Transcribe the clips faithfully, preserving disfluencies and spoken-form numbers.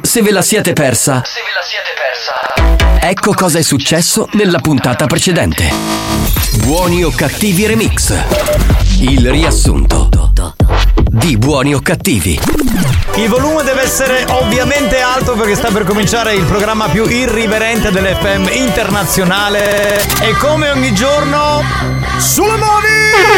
Se ve la siete persa, Se ve la siete persa, ecco cosa è successo nella puntata precedente. Buoni o cattivi remix. Il riassunto di Buoni o cattivi. Il volume deve essere ovviamente alto perché sta per cominciare il programma più irriverente dell'F M internazionale. E come ogni giorno, sulle mani!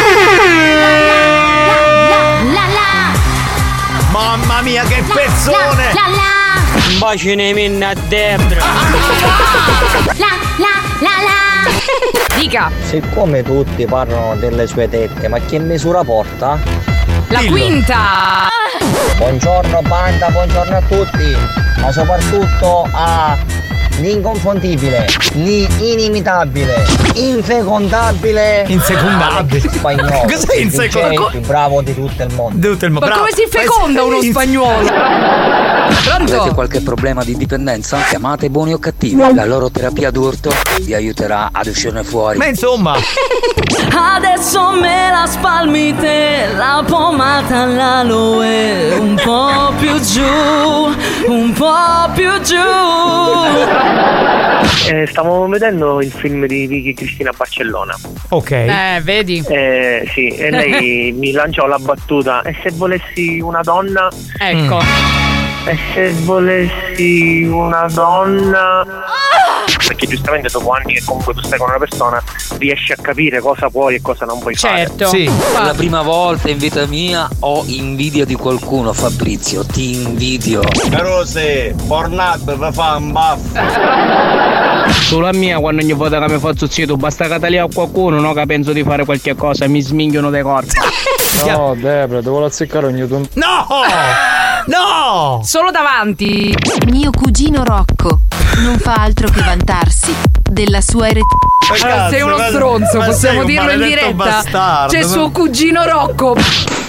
La la Mamma mia che pezzone! La la Un bacine minna a Debra. La la la la Dica. Siccome tutti parlano delle sue tette, ma che misura porta? La Dillo. quinta. Buongiorno banda, buongiorno a tutti, ma soprattutto a l'inconfondibile, l'inimitabile, infecondabile, Insecondabile. spagnolo. Cos'è il insecondabile? più bravo di tutto il mondo. Tutto il mo- Ma bravo. come si feconda uno In- spagnolo? Avete Pronto? qualche problema di dipendenza? Chiamate Buoni o Cattivi. La loro terapia d'urto vi aiuterà ad uscirne fuori. Ma insomma, Adesso me la spalmi te, la pomata all'aloe, un po' più giù, un po' più giù. Eh, stavo vedendo il film di Vicky Cristina Barcellona. ok. Eh, vedi? Eh, sì, e lei mi lanciò la battuta: e se volessi una donna? Ecco. E se volessi una donna? Perché giustamente dopo anni che comunque tu stai con una persona riesci a capire cosa puoi e cosa non puoi Certo. Sì. Per la prima volta in vita mia ho invidia di qualcuno, Fabrizio, ti invidio. Però se Pornhub vi fa un baffo. Sulla mia, quando ogni volta che mi faccio zitto, basta che tagliare a qualcuno, no? Che penso di fare qualche cosa, mi sminghiono dei corpi. No, Debra, devo azzeccare ogni tanto. No! No! Solo davanti. Mio cugino Rocco non fa altro che vantarsi della sua erezione. Allora, sei uno ma- stronzo, ma possiamo sei un dirlo in maledetto diretta. bastardo. C'è suo cugino Rocco.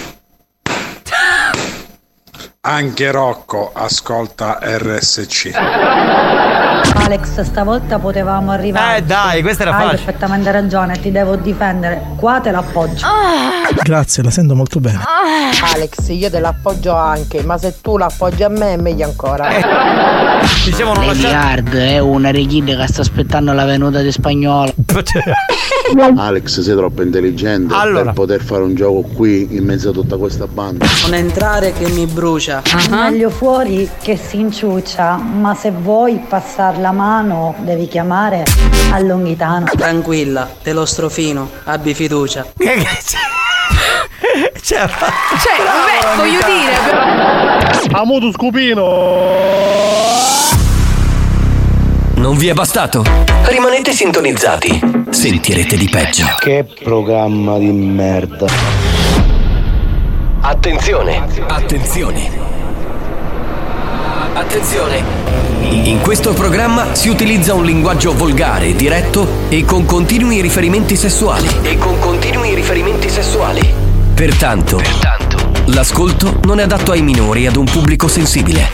Anche Rocco ascolta R S C. Alex, stavolta potevamo arrivare. Eh dai, questa era Hai facile. perfettamente ragione, ti devo difendere. Qua te l'appoggio. Grazie, la sento molto bene. Alex, io te l'appoggio anche, ma se tu l'appoggi a me è meglio ancora. Diciamo non lasciare. Hard è una richiede che sta aspettando la venuta di spagnolo. Alex, sei troppo intelligente Allora. per poter fare un gioco qui in mezzo a tutta questa banda. Non entrare che mi brucia. Meglio fuori che si inciuccia, ma se vuoi passare la mano devi chiamare a Longhitano. Tranquilla, te lo strofino, abbi fiducia. Che Cioè, Cioè, beh, voglio dire. Amuto scupino. Non vi è bastato? Rimanete sintonizzati. Sentirete di peggio. Che programma di merda. Attenzione, attenzione. Attenzione. In questo programma si utilizza un linguaggio volgare, diretto e con continui riferimenti sessuali. E con continui riferimenti sessuali. Pertanto, Pertanto, l'ascolto non è adatto ai minori e ad un pubblico sensibile.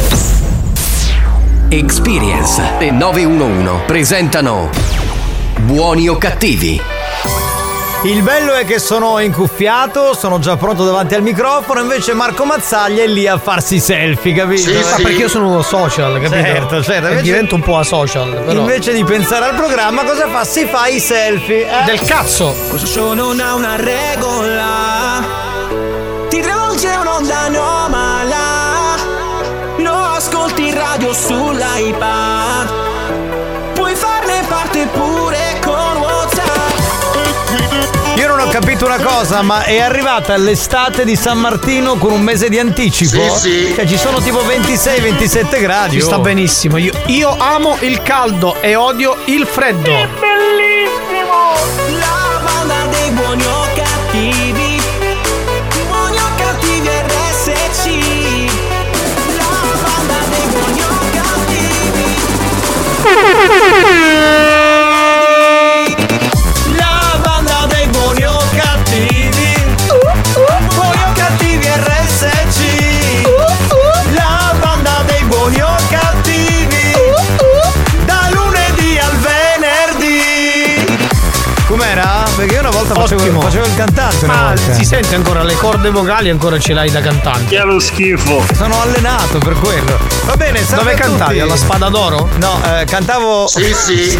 Experience e nove uno uno presentano Buoni o Cattivi. Il bello è che sono incuffiato, sono già pronto davanti al microfono, invece Marco Mazzaglia è lì a farsi selfie, capito? Sì, sì. Perché io sono social, capito? Certo, certo. E Invece, divento un po' asocial, però. invece di pensare al programma, cosa fa? Si fa i selfie. Eh? Del cazzo! Questo show non ha una regola, ti travolge un'onda anomala, lo ascolti in radio sull'iPad, puoi farne parte pure con WhatsApp. Io non ho capito una cosa, ma è arrivata l'estate di San Martino con un mese di anticipo? Sì, sì. Cioè ci sono tipo ventisei ventisette gradi. Ci sta oh. benissimo. Io, io amo il caldo e odio il freddo. Bellissimo! La banda dei buoni o cattivi, buoni o cattivi R S C. La banda dei buoni o cattivi. La banda dei buoni o cattivi, buoni o cattivi R S C. La banda dei buoni o cattivi, da lunedì al venerdì. ottimo. Facevo il cantante una Ma volta. si sente ancora le corde vocali, ancora ce l'hai da cantante. Che è lo schifo. Sono allenato per quello. Va bene, salve Dove a cantavi? tutti. Alla Spada d'Oro? No, eh, cantavo. Sì, sì.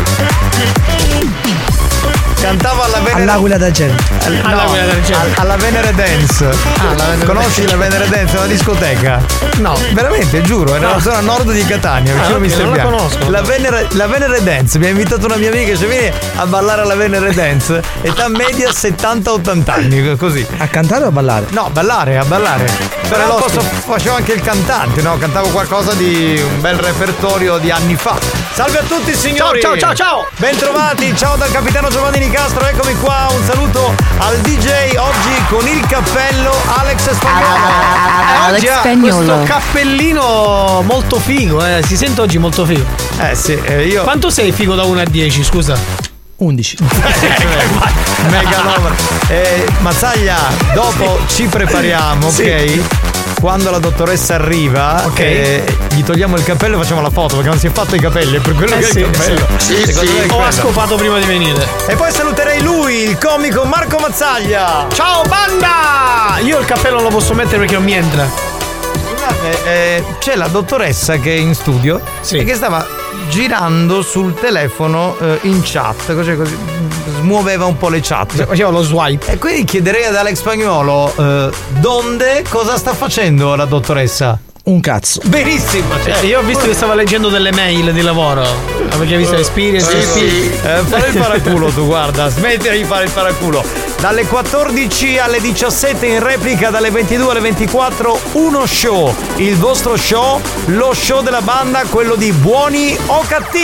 Cantavo alla Venere. All'Aquila d'Argento. Al- no, All'Aquila d'Argento. al- alla Venere Dance. Ah, la Venere Conosci la Venere Dance? È una discoteca. No. Veramente, giuro, è nella No. zona nord di Catania, vicino Ah, a ok, Mister non la Bianco. conosco. La Venere, la Venere Dance, mi ha invitato una mia amica, cioè vieni a ballare alla Venere Dance, età media settanta ottanta anni, così. A cantare o a ballare? No, ballare, a ballare. Però l'ospite. posso, facevo anche il cantante, no? Cantavo qualcosa di un bel repertorio di anni fa. Salve a tutti signori! Ciao, ciao, ciao, ciao! Bentrovati, ciao dal capitano Giovanni Nicastro, eccomi qua, un saluto al D J oggi con il cappello Alex Spagnolo. Eh, oggi Alex ha Spagnolo. questo cappellino molto figo, eh. Si sente oggi molto figo. Eh sì, eh, io. Quanto sei figo da uno a dieci, scusa? undici. Megalomane. Eh, Mazzaglia, dopo ci prepariamo, ok? Sì. Quando la dottoressa arriva, Ok. eh, gli togliamo il cappello e facciamo la foto perché non si è fatto i capelli, è per quello Eh che sì, è il cappello. sì. Secondo Sì, me è sì. O ha quello. scopato prima di venire. E poi saluterei lui, il comico Marco Mazzaglia. Ciao banda! Io il cappello lo posso mettere perché non mi entra. Scusate, eh, c'è la dottoressa che è in studio Sì. e che stava girando sul telefono eh, in chat, così, così smuoveva un po' le chat. Faceva lo swipe. E quindi chiederei ad Alex Spagnolo eh, donde cosa sta facendo la dottoressa? Un cazzo. Benissimo, cioè, Eh, io ho visto che stava leggendo delle mail di lavoro. Ah, perché hai visto Experience? Sì, Experience. sì. Eh, fare il paraculo tu, guarda, smettila di fare il paraculo. Dalle quattordici alle diciassette in replica, dalle ventidue alle ventiquattro, uno show. Il vostro show, lo show della banda, quello di Buoni o Cattivi.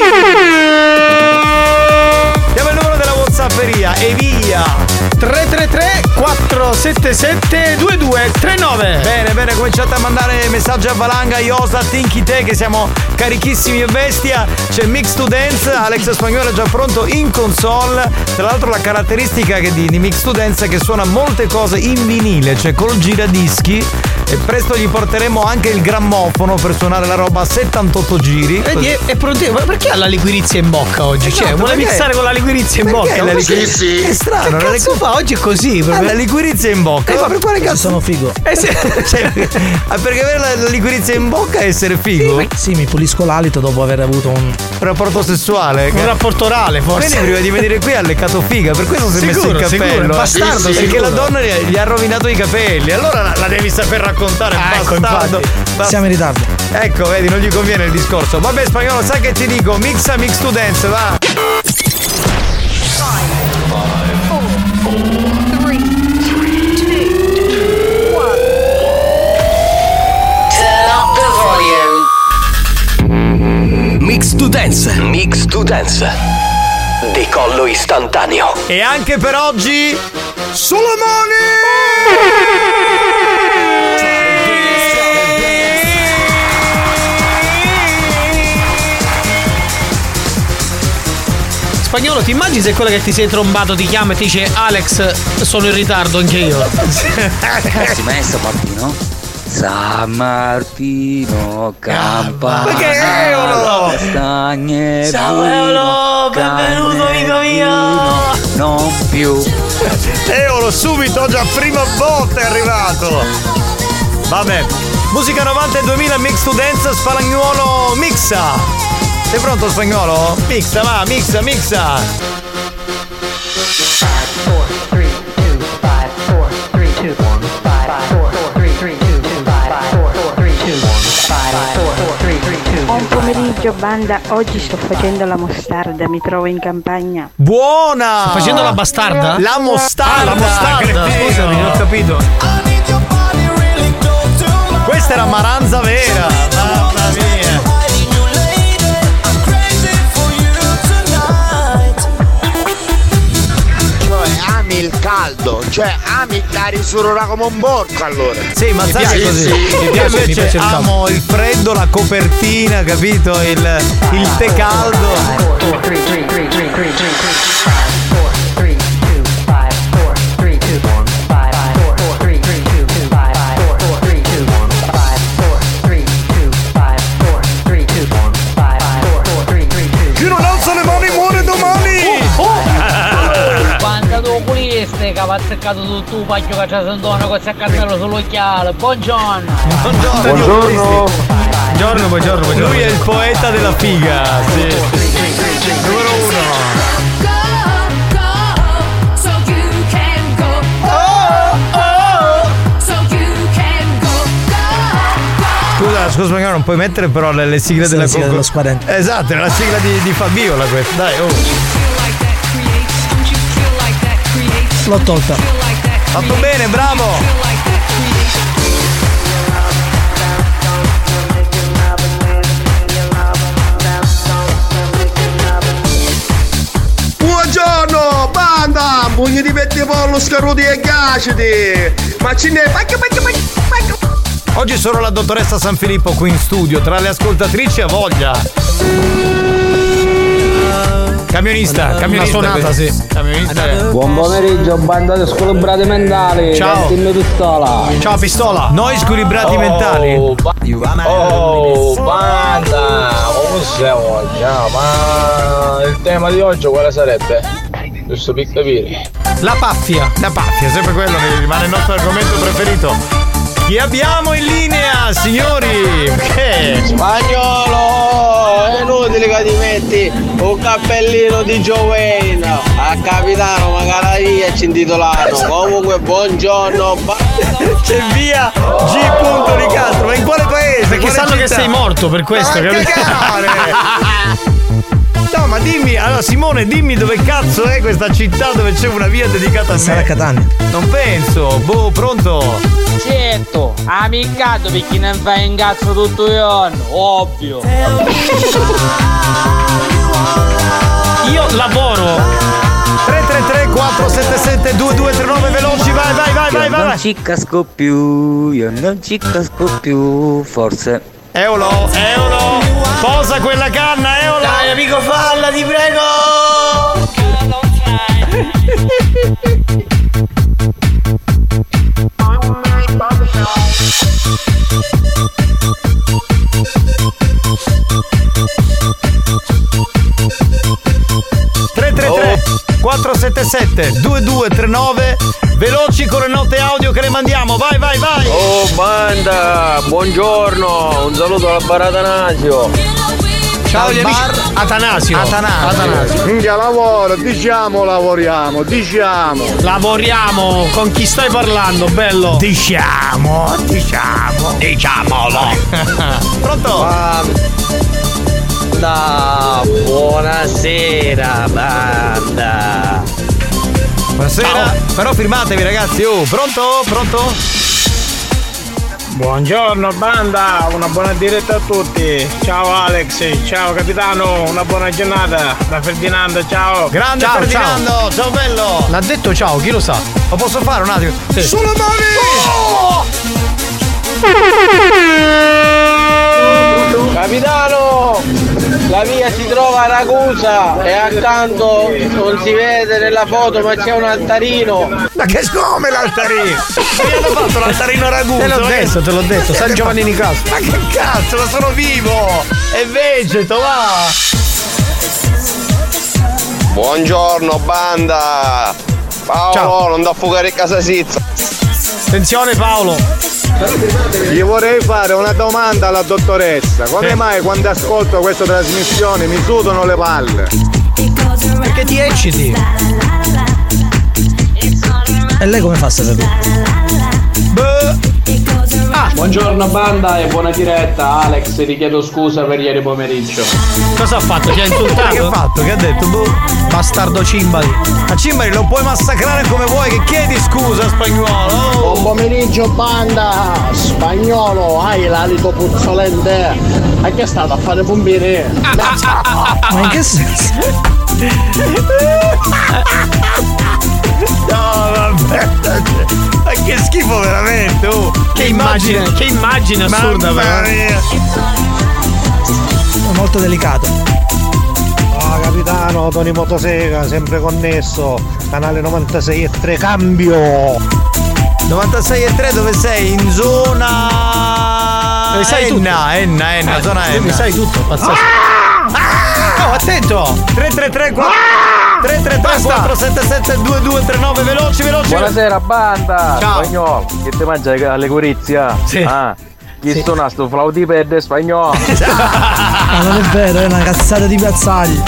Diamo il numero della WhatsApperia e via. tre tre tre quattro sette sette due due tre nove. Bene, bene, cominciate a mandare messaggi a valanga, Iosa, Tinky Te, che siamo carichissimi e bestia. C'è Mix to Dance, Alex Spagnolo è già pronto in console. Tra l'altro la caratteristica che di, di Mix to Dance è che suona molte cose in vinile, cioè col giradischi. E presto gli porteremo anche il grammofono per suonare la roba a settantotto giri. Vedi, è, è pronto. Ma perché ha la liquirizia in bocca oggi? Esatto, cioè, vuole perché- missare con la liquirizia in perché bocca? la Ma liqui- Sì, sì. È strano, che la cazzo liqui- fa? Oggi è così Ah, proprio. la liquirizia in bocca. Eh, ma per quale cazzo? Sono figo. Eh sì. Cioè, ah, perché avere la, la liquirizia in bocca è essere figo? Sì, mi pulisco l'alito dopo aver avuto un. Un rapporto sessuale. Un rapporto orale, forse. Quindi prima di venire qui ha leccato figa, per questo si è messo Sicuro, il sicuro, cappello. è eh. bastardo, Perché sicuro. la donna gli, gli ha rovinato i capelli. Allora la, la devi saper raccontare, Ah, ecco, bastardo. infatti. Bas- Siamo in ritardo. Ecco, vedi, non gli conviene il discorso. Vabbè, Spagnolo, sai che ti dico? Mixa Mix to Dance, va. Mix to Dance. Mix to Dance. Decollo istantaneo. E anche per oggi sulle Spagnolo, ti immagini se quella che ti sei trombato ti chiama e ti dice Alex, sono in ritardo anche io. Si messo Martino? San Martino, campana. Ma che è, Eolo? Castagne. Ciao, Eolo, benvenuto, amico mio. Non più. Eolo subito, già prima botta è arrivato. Vabbè, musica novanta e duemila Mix to Dance, Spalagnuolo mixa. Sei pronto Spagnolo? Mixa, va, mixa, mixa. Buon pomeriggio banda, oggi sto facendo la mostarda, mi trovo in campagna. Buona! Sto facendo la bastarda? La mostarda! Ah, la mostarda, cretino. scusami, non ho capito. Questa era Maranza vera, mamma mia. Cioè, ami il caldo, cioè ami la risurrora come un porco allora. Sì, ma sai piace, che così. sì. Io Mi piace, mi invece piace il caldo. amo il freddo, la copertina, capito? Il, il tè caldo. Chi non alza le mani muore domani! Quando tu puliste, ha seccato tutto il pacchio che c'è sentito cosa a cartello sull'occhiale. Buongiorno. Buongiorno. Buongiorno. Buongiorno, buongiorno, buongiorno. Lui è il poeta della figa. Sì. Numero uno. Scusa, scusa, ma non puoi mettere però le, le sigle Sì, della la sigla Coco- dello squadrante. Esatto, è la sigla di, di Fabiola questa. Dai, oh. L'ho tolta. Fatto bene, bravo. Buongiorno, banda! Pugni di petti pollo, scaruti e gaciti! Ma ce n'è, pacchio, pacchio, pacchio, pacchio! Oggi solo la dottoressa San Filippo qui in studio, tra le ascoltatrici a voglia. Camionista, camionista. Una suonata, sì. Camionista. Buon pomeriggio, banda di squilibrati mentali. Ciao. Team Pistola. Ciao Pistola. Noi squilibrati Oh, mentali. ba- oh, banda, come sei oggi? Ah, ma il tema di oggi quale sarebbe? Giusto per capire. La paffia. La paffia, sempre quello che rimane il nostro argomento preferito. Chi abbiamo in linea, signori? Che? Spagnolo, è inutile che ti metti un cappellino di Joe Wayne. A capitano magari via ci intitolano. Comunque buongiorno. C'è via G. Di Castro, ma in quale paese? Perché Quale sanno città? che sei morto per questo, Ma capito? cagare! No, ma dimmi, allora Simone, dimmi dove cazzo è questa città dove c'è una via dedicata a me. Sarà Catania. Non penso. Boh, pronto? Certo, amicato perché non fai in cazzo tutto il giorno, ovvio. Io lavoro. tre tre tre quattro sette sette due due tre nove veloci, vai, vai, vai, vai, vai. Non ci casco più, io non ci casco più, forse. Eolo, Eolo, posa quella canna, Eolo. Dai amico, falla, ti prego. tre tre tre quattro sette sette due due tre nove veloci con le note audio che le mandiamo, vai, vai, vai. Oh banda, buongiorno, un saluto al bar Atanasio. Ciao gli amici. Atanasio. Atanasio. Atanasio. Minchia lavoro, diciamo lavoriamo, diciamo. Lavoriamo, con chi stai parlando, bello? Diciamo, diciamo, diciamolo. Pronto? Banda, buonasera banda. Buonasera. Ciao. Però firmatevi ragazzi, oh, pronto? Pronto? Buongiorno banda, una buona diretta a tutti. Ciao Alex, ciao capitano, una buona giornata da Ferdinando, ciao. Grande Ciao, Ferdinando, ciao. ciao bello. L'ha detto ciao, chi lo sa? Lo posso fare un attimo? Sì. Sulle mani! Oh! Capitano, la via si trova a Ragusa e accanto non si vede nella foto ma c'è un altarino. Ma che come l'altarino? Mi hanno fatto l'altarino Ragusa. Te l'ho detto, te l'ho detto, San Giovanni Nicastro. Ma che cazzo, ma sono vivo! È vegeto, va! Buongiorno banda. Paolo, Ciao. non da affogare in casa Sizza. Attenzione Paolo. Gli vorrei fare una domanda alla dottoressa. Come Eh. mai quando ascolto questa trasmissione mi sudano le palle? Perché ti ecciti? E lei come fa a saperlo? Ah, Buongiorno banda e buona diretta. Alex, ti chiedo scusa per ieri pomeriggio. cosa ha fatto? Ti ha Che ha insultato? fatto? Che ha detto? Boh. Bastardo Cimbali. Ma Cimbali lo puoi massacrare come vuoi, che chiedi scusa spagnolo? Oh. Buon pomeriggio banda. Spagnolo, hai l'alito puzzolente. Ma che è stato a fare pompini? Ma in che senso? No, vabbè. Ma che schifo veramente, oh. Che immagine, che immagine assurda, Mamma però. mia. È molto delicato. Ah, capitano, Tony Motosega, sempre connesso. Canale novantasei e tre, cambio. novantasei e tre dove sei? In zona Dove sai tutto? Enna, Enna, Enna, Eh, zona tu mi Enna. sai tutto, pazzesco. Ah! Oh, attento! tre tre tre quattro tre tre tre quattro sette sette due due tre nove, veloci, veloci. Buonasera banda. Ciao. Spagnolo, che ti mangia alle corizia? Sì. Ah, chi sì. Suona sto flautipede spagnolo? Ma non è vero, è una cazzata di piazzagli.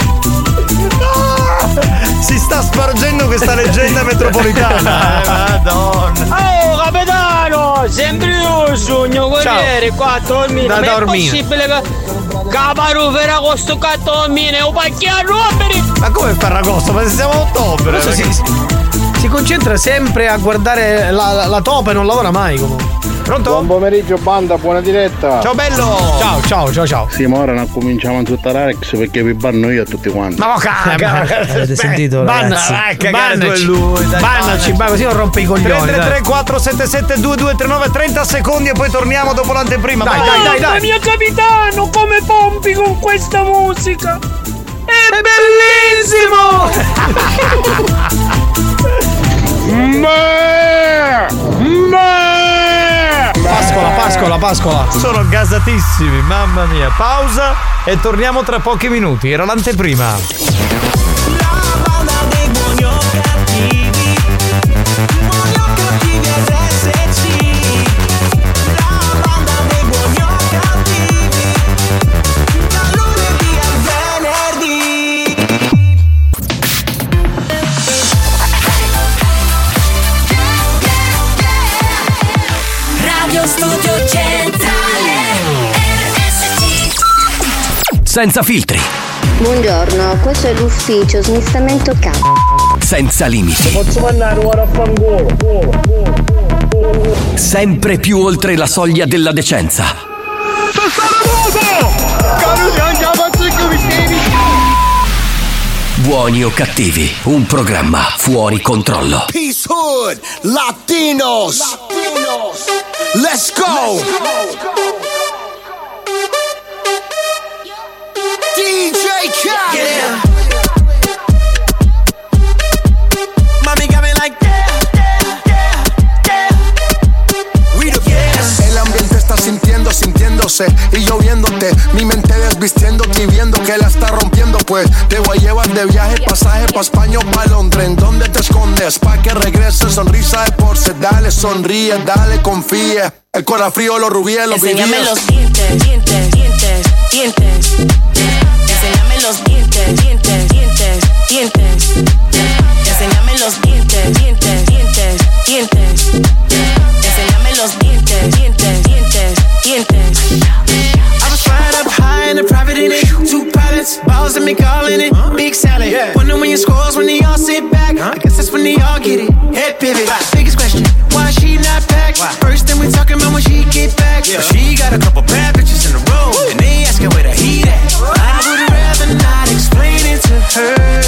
Si sta spargendo questa leggenda metropolitana. Eh, madonna. Oh capitano, sempre un sogno corriere qua a dormire. Da Ma dormire. è possibile che Caparufera con sto gatto dormire o pacchi a rompere? Ma come Ferragosto? Ma se siamo a ottobre. Questo si, si, si concentra sempre a guardare la, la, la topa e non lavora mai comunque. Pronto? Buon pomeriggio banda, buona diretta. Ciao bello. Ciao ciao ciao ciao. Sì, ma ora non cominciamo a insultare Alex perché vi banno io a tutti quanti. Ma mo caga. Avete sentito ragazzi? Bannaci lui. Bannaci, ma così non rompe i coglioni. tre tre tre quattro sette sette due due tre nove, trenta secondi e poi torniamo dopo l'anteprima. Dai, vai, dai, dai, Mamma dai. mia capitano, come pompi con questa musica? È bellissimo! Pascola, pascola, pascola. Sono gasatissimi, mamma mia. Pausa e torniamo tra pochi minuti. Era l'anteprima. Radio Studio Centrale R S C. Senza filtri, Buongiorno, questo è l'ufficio smistamento C. senza limiti, Posso mandare ora a fangolo? sempre più oltre la soglia della decenza. Buoni o cattivi, un programma fuori controllo. Peace Hood, Latinos, Latinos. Let's go. D J Khaled. Yeah. Mommy got me like yeah, yeah, yeah. We the best. El ambiente está sintiendo, sintiéndose y yo viéndote, mi mente desvistiéndote y viendo que la está rompiendo, pues te voy a llevar de viaje, pasaje pa' España o pa' Londres. ¿En dónde te escondes? Pa' que regrese, sonrisa de porce, dale, sonríe, dale, confía. El corazón frío, los rubíes, los Enséñame vivíes. los dientes, dientes, dientes, dientes. Enséñame los dientes, dientes, dientes, dientes. Enséñame los dientes, dientes, dientes, dientes. Enséñame los dientes, dientes, dientes, dientes. I was flying up high in a private in it. Two pilots, balls that make all in it. Big salad. Wonder when your scores when they all sit back. I guess that's when they all get it. Head pivot. Biggest question, why she not back? First thing we talking about when she get back. But she got a couple bad bitches in a row, and they asking where the heat at. I would rather not explain it to her.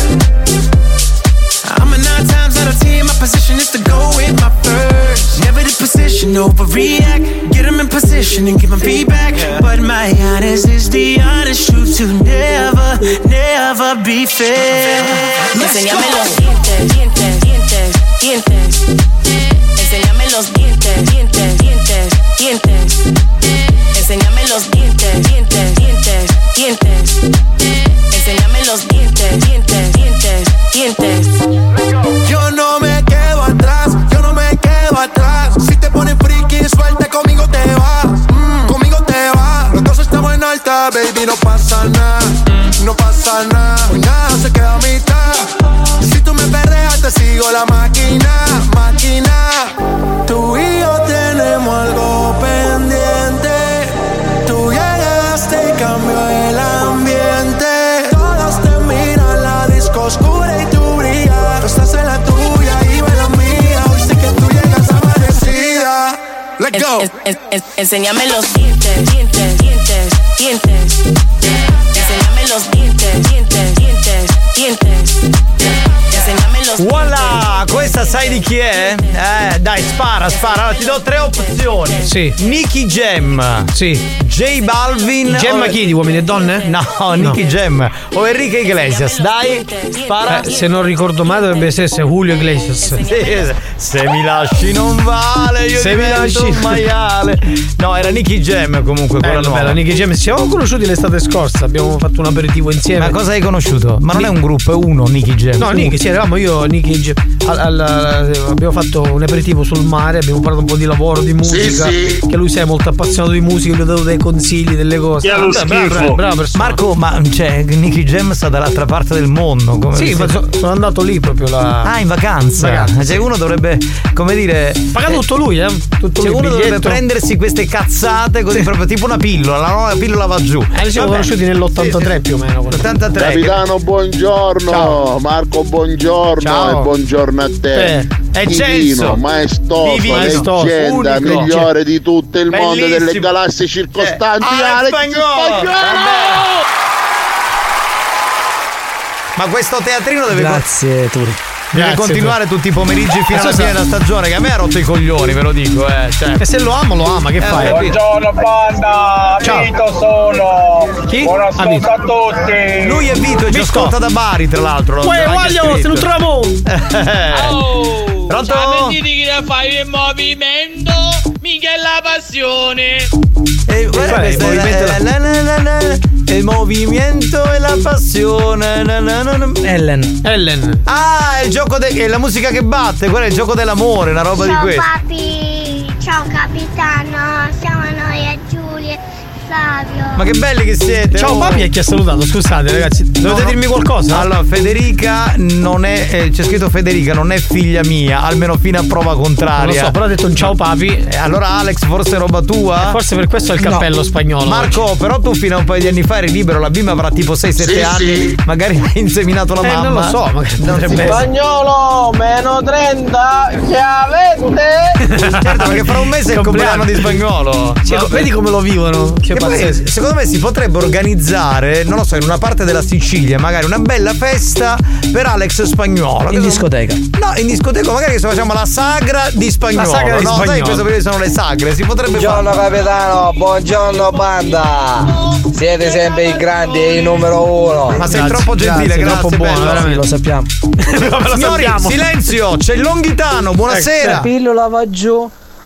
I'm a nine times out of ten, my position is to go with my first. Never the position, overreact. Get them in position and give them feedback. But my honest is the honest truth to never, never be fair. Enséñame los dientes, dientes, dientes, dientes. Enséñame los dientes, dientes, dientes, dientes. Enséñame los dientes, dientes, dientes, dientes. Enséñame los dientes, dientes, dientes, dientes. Yo no me quedo atrás, yo no me quedo atrás. Si te pones friki, suelta, conmigo te vas, mm, conmigo te vas. Los dos estamos en alta, baby, no pasa nada, no pasa nada. Pues nada se queda a mitad. Si tú me perreas, te sigo la máquina, máquina. Tú y yo tenemos algo pendiente. Tú llegaste y cambió el ambiente. Todos te miran, la disco oscura y tú brillas. Tú estás en la tuya y yo en la mía. Hoy sé que tú llegas amanecida. Let's go. Es, es, es, enséñame los dientes, dientes, dientes, dientes. Enséñame los dientes, dientes, dientes, dientes. Enséñame los Voilà, questa sai di chi è? Eh, da Dai, spara, spara. Allora, ti do tre opzioni. Sì. Nicky Jam. Sì. J Balvin. Gemma o... chi? Di uomini e donne? No, Nicky no. Jam. O Enrique Iglesias. Dai, spara. Eh, se non ricordo male dovrebbe essere Julio Iglesias. Sì, se mi lasci non vale, io se mi lasci un maiale. No, era Nicky Jam comunque. Bello, quella bella, Nicky Jam. Ci siamo conosciuti l'estate scorsa, abbiamo fatto un aperitivo insieme. Ma cosa hai conosciuto? Ma non è un gruppo, è uno, Nicky Jam. No, Nicky, sì, eravamo io, Nicky Jam. Al, al, abbiamo fatto un aperitivo sul mare, abbiamo parlato un po' di lavoro, di musica. Sì, sì. Che lui sei molto appassionato di musica, gli ho dato dei consigli, delle cose. Ah, bravo, bravo, bravo Marco, ma cioè Nicky Jam sta dall'altra parte del mondo. Come sì, ma so, sono andato lì proprio là. Ah, in vacanza. vacanza cioè, sì. Uno dovrebbe, come dire. Pagato tutto lui, eh? Tutto cioè, lui, uno biglietto. dovrebbe prendersi queste cazzate così, sì. proprio tipo una pillola. La nuova pillola va giù. Eh, ci siamo conosciuti nell'ottantatré sì, più o meno. ottantatré. Capitano, buongiorno. Ciao. Marco, buongiorno. Ciao. E buongiorno a te. Eh. È Divino, maestoso, maestoso, leggenda, unico. migliore di tutto il Bellissimo. mondo delle galassie circostanti. Eh. Alex Spagnolo. Spagnolo. Ma questo teatrino deve Grazie, Turi. Deve Grazie, continuare tutti i pomeriggi fino alla fine della stagione, che a me ha rotto i coglioni, ve lo dico, eh. Cioè. E se lo amo, lo ama, che eh, fai? Buongiorno banda, ciao. Vito sono. Chi? Buon ascolto a tutti. Lui è Vito e ci ascolta da Bari, tra l'altro. Uè, voglio, se lo trovo. Oh. Pronto? Ciao, mettiti che fai il movimento, mica è la passione. E guarda questo, il movimento, la, la, la, la, il movimento e la passione. Na, na, na, na. Ellen. Ellen. Ah, è il gioco de- è la musica che batte, quello è il gioco dell'amore, una roba ciao, di questo. Ciao papi, ciao capitano, siamo noi e Giulia e Flavio. Ma che belli che siete. Ciao oh. papi, chi ha salutato? Scusate ragazzi, dovete no, dirmi qualcosa? Allora, Federica non è eh, c'è scritto Federica, non è figlia mia, almeno fino a prova contraria. Non lo so, però ha detto un ciao papi. Eh, allora Alex, forse è roba tua? Eh, forse per questo è il cappello no. spagnolo. Marco, oggi. Però tu fino a un paio di anni fa eri libero, la bimba avrà tipo sei sette sì, anni, sì. magari hai inseminato la eh, mamma. Non lo so, magari potrebbe Spagnolo, meno trenta, che avete? Certo, perché fra un mese è il compleanno di Spagnolo. Cioè, vedi come lo vivono? Che poi, secondo me si potrebbe organizzare, non lo so, in una parte della Sicilia, magari una bella festa per Alex Spagnolo. In discoteca. No, in discoteca magari se facciamo la sagra di Spagnolo. La sagra di no, Spagnolo. sai, in questo periodo sono le sagre, si potrebbe fare. Buongiorno capitano, buongiorno banda. Siete sempre i grandi e il numero uno. Ma sei grazie, troppo gentile, grazie, troppo buono, bello. veramente. Lo sappiamo. lo Signori, sappiamo. Silenzio, c'è il Longhitano, buonasera. La pillola va giù.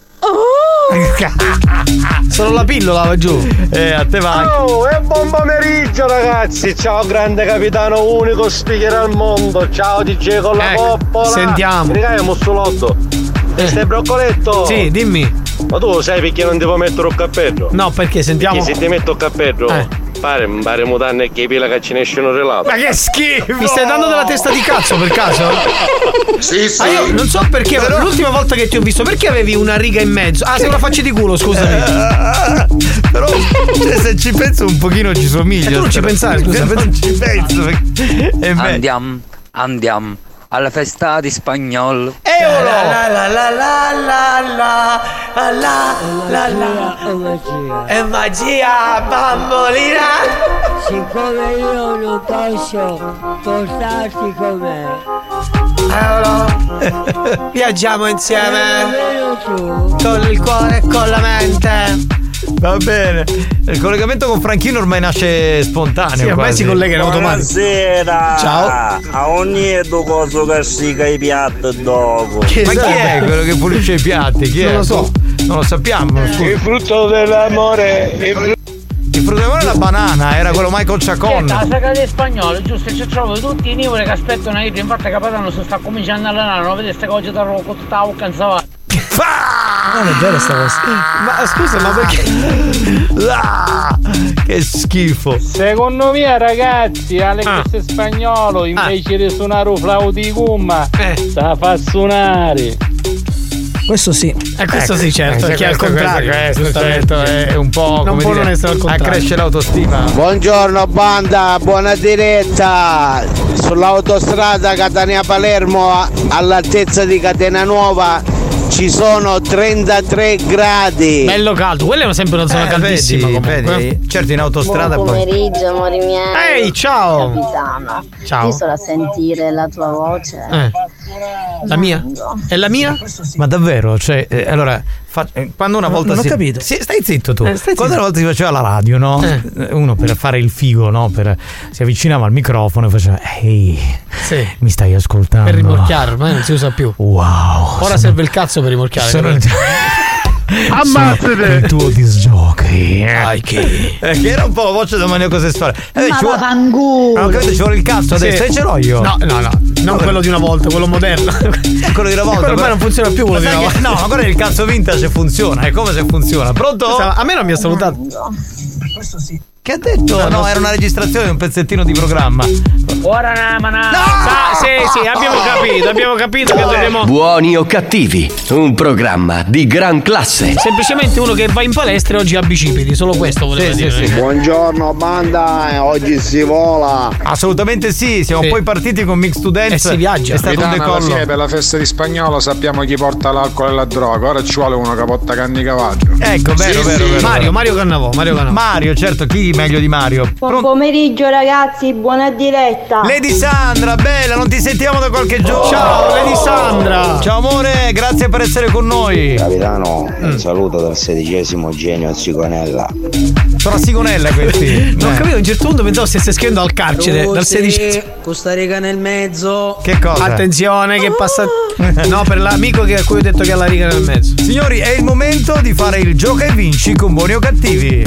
Solo la pillola va giù. Eh, a te va. Oh, e buon pomeriggio ragazzi. Ciao grande capitano, unico speaker al mondo. Ciao D J con la ecco, poppola. Sentiamo. Regà, mussolotto. E stai broccoletto? Sì, dimmi. Ma tu sai perché non devo mettere un cappello? No, perché sentiamo. Perché se ti metto un cappello eh. pare, pare mutanne che pila che ce ne escono relato. Ma che schifo! Mi stai dando della testa di cazzo per caso? Sì, sì. Ah, io non so perché, però l'ultima volta che ti ho visto, perché avevi una riga in mezzo? Ah, sei una faccia di culo, scusami. Però cioè, se ci penso un pochino ci somiglia. E tu non ci pensare, scusa, non ci penso. Perché... Andiamo, andiamo alla festa di Spagnolo. Eolo! La la la la la la la la la la è magia bambolina. Siccome io non posso portarti con me, Eolo, viaggiamo insieme con il cuore e con la mente. Va bene. Il collegamento con Franchino ormai nasce spontaneo. Sì, ormai si collega in automatico. Buonasera. Ciao. A ogni coso che si i piatti dopo. Ma chi è quello che pulisce i piatti? Chi è? Non lo so. Non lo sappiamo. Scusa. Il frutto dell'amore. Il frutto Il frutto dell'amore è la banana, era quello Michael Chacon. La sagra di Spagnolo, giusto? Ci trovo tutti i nivoli che aspettano io. Infatti capitano si sta cominciando a allenare, non vedete queste cose da rocco, tutta la bocca in savata. Non è vero sta cosa. Ma scusa, ma perché? Ah, che schifo. Secondo me ragazzi, Alex ah. Spagnolo invece ah. di suonare un flauto di gomma eh. sa fa suonare. Questo sì. Eh, questo ecco, sì, certo. Perché al contrario. Questo, certo, è un po' non come può dire, non essere al contrario. accresce l'autostima. Buongiorno banda, buona diretta. Sull'autostrada Catania-Palermo all'altezza di Catena Nuova ci sono trentatré gradi. Bello caldo, quella è sempre una zona eh, caldissima. Vedi, comunque. Vedi. Certo, in autostrada. Buon pomeriggio, amori miei. Ehi, ciao. Capitano. Ciao. Io sono a sentire la tua voce. Eh. La mia? È la mia? Ma davvero? Cioè, eh, allora, fa, eh, quando una volta non ho si. capito. Sì, stai zitto tu. Eh, stai quando zitto. una volta si faceva la radio, no? Eh. Uno per fare il figo, no? Per, si avvicinava al microfono e faceva: ehi, Sì. mi stai ascoltando? Per rimorchiare, ormai non si usa più. Wow. Ora sono- serve il cazzo per rimorchiare. sono- capito? Ammazzate! Il tuo disgiochi. Dai, che. Eh, che era un po' la voce da maniaco sessuale. Eh, Ma ci vuole- vaffanculo. Ah, capito, ci vuole il cazzo adesso, Sì. e ce l'ho io. No, no, no. Non quello di una volta, quello moderno. Quello di una volta. Quello ormai non funziona più, quello Ma di sai una che- volta. No, ma guarda il cazzo vintage funziona. È come se funziona. Pronto? A me non mi ha salutato. Che ha detto? No, no, era una registrazione di un pezzettino di programma. Ora na, ma na. Ah, sì, sì, abbiamo capito, abbiamo capito che dobbiamo. Buoni o cattivi, un programma di gran classe. Semplicemente uno che va in palestra e oggi ha bicipiti, solo questo voleva Sì, dire. sì, sì. Buongiorno banda, eh, oggi si vola. Assolutamente sì, siamo Sì. poi partiti con Mix to Dance. E si viaggia. È stato un Capitano, alla decollo. fine per la festa di Spagnolo sappiamo chi porta l'alcol e la droga. Ora ci vuole uno che porta canni cavallo. Ecco, vero, Sì, vero, sì. vero. Mario, Mario Cannavò, Mario Cannavò. Mario, certo, chi meglio di Mario? Buon pomeriggio ragazzi, buona diretta. Lady Sandra, bella, non ti sentiamo da qualche giorno. Ciao, Lady Sandra. Ciao amore, grazie per essere con noi. Capitano, Mm. un saluto dal sedicesimo genio Zigonella. Sono a Sigonella questi. Non ho Eh. capito, a un certo punto pensavo stesse scrivendo al carcere dal sedici. Questa riga nel mezzo. Che cosa? Attenzione che passa. No, per l'amico che, a cui ho detto che ha la riga nel mezzo. Signori, è il momento di fare il gioca e vinci con buoni o cattivi.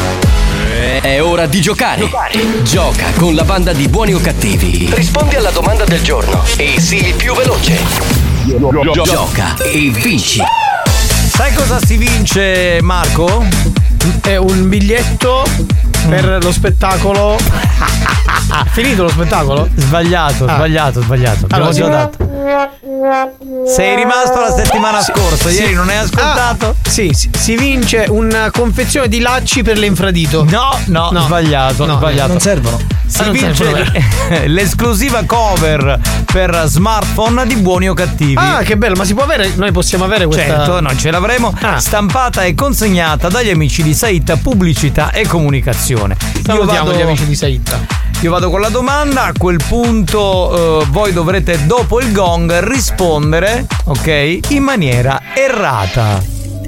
È ora di giocare. Gioca con la banda di Buoni o Cattivi. Rispondi alla domanda del giorno e sii il più veloce. Gioca e vinci. Sai cosa si vince, Marco? È un biglietto per lo spettacolo. Finito lo spettacolo? Sbagliato, Ah. sbagliato, sbagliato. Abbiamo Allora, già sì. dato. Sei rimasto la settimana scorsa, Sì. ieri non hai ascoltato? Ah, sì, si, si vince una confezione di lacci per l'infradito. No, no, No. sbagliato, No, sbagliato. Non servono. Si Ah, non vince servono, l'esclusiva cover per smartphone di Buoni o Cattivi. Ah, che bello, ma si può avere? Noi possiamo avere questa. Certo, noi ce l'avremo Ah. stampata e consegnata dagli amici di Saita Pubblicità e Comunicazione. Salutiamo gli amici di Saita. Io vado con la domanda, a quel punto eh, voi dovrete dopo il gong rispondere, ok, in maniera errata.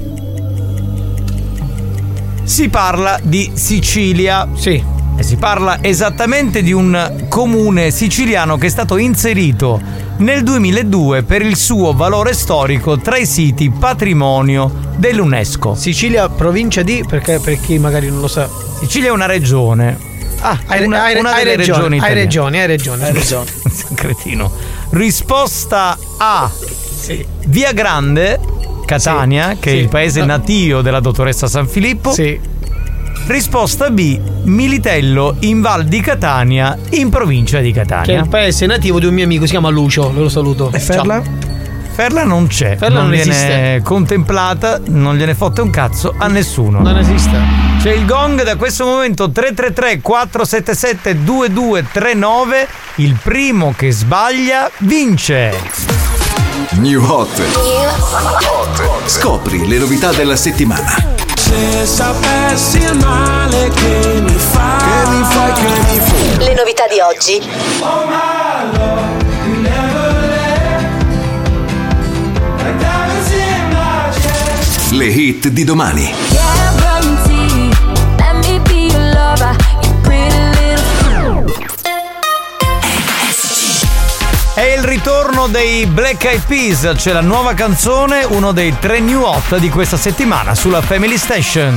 Si parla di Sicilia. Sì. E si parla esattamente di un comune siciliano che è stato inserito nel duemiladue per il suo valore storico tra i siti patrimonio dell'UNESCO. Sicilia, provincia di, perché per chi magari non lo sa. Sicilia è una regione. Ah, hai, una, hai, una hai delle ragione, regioni hai italiane. ragione, hai ragione. Hai scusa. ragione. Cretino. Risposta A. Sì. Via Grande, Catania, Sì, che è sì. il paese No. natio della dottoressa San Filippo. Sì. Risposta B. Militello in Val di Catania, in provincia di Che è Catania. il paese nativo di un mio amico, si chiama Lucio, lo saluto. E Ferla? Ferla non c'è, Ferla non viene esiste. contemplata, non gliene fotte un cazzo a nessuno. Non esiste. C'è il gong da questo momento tre tre tre quattro sette sette due due tre nove. Il primo che sbaglia vince. New Hot. Scopri le novità della settimana. Se sapessi il male che mi fa, che mi fai, che mi fa. Le novità di oggi. Oh my love, you never left. Like diamonds in my chest. Le hit di domani. È il ritorno dei Black Eyed Peas, c'è la nuova canzone, uno dei tre new hot di questa settimana sulla Family Station.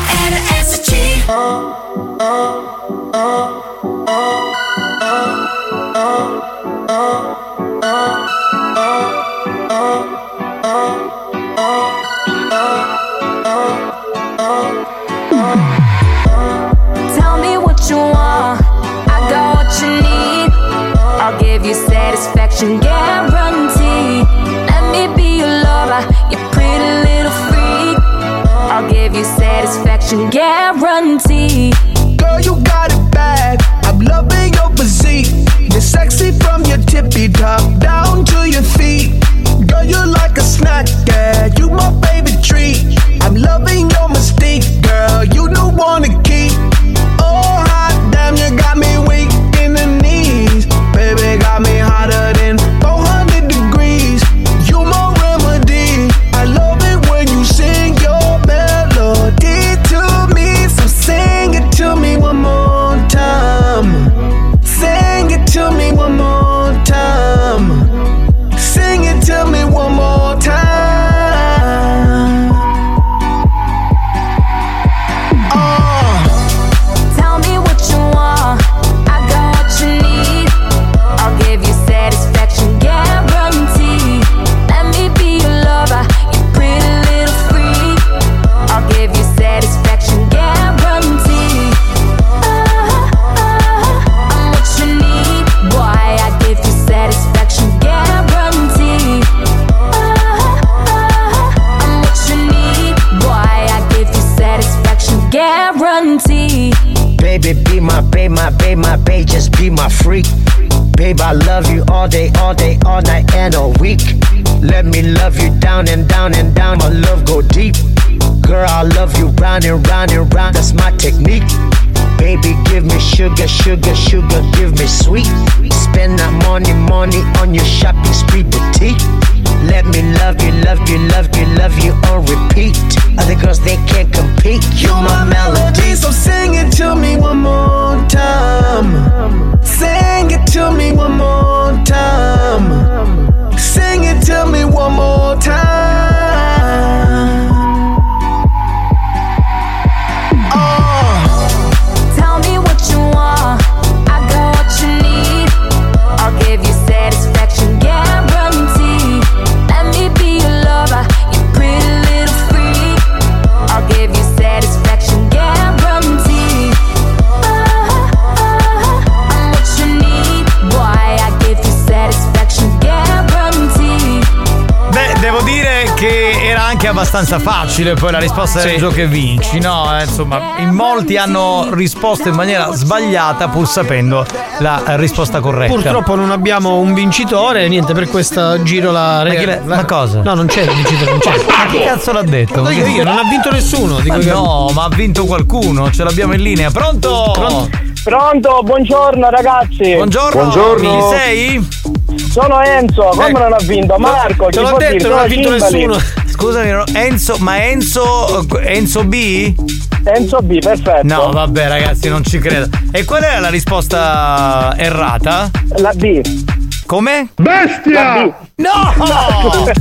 Tell me what you want, I got what you need. I'll give you satisfaction guarantee. Let me be your lover, you pretty little freak. I'll give you satisfaction guarantee. Girl, you got it bad. I Baby, be my babe, my babe, my babe, just be my freak. Babe, I love you all day, all day, all night and all week. Let me love you down and down and down, my love go deep. Girl, I love you round and round and round, that's my technique. Baby, give me sugar, sugar, sugar, give me sweet. Spend that money, money on your shopping spree boutique. Let me love you, love you, love you, love you on repeat. Other girls, they can't compete. You're my melody, so sing it to me one more time. Sing it to me one more time. Sing it to me one more time. Tell me what you want, I got what you need. I'll give you satisfaction guarantee. Let me be your lover, you pretty little freak. I'll give you satisfaction guarantee. Oh, oh, I'm what you need, boy, I give you satisfaction guarantee. Beh, devo dire che era anche abbastanza facile poi la risposta del gioco che vinci, no? Eh, insomma, in molti hanno risposto in maniera sbagliata pur sapendo la risposta corretta. Purtroppo non abbiamo un vincitore, niente, per questo giro la... Ma, chi le- ma cosa? No, non c'è il vincitore, non c'è. Ma chi cazzo l'ha detto? Io, io, non ha vinto nessuno. Dico Ma che... no, ma ha vinto qualcuno, ce l'abbiamo in linea. Pronto? Pronto? Pronto, buongiorno ragazzi. Buongiorno. Buongiorno. Chi sei? Sono Enzo, come Ecco. non ha vinto? Marco, Te ci l'ho può detto, dire, non ha sono vinto Cimbali. nessuno. Scusami, no, Enzo, ma Enzo Enzo B? Enzo B, perfetto. No, vabbè ragazzi, non ci credo. E qual era la risposta errata? La B. Come? Bestia! No! Allora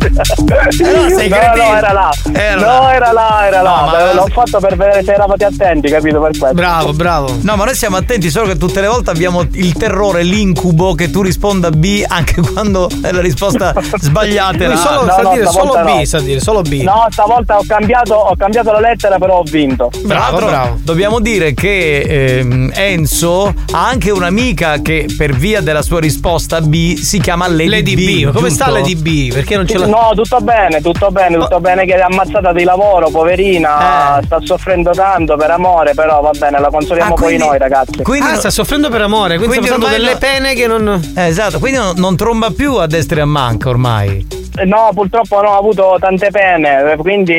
sei no, cretino. no, era là. Era no, là. era là, era là. No, ma- L'ho fatto per vedere se eravate attenti, capito? Per questo. Bravo, bravo. No, ma noi siamo attenti, solo che tutte le volte abbiamo il terrore, l'incubo che tu risponda B anche quando è la risposta sbagliata. Lui solo, No, sa no, dire solo stavolta B, no. sa dire solo B. No, stavolta ho cambiato, ho cambiato la lettera, però ho vinto. Tra l'altro, dobbiamo dire che ehm, Enzo ha anche un'amica che per via della sua risposta B si chiama Lady, Lady B. B. Come sta giusto? Lady B? Perché non ce l'ha? No, tutto bene, tutto bene, tutto bene, che è ammazzata di lavoro, poverina, Eh. sta soffrendo tanto per amore, però va bene, la consoliamo Ah, poi quindi- noi ragazzi. ah, sta soffrendo per amore, quindi, Quindi sta passando ormai delle no- pene che non. Eh, esatto, quindi non, non tromba più a destra e a manca ormai. Eh, No, purtroppo no, ho avuto tante pene, quindi...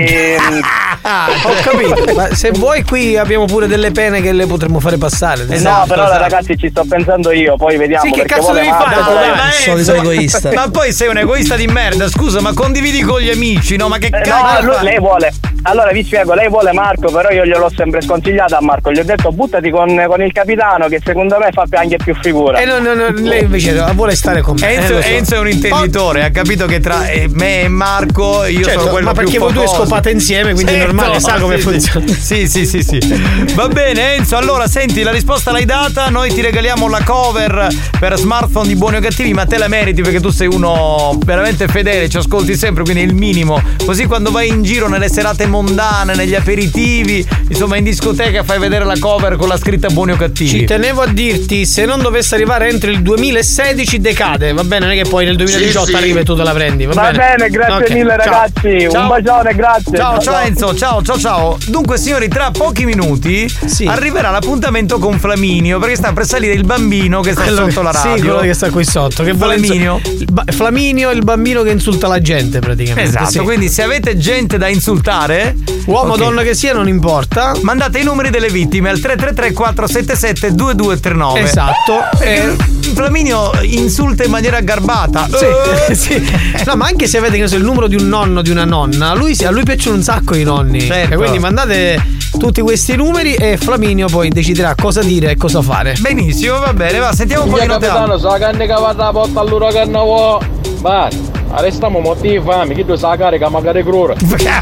Ho capito, ma se vuoi qui abbiamo pure delle pene che le potremmo fare passare. Eh, no, però ragazzi ci sto pensando io, poi vediamo. Sì, che perché cazzo vuole devi Marco, fare? dai. Dai, Ma solito Enzo, egoista. Ma poi sei un egoista di merda, scusa, ma condividi con gli amici, no? Ma che Eh, cazzo? no, lui- lei vuole. Allora vi spiego, lei vuole Marco, però io gliel'ho sempre sconsigliato a Marco. Gli ho detto buttati con, con il capitano che secondo me fa anche più figura. E non, non- non- lei invece vuole stare con me. Enzo, eh, lo so. Enzo è un intenditore, ha capito che tra eh, me e Marco io Certo, sono quello ma perché più voi due focoso. scopate insieme, quindi è normale, sa come sì, funziona. Sì, sì, sì, sì. Va bene, Enzo, allora senti, la risposta l'hai data, noi ti regaliamo la cover per smartphone di Buoni o Cattivi, ma te la meriti perché tu sei uno veramente fedele, ci ascolti sempre, quindi è il minimo. Così quando vai in giro nelle serate mondane, negli aperitivi, insomma in discoteca fai vedere la cover con la scritta Buoni o Cattivi. Ci tenevo a dirti, se non dovesse arrivare entro il duemilasedici decade, va bene? Non è che poi nel duemiladiciotto Sì, sì. arriva e tu te la prendi, va, Va bene? bene, grazie Ok, mille ciao. ragazzi, un Ciao. bacione, grazie. Ciao, ciao Enzo, ciao, ciao, ciao. Dunque, signori, tra pochi minuti arriverà l'appuntamento con Flaminio perché sta per salire il bambino che sta Quello sotto la che- radio. Sì, quello che sta qui sotto. Che vuole Flaminio. insu- il ba- Flaminio è il bambino che insulta la gente, praticamente. Esatto, sì. quindi se avete gente da insultare, Uomo o ok, donna che sia, non importa. mandate i numeri delle vittime al tre tre tre quattro sette sette due due tre nove. Esatto. Perché Flaminio insulta in maniera garbata. Sì, sì. No, ma anche se avete che ne so, il numero di un nonno, di una nonna, a lui, a lui piacciono un sacco i nonni. Certo. E quindi mandate tutti questi numeri e Flaminio poi deciderà cosa dire e cosa fare. Benissimo, va bene, va, sentiamo un po' di note. capitano, sa canne che va da porta all'ora che non vuoi. Ma restiamo motivi di fame, chi tu sa carica magari crura.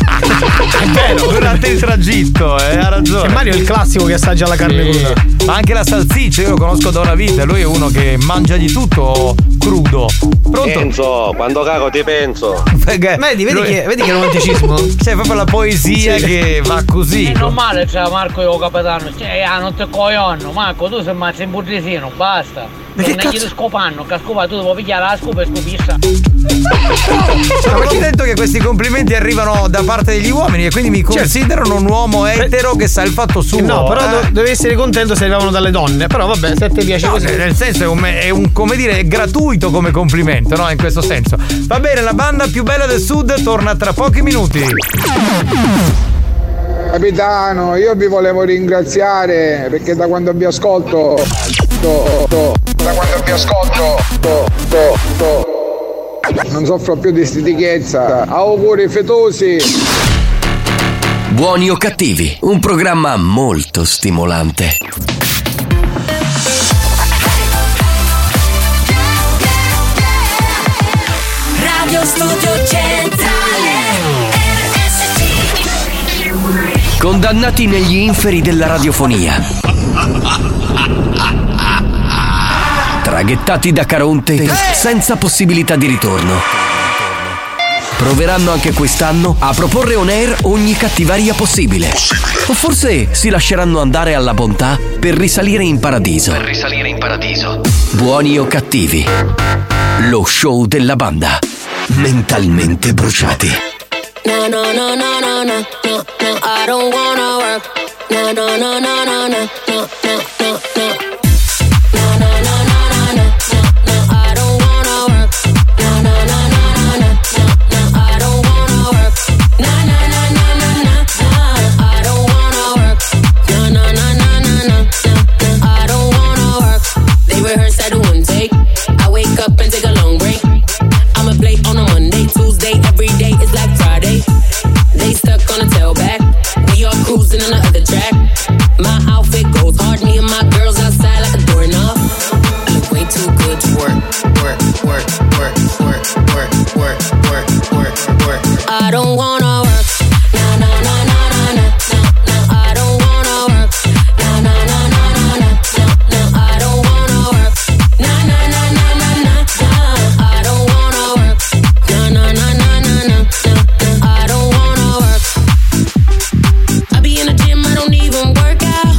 È vero, durante il tragitto, eh, ha ragione. E Mario è il classico che assaggia la carne Sì. cruda. Ma anche la salsiccia, io lo conosco da una vita, lui è uno che mangia di tutto crudo. Pronto? Enzo, quando cago ti penso. Perché Vedi, vedi lui- che, vedi che romanticismo? C'è proprio la poesia Sì. che va così. È normale, cioè Marco io capitano, cioè ah, non ti cogliono, Marco tu sei mazzo in burgesino, basta. Ma che Non è che cazzo- ti scopanno, che scopa tu devi pigliare la scopa e scopissa. Sono contento che questi complimenti arrivano da parte degli uomini e quindi mi considerano un uomo etero che sa il fatto suo. No, però eh. do- devi essere contento se arrivavano dalle donne. Però vabbè, se a te piace No, così. nel senso è un, è un, come dire, è gratuito come complimento, no? In questo senso. Va bene, la banda più bella del sud torna tra pochi minuti. Capitano, io vi volevo ringraziare perché da quando vi ascolto to, to, da quando vi ascolto to, to, to, non soffro più di stitichezza. Auguri fetosi. Buoni o cattivi, un programma molto stimolante. Radio Studio Centrale R S C. Condannati negli inferi della radiofonia. Traghettati da Caronte senza possibilità di ritorno. Proveranno anche quest'anno a proporre on air ogni cattiveria possibile. O forse si lasceranno andare alla bontà per risalire in paradiso. Per risalire in paradiso. Buoni o cattivi, lo show della banda. Mentalmente bruciati. No, no, no, no, no, no, no, no, I don't wanna work. No, no, no, no, no, no, no, no, no, no. Cruising on the other track. My outfit goes hard. Me and my girls outside like a doorknob. I look way too good to work, work, work, work, work, work, work, work, work, work. I don't wanna work. No, no, no, no, no, no, no, no. I don't wanna work. No, no, no, no, no, no, no, no. I don't wanna work. No, no, no, no, no, no, no. I don't wanna work. No, no, no, no, no, no, no, no. I don't wanna work. I be in the gym, I don't even work out.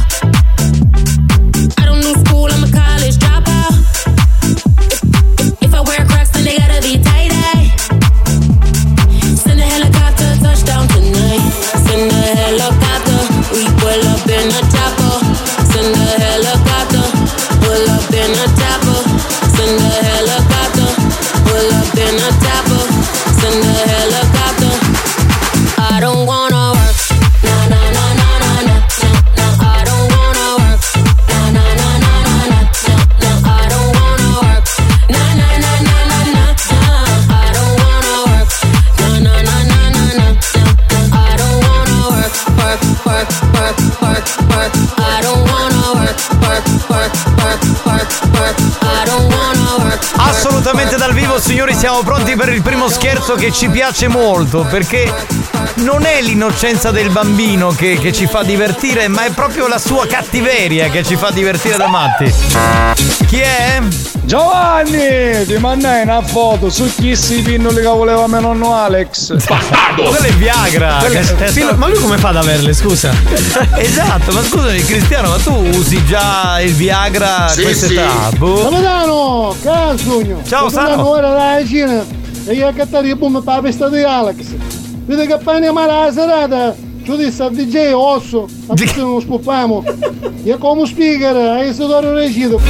I don't do school, I'm a college dropout. If, if, if I wear Crocs, then they gotta be tie-dye. Send a helicopter, touchdown tonight. Send a helicopter, we pull up in a chopper. Send a helicopter, pull up in a chopper. Send a helicopter, pull up in a chopper. Send a helicopter. I don't wanna work. No, no, no, no, no, no, no, no. I don't wanna work. No, no, no, no, no, no, no, no. I don't wanna work. No, no, no, no, no, no, no. I don't wanna work. No, no, no, no, no, no, no, no. I don't wanna work, work, work, work, work, work. I don't wanna work, work, work, work, work, work. I don't wanna work. Assolutamente dal vivo, signori, siamo pronti per il primo scherzo che ci piace molto, perché non è l'innocenza del bambino che, che ci fa divertire, ma è proprio la sua cattiveria che ci fa divertire da matti. Chi è? Giovanni, ti mandai una foto su chi si pinnoli che voleva mio nonno Alex. Quello è Viagra. Quelle- sì, ma lui come fa ad averle, scusa? Esatto, ma scusami Cristiano, ma tu usi già il Viagra a Sì, questa sì. età? Boh. Capitano, cazzo! Ciao, Sano. Ora la vicina e io a cattare il boom per la pista di Alex. Vede che appena amare la serata, ci disse al D J Osso, ma se non lo spoppiamo. E come speaker, hai Isidoro Regito.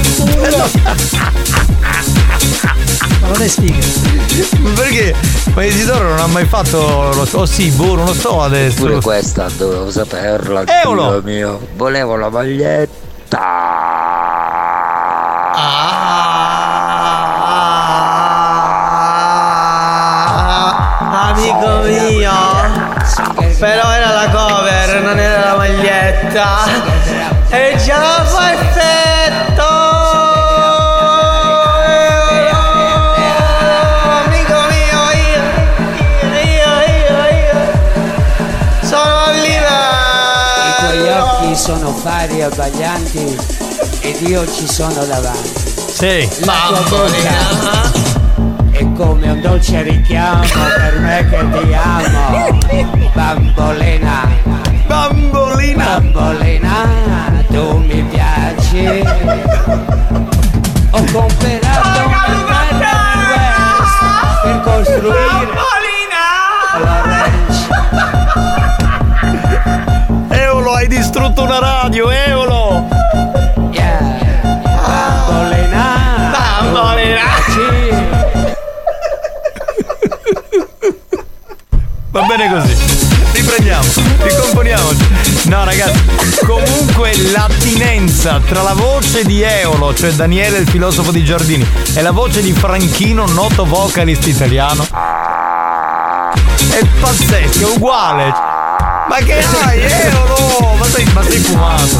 Ma non è speaker. Perché? Ma Isidoro non ha mai fatto lo oh sì, boh, non lo so adesso. Pure questa dovevo saperla. Eolo. Dio mio. Volevo la maglietta. Amico mio, però era la cover, non era la maglietta. E già fa effetto. Amico mio, io, io, io, io sono I tuoi occhi sono fari e abbaglianti ed io ci sono davanti. Sì. La tua bocca è come un dolce richiamo per me che ti amo. Bambolina, bambolina, bambolina, tu mi piaci. Ho comprato una casa nel West per costruire radio, Eolo! Yeah! Bambolina! Bambolina! Va bene così, riprendiamo, ricomponiamoci. No ragazzi, comunque l'attinenza tra la voce di Eolo, cioè Daniele il filosofo di Giardini, e la voce di Franchino, noto vocalist italiano, è pazzesca, è uguale. Ma che hai, Eolo? Ma sei, ma sei fumato.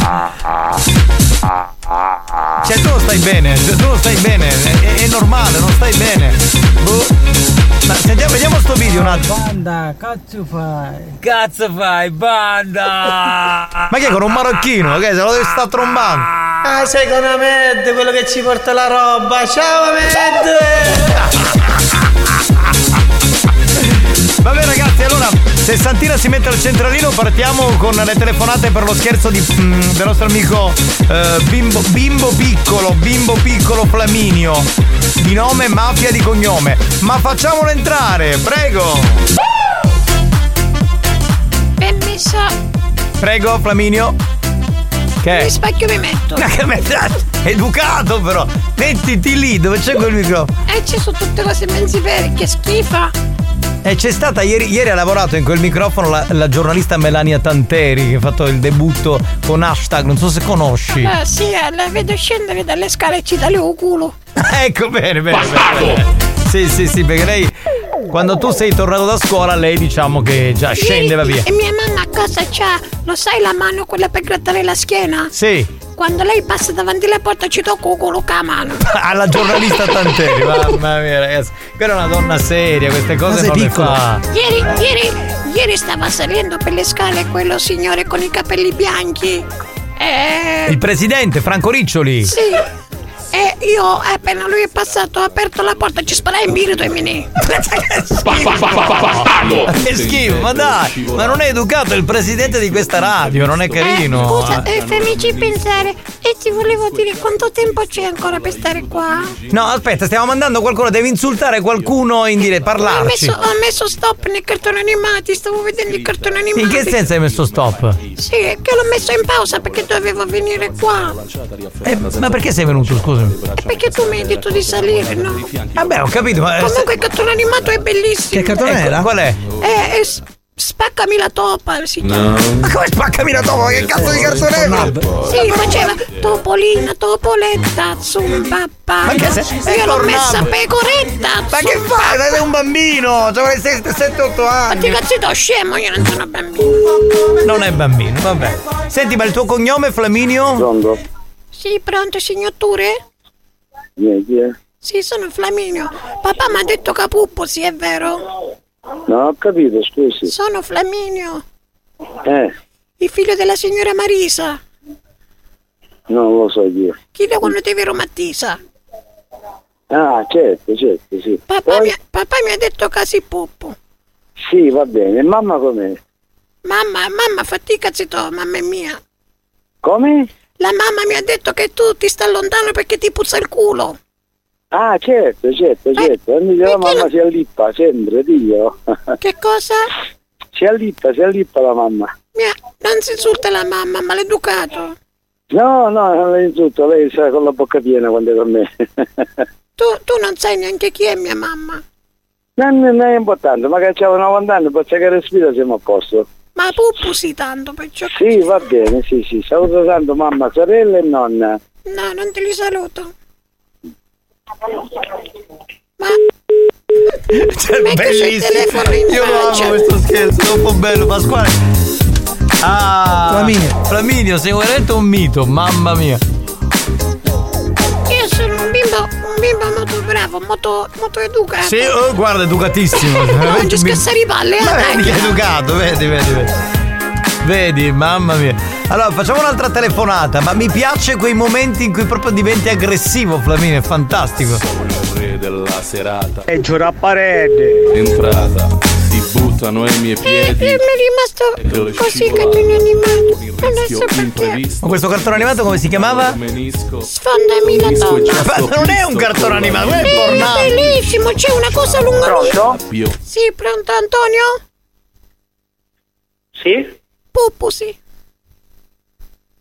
Cioè tu non stai bene, cioè, tu non stai bene, è, è normale, non stai bene. Boh. Ma sentiamo, vediamo sto video un attimo. Banda, cazzo fai? Cazzo fai, banda! Ma che è con un marocchino? Che se lo devi sta trombando? Ah, sei con Ahmed, quello che ci porta la roba. Ciao Ahmed! Vabbè ragazzi, allora Sessantina si mette al centralino, partiamo con le telefonate per lo scherzo di, mm, del nostro amico eh, bimbo, bimbo piccolo, bimbo piccolo Flaminio, di nome Mafia di cognome. Ma facciamolo entrare, prego. Permesso. Prego Flaminio. Che? Mi specchio mi metto. Ma che metto? Educato però. Mettiti lì dove c'è quel microfono. E ci sono tutte cose mezzi vere, che schifa. E c'è stata ieri, ieri ha lavorato in quel microfono la, la giornalista Melania Tanteri, che ha fatto il debutto con Hashtag, non so se conosci. Ah, sì, la vedo scendere dalle scale e ci dà il culo. Ecco, bene, bene, bene, bene. Sì, sì, sì, perché lei, quando tu sei tornato da scuola, lei diciamo che già scende e va via. E mia mamma a casa c'ha, lo sai, la mano quella per grattare la schiena? Sì. Quando lei passa davanti alla porta ci tocco il culo con la mano. Alla giornalista Tanteri, mamma mia ragazzi, quella è una donna seria, queste cose non le fa. Ieri, ieri, ieri stava salendo per le scale quello signore con i capelli bianchi. E... il presidente Franco Riccioli. Sì. E io appena lui è passato ho aperto la porta e ci sparai in birito e menì. Che schifo, ma dai, ma non è educato il presidente di questa radio, non è carino. Eh, scusa, eh, fammici pensare. E ti volevo dire quanto tempo c'è ancora per stare qua? No, aspetta, stiamo mandando qualcuno, devi insultare qualcuno in dire, parlarci. Ho messo, ho messo stop nei cartoni animati, stavo vedendo i cartoni animati. In che senso hai messo stop? Sì, che l'ho messo in pausa perché dovevo venire qua. Eh, ma perché sei venuto, scusa? Perché tu mi hai detto di salire, no? Vabbè, ho capito, ma... comunque il cartone animato è bellissimo. Che cartone ecco, era? Qual è? È, è Spaccami la topa, si chiama. No. Ma come spaccami la topa? Che cazzo di cartone è? Sì, faceva Topolina, Topoletta, Zumbappa. Ma che sei? Io l'ho messa Pecoretta. Ma che fai? Sei un bambino, cioè avrei sette otto anni. Ma ti cazzito scemo, io non sono bambino. Non è bambino, vabbè. Senti, ma il tuo cognome è Flaminio? Pronto? Sì, pronto, signor Ture? Yeah, yeah. Sì, sono Flaminio. Papà mi ha detto Capuppo, sì, è vero? No, ho capito, scusi. Sono Flaminio. Eh? Il figlio della signora Marisa. Non lo so io. Chi da quando ti vero Mattisa? Ah, certo, certo, sì. Papà, Poi... mi, ha, papà mi ha detto Casi Poppo. Sì, va bene. E mamma com'è? Mamma, mamma, fatica zitto, mamma è mia. Come? La mamma mi ha detto che tu ti stai lontano perché ti puzza il culo. Ah, certo, certo, certo. Eh, la mamma non... si allippa sempre, Dio. Che cosa? Si allippa, si allippa la mamma. Mia, non si insulta la mamma, maleducato. No, no, non la insulto, lei sta con la bocca piena quando è con me. tu, tu non sai neanche chi è mia mamma. Non, non è importante, magari c'è novanta anni, poi che respira siamo a posto. Ma puppu sì tanto, perciò. Sì, va bene, sì, sì. Saluto tanto mamma, sorella e nonna. No, non te li saluto. Ma cioè, bellissimo. Io lo amo questo scherzo, troppo bello, Pasquale. Ah, Flaminio. Flaminio, sei veramente un mito, mamma mia. Io sono un bimbo, un bimbo molto bravo, molto, molto educato. Sì, oh, guarda, educatissimo. Non ci scassare i palle, eh. Vedi che è educato, vedi, vedi, vedi. Vedi, mamma mia. Allora, facciamo un'altra telefonata, ma mi piace quei momenti in cui proprio diventi aggressivo, Flaminio, è fantastico. Sono il re della serata. E giura a parete. Entrata, si buttano ai miei piedi. Eh, mi è rimasto così cartone animato. Adesso perché. Ma questo cartone animato come si chiamava? Sfondami la donna. Ma non è un cartone animato, è pornato. È bellissimo, c'è una cosa lunga. Pronto? Sì, pronto Antonio? Sì? Puppu, sì.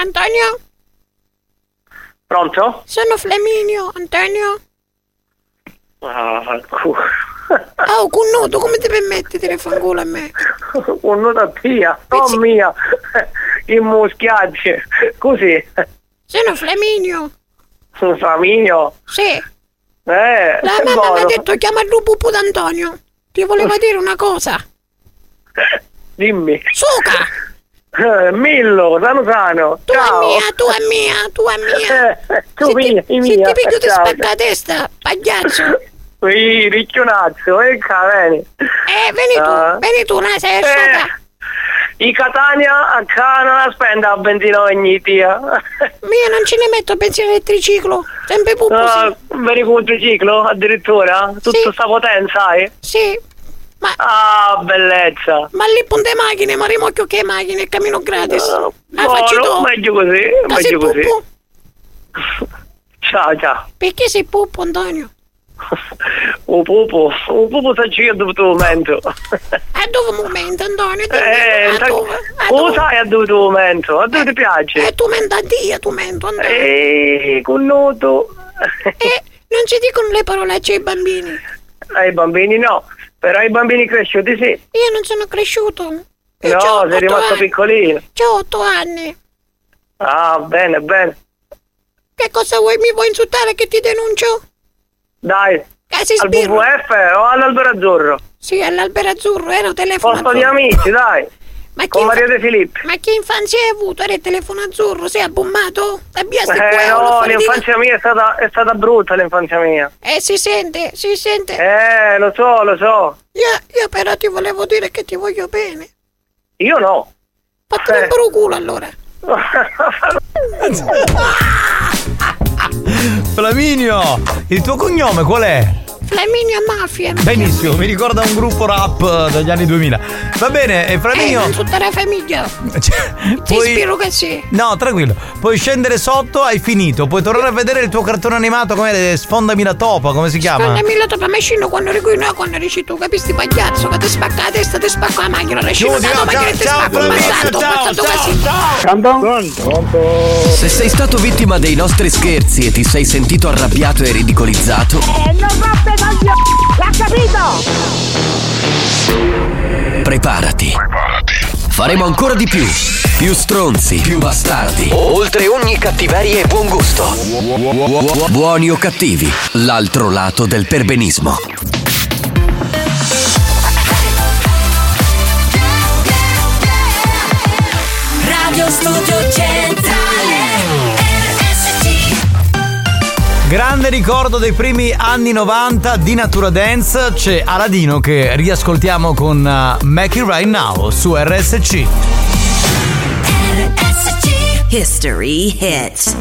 Antonio? Pronto? Sono Flaminio, Antonio. Ah, cu- Oh, connuto, come ti permetti di fanculo a me? Connuta tia, non mia. I muschiacci. Così. Sono Flaminio. Sono Flaminio? Sì. Eh, La che mamma mi ha buono. detto chiama il pupu d'Antonio. Ti voleva dire una cosa. Dimmi. Suca! Eh, Millo, sano sano. Tu Ciao. è mia, tu è mia, tu è mia. Eh, tu se mia, ti, mia. se ti piglio ti Ciao. spacca la testa, pagliaccio. Ui, ricchionazzo, e vieni. Eh, vieni tu, Ah. vieni tu, una sei asciutta. I Catania a Cana spende a ventinove ogni tia. Mia, non ce ne metto benzina elettriciclo. Sempre pupu, Ah, sì. veri con il triciclo addirittura? Tutta Sì. sta potenza hai? Sì. Ma, Ah, bellezza. ma lì punte macchine, ma rimocchio che macchine, cammino gratis. Ah, facci Buono, tu. meglio così, Ma sei meglio così. pupu? Ciao, ciao. Perché sei pupu, Antonio? Un pupo, un pupo sa io a dovuto momento. A dove momento, Antonio? Eh, a sai- dove? A Lo dove? sai a dovuto momento, a dove ti piace? Eh, tu mento a Dio, tu mento, Antonio. Ehi, connuto. Eh, non ci dicono le parolacce ai bambini. Ai bambini no, però ai bambini cresciuti sì. Io non sono cresciuto. Io No, c'ho sei otto rimasto anni. piccolino. C'ho otto anni. Ah, bene, bene. Che cosa vuoi? Mi vuoi insultare che ti denuncio? Dai, Eh, si al sbirro. W W F o all'Albero Azzurro? Sì, all'albero azzurro, era un telefono Posto di azzurro. amici, dai. Ma Con chi Maria infa- De Filippi. Ma che infanzia hai avuto? Era il telefono azzurro? Sei abbombato? Abbia sti Eh cueo, no, fuori di- l'infanzia mia è stata, è stata brutta, l'infanzia mia. Eh, si sente, si sente. Eh, lo so, lo so. Io, io però ti volevo dire che ti voglio bene. Io no. Fatti Eh. un po' culo allora. Flaminio, il tuo cognome qual è? Flaminio Mafia. Benissimo, mi ricorda un gruppo rap eh, degli anni duemila. Va bene, e Eh, Flaminio. non tutta la famiglia. Ti puoi- spero che sì. No, tranquillo, puoi scendere sotto, hai finito. Puoi tornare a vedere il tuo cartone animato, come Sfondami la topa, come si chiama? Scondami la topa, ma scino quando eri qui, no, quando eri tu, capisti pagliazzo, che ti spacca la testa, ti spacca la macchina, la scino, Chiudi, la ciao, macchina e ti ciao, spacca un Flaminio, bastardo, ciao, bastardo ciao, così. Pronto? Se sei stato vittima dei nostri scherzi e ti sei sentito arrabbiato e ridicolizzato, Eh, non roppe coglio! L'ha capito! preparati. Faremo ancora di più. Più stronzi, più bastardi. Oltre ogni cattiveria e buon gusto. Buoni o cattivi, l'altro lato del perbenismo. Radio Studio Centrale R S C. Grande ricordo dei primi anni novanta di Natura Dance. C'è Aladino che riascoltiamo con uh, Make It Right Now su R S C. R S C History Hits.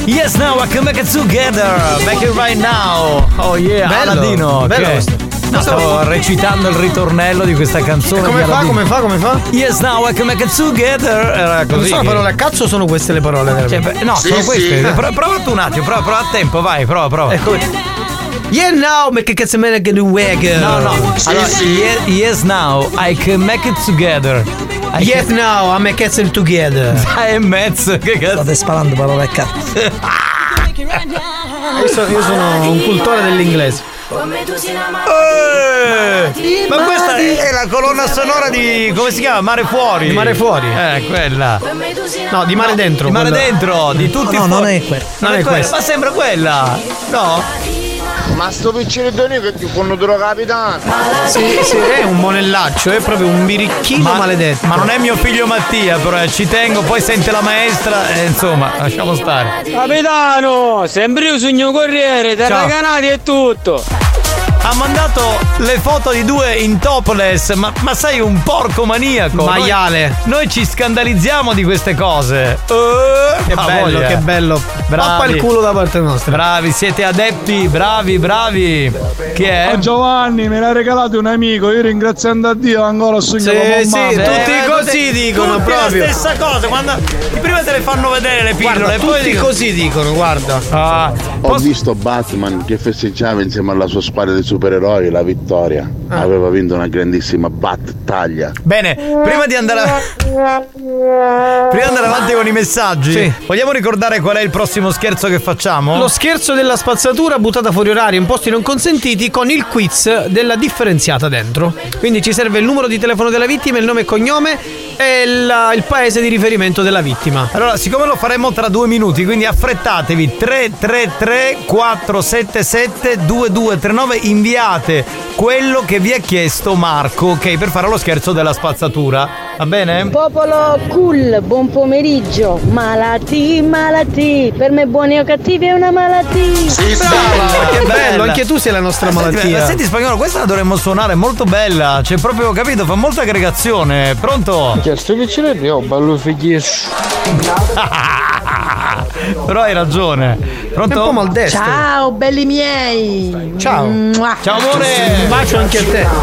Yes Now I Can Make It Together, Make It Right Now. Oh yeah, bello, Aladino. bello che... questo. No, stavo recitando il ritornello di questa canzone. E come fa, Aladino. come fa, come fa? Yes Now I Can Make It Together. Era così. Non sono che... parole a cazzo o sono queste le parole? Cioè, beh, no, sì, sono sì. queste. Pro- prova tu un attimo, prova, prova a tempo, vai, prova, prova. Ecco. Yeah now, make it cazzo make it wag. No, no. Sì, allora, sì. Yes, yes now I can make it together. I Yes can... now, I make it together. Dai e mezzo, che cazzo. State sparando parole a cazzo. Io sono, io sono un cultore dell'inglese. Eh, ma questa è la colonna sonora di, come si chiama? Mare Fuori. Di Mare Fuori. Eh, quella. No, di Mare no, Dentro. Di Mare quella. Dentro, di tutti. No, i non fuori. è quella. Non, Non è è quella, questa. ma sembra quella. No? Ma sto piccerellone che ti fanno duro capitano. Sì, sì, è un monellaccio, è proprio un birichino Ma, maledetto. ma non è mio figlio Mattia, però eh, ci tengo, poi sente la maestra e insomma, lasciamo stare. Capitano, sembri un sogno corriere, terracanati e tutto. Ha mandato le foto di due in topless, ma, ma sei un porco maniaco. Maiale. Noi, noi ci scandalizziamo di queste cose. Uh, Che bello, voglia. che bello. Bravi. Pappa il culo da parte nostra. Bravi, siete adepti, bravi, bravi. Chi è? Oh, Giovanni, me l'ha regalato un amico, io ringraziando a Dio ancora sogno Sì, con sì, mamma. tutti Eh, così tutti- dicono tutti proprio. la stessa cosa, quando prima te le fanno vedere le pillole, Guarda, e poi tutti dicono- così dicono, guarda. Ah, Ho posso- visto Batman che festeggiava insieme alla sua squadra di supereroi la vittoria. Ah. Aveva vinto una grandissima battaglia. Bene, prima di andare a... prima di andare avanti con i messaggi, Sì. vogliamo ricordare qual è il prossimo scherzo che facciamo? Lo scherzo della spazzatura buttata fuori orario in posti non consentiti con il quiz della differenziata dentro. Quindi ci serve il numero di telefono della vittima, il nome e cognome e il, il paese di riferimento della vittima. Allora, siccome lo faremo tra due minuti, quindi affrettatevi. Tre tre tre quattro sette sette due due tre nove, inviate quello che vi ha chiesto Marco, ok, per fare lo scherzo della spazzatura. Va bene? Popolo cool, buon pomeriggio. Malati, malati. Per me buoni o cattivi è una malattia. Sì, Brava, che bello, bella. anche tu sei la nostra Ma senti, malattia. ma senti spagnolo, questa la dovremmo suonare, è molto bella. C'è proprio, capito, fa molta aggregazione. Pronto? Chiesto che ce l'hai, oh, bello fighissimo. Però hai ragione. Pronto? È un po' maldestro. Ciao, belli miei. Ciao. Mua. Ciao amore. Un bacio anche a te.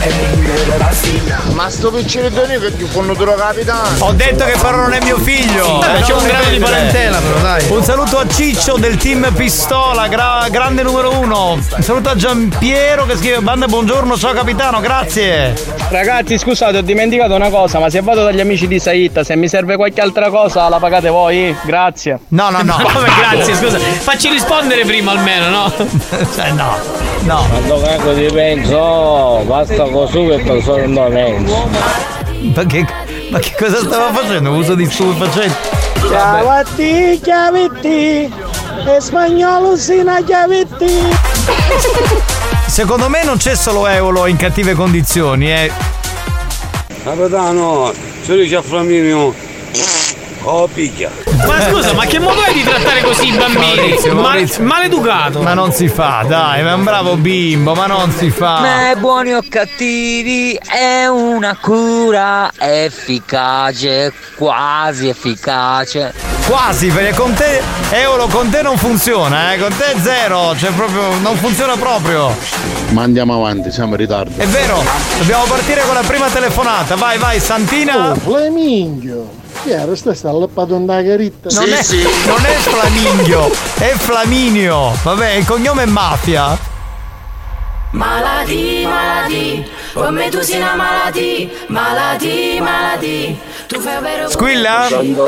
Ma sto piccerellone che ti fanno duro capitano. Ho detto che però non è mio figlio. Vabbè, Eh, c'è non un grado di dipende. parentela, però dai. Un saluto a Ciccio del team Pistola, gra- grande numero uno. Un saluto a Giampiero che scrive: banda buongiorno, ciao capitano, grazie. Ragazzi, scusate, ho dimenticato una cosa, ma se vado dagli amici di Saitta, se mi serve qualche altra cosa la pagate voi? Grazie. No, no, no. Come grazie, scusa. Facci rispondere prima almeno, no? Cioè, no, no. Quando cago ti penso, basta così che persone non penso. Ma che, ma che cosa stava facendo? Uso di stupefacenti? Ciao a te, chiavetti. E spagnolo sino a chiavetti. Secondo me non c'è solo Eolo in cattive condizioni, eh. Capitano, se dice a Flaminio, oh picchia. Ma scusa, ma che modo è di trattare così i bambini? Maurizio, Ma- Maurizio. maleducato. Ma non si fa, dai, ma è un bravo bimbo, ma non si fa. Ma buoni o cattivi è una cura efficace, quasi efficace. Quasi, perché con te, Eolo, con te non funziona, eh. Con te è zero, cioè proprio, non funziona proprio. Ma andiamo avanti, siamo in ritardo. È vero, dobbiamo partire con la prima telefonata. Vai, vai, Santina. Oh, Flamingo. Chi era? Stai sta allappato in caritta? Non, è, non è Flamingo, è Flaminio. Vabbè, il cognome è Mafia. Malati, malati, come tu sei una malati, malati, malati. Tu fai vero. Squilla?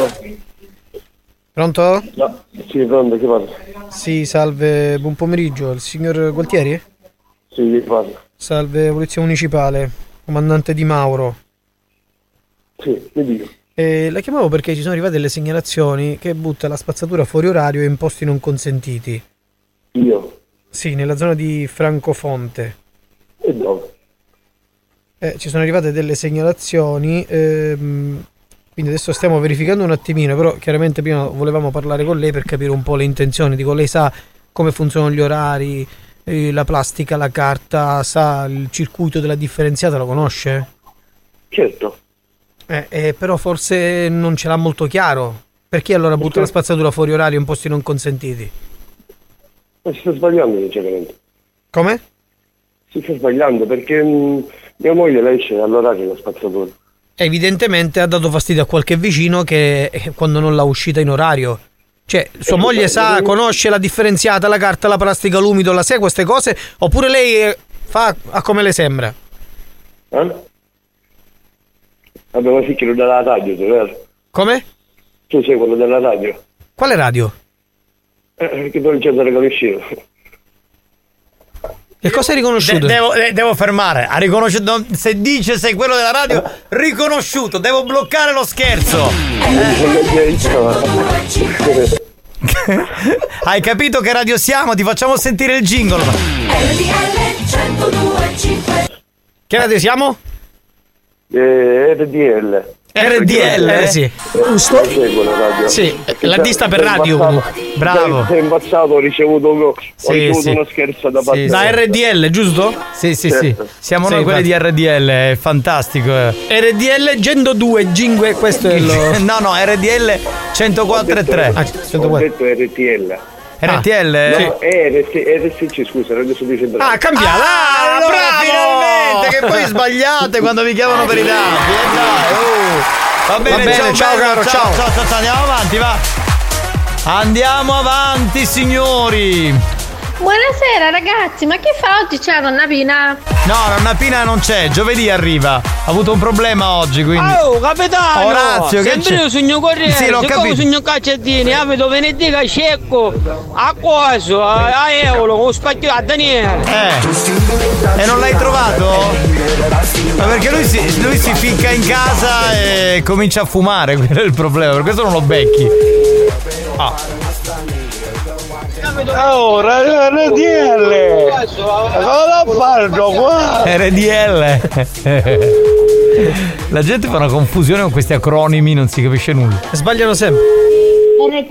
Pronto? No, sì, pronto, chi parla? Sì, salve, buon pomeriggio. Il signor Gualtieri? Sì, chi parla? Salve, Polizia Municipale, comandante Di Mauro. Sì, mi dico. Eh, la chiamavo perché ci sono arrivate delle segnalazioni che butta la spazzatura fuori orario e in posti non consentiti. Io? Sì, nella zona di Francofonte. E dove? Eh, ci sono arrivate delle segnalazioni, ehm, quindi adesso stiamo verificando un attimino, però chiaramente prima volevamo parlare con lei per capire un po' le intenzioni. Dico, lei sa come funzionano gli orari, eh, la plastica, la carta, sa il circuito della differenziata, lo conosce? Certo. Eh, eh, però forse non ce l'ha molto chiaro. Perché allora butta la spazzatura fuori orario in posti non consentiti? Ma si sta sbagliando sinceramente. Come? Si sta sbagliando perché mh, mia moglie la esce all'orario la spazzatura. Evidentemente ha dato fastidio a qualche vicino che eh, quando non l'ha uscita in orario. Cioè, sua moglie sa, conosce la differenziata, la carta, la plastica, l'umido, la sa queste cose? Oppure lei eh, fa a come le sembra? Eh? Vabbè, ma sì, quello della radio, vero? Come? Tu sei quello della radio. Quale radio? Eh, perché tu non c'è da riconoscere. Che cosa hai riconosciuto? De- devo, de- devo fermare. Ha riconosciuto. Se dice sei quello della radio, riconosciuto. Devo bloccare lo scherzo. Eh. Hai capito che radio siamo? Ti facciamo sentire il jingle. Che radio siamo? Eh, R D L. R D L, eh, sì. Giusto? Sì, l'artista per radio. Bravo. Sei impazzato, ho ricevuto, ho Sì, ricevuto sì. uno scherzo da parte. Sì, Da R D L, giusto? Sì, sì, Certo. sì. Siamo Sì, noi quelli infatti. di R D L, è fantastico. eh. R D L cento due, Gingue, questo è lo... No, no, R D L centoquattro e tre. Ah, Ho centoquattro. detto R T L. R T L? No, è R S C, scusa, Radio Studio Centrale. Ah, cambiato. Ah, allora finalmente, che poi sbagliate quando vi chiamano per i dati. Eh, dai, oh. Va bene, Va bene, ciao, ciao, bello, caro, ciao, ciao. ciao, ciao, ciao, andiamo avanti, va. Andiamo avanti, signori. Buonasera ragazzi, ma che fa oggi? C'è la nonna Pina? No, nonna Pina non c'è, giovedì arriva. Ha avuto un problema oggi, quindi. Oh, capitano! Orazio, che sempre c'è? io sogno corriere, Sì, l'ho siccome capito. sogno cacciatini, abito venerdì che scecco a coso, a, a euro, con spacchio a Daniele. Eh. E non l'hai trovato? Ma perché lui si, lui si ficca in casa e comincia a fumare, quello è il problema, per questo non lo becchi. Ah. Oh, R D L! Cosa parlo qua? R D L. La gente fa una confusione con questi acronimi, non si capisce nulla. Sbagliano sempre. R T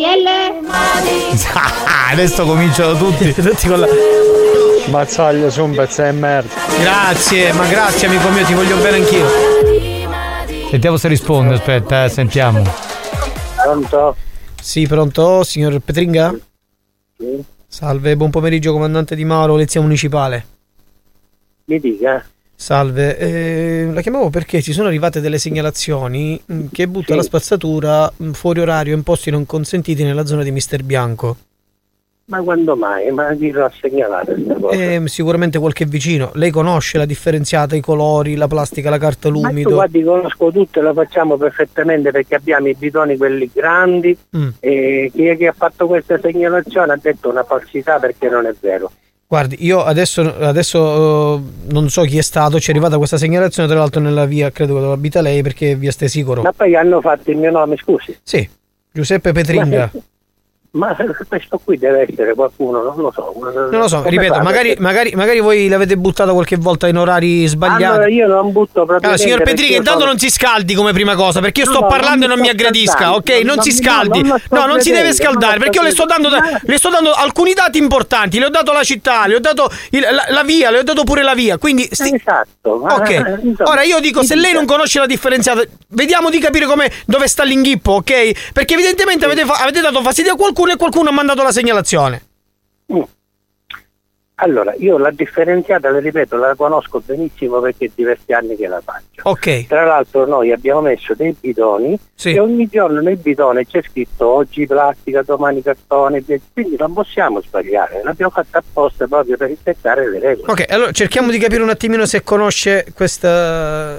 L? Adesso cominciano tutti. Tutti con la... Mazzaglio su un pezzo di merda. Grazie, ma grazie amico mio, ti voglio bene anch'io. Sentiamo se risponde, aspetta, eh, sentiamo. Pronto? Sì, pronto, signor Petringa? Sì. Salve, buon pomeriggio comandante Di Mauro, polizia municipale. Mi dica. Salve, eh, la chiamavo perché ci sono arrivate delle segnalazioni mh, che butta Sì. la spazzatura mh, fuori orario in posti non consentiti nella zona di Mister Bianco. Ma quando mai? Ma chi l'ha segnalato questa cosa? Eh, sicuramente qualche vicino. Lei conosce la differenziata, i colori, la plastica, la carta, Ma tu l'umido? guardi, conosco tutto e lo facciamo perfettamente perché abbiamo i bidoni quelli grandi Mm. e chi è che ha fatto questa segnalazione ha detto una falsità perché non è vero. Guardi, io adesso, adesso eh, non so chi è stato, ci è arrivata questa segnalazione tra l'altro nella via, credo dove abita lei, perché è via Stesicoro. Ma poi hanno fatto il mio nome, scusi. Sì, Giuseppe Petringa. Ma, ma questo qui deve essere qualcuno, non lo so. Non lo so, ripeto, magari, magari, magari voi l'avete buttata qualche volta in orari sbagliati. Allora io non butto proprio. Allora, signor Petringa, intanto non si scaldi come prima cosa, perché io sto No, parlando e non non mi mi sto aggredisca, scaldando, ok? Non non si mi- scaldi. no, non lo sto No, non si deve credendo, scaldare, non lo perché io le sto sto dando le sto dando alcuni dati importanti, le ho dato la città, le ho dato il- la, la via, le ho dato pure la via, quindi sti- Esatto. ma- Ok. insomma, Ora io dico, mi se lei dica. non conosce la differenziata, vediamo di capire come dove sta l'inghippo, ok? Perché evidentemente avete, fa- avete dato fastidio a qualcuno e qualcuno ha mandato la segnalazione. Mm. Allora, io la differenziata, le ripeto, la conosco benissimo perché è diversi anni che la faccio. Ok. Tra l'altro noi abbiamo messo dei bidoni Sì. e ogni giorno nel bidone c'è scritto oggi plastica, domani cartone, quindi non possiamo sbagliare, l'abbiamo fatta apposta proprio per rispettare le regole. Ok, allora cerchiamo di capire un attimino se conosce questa.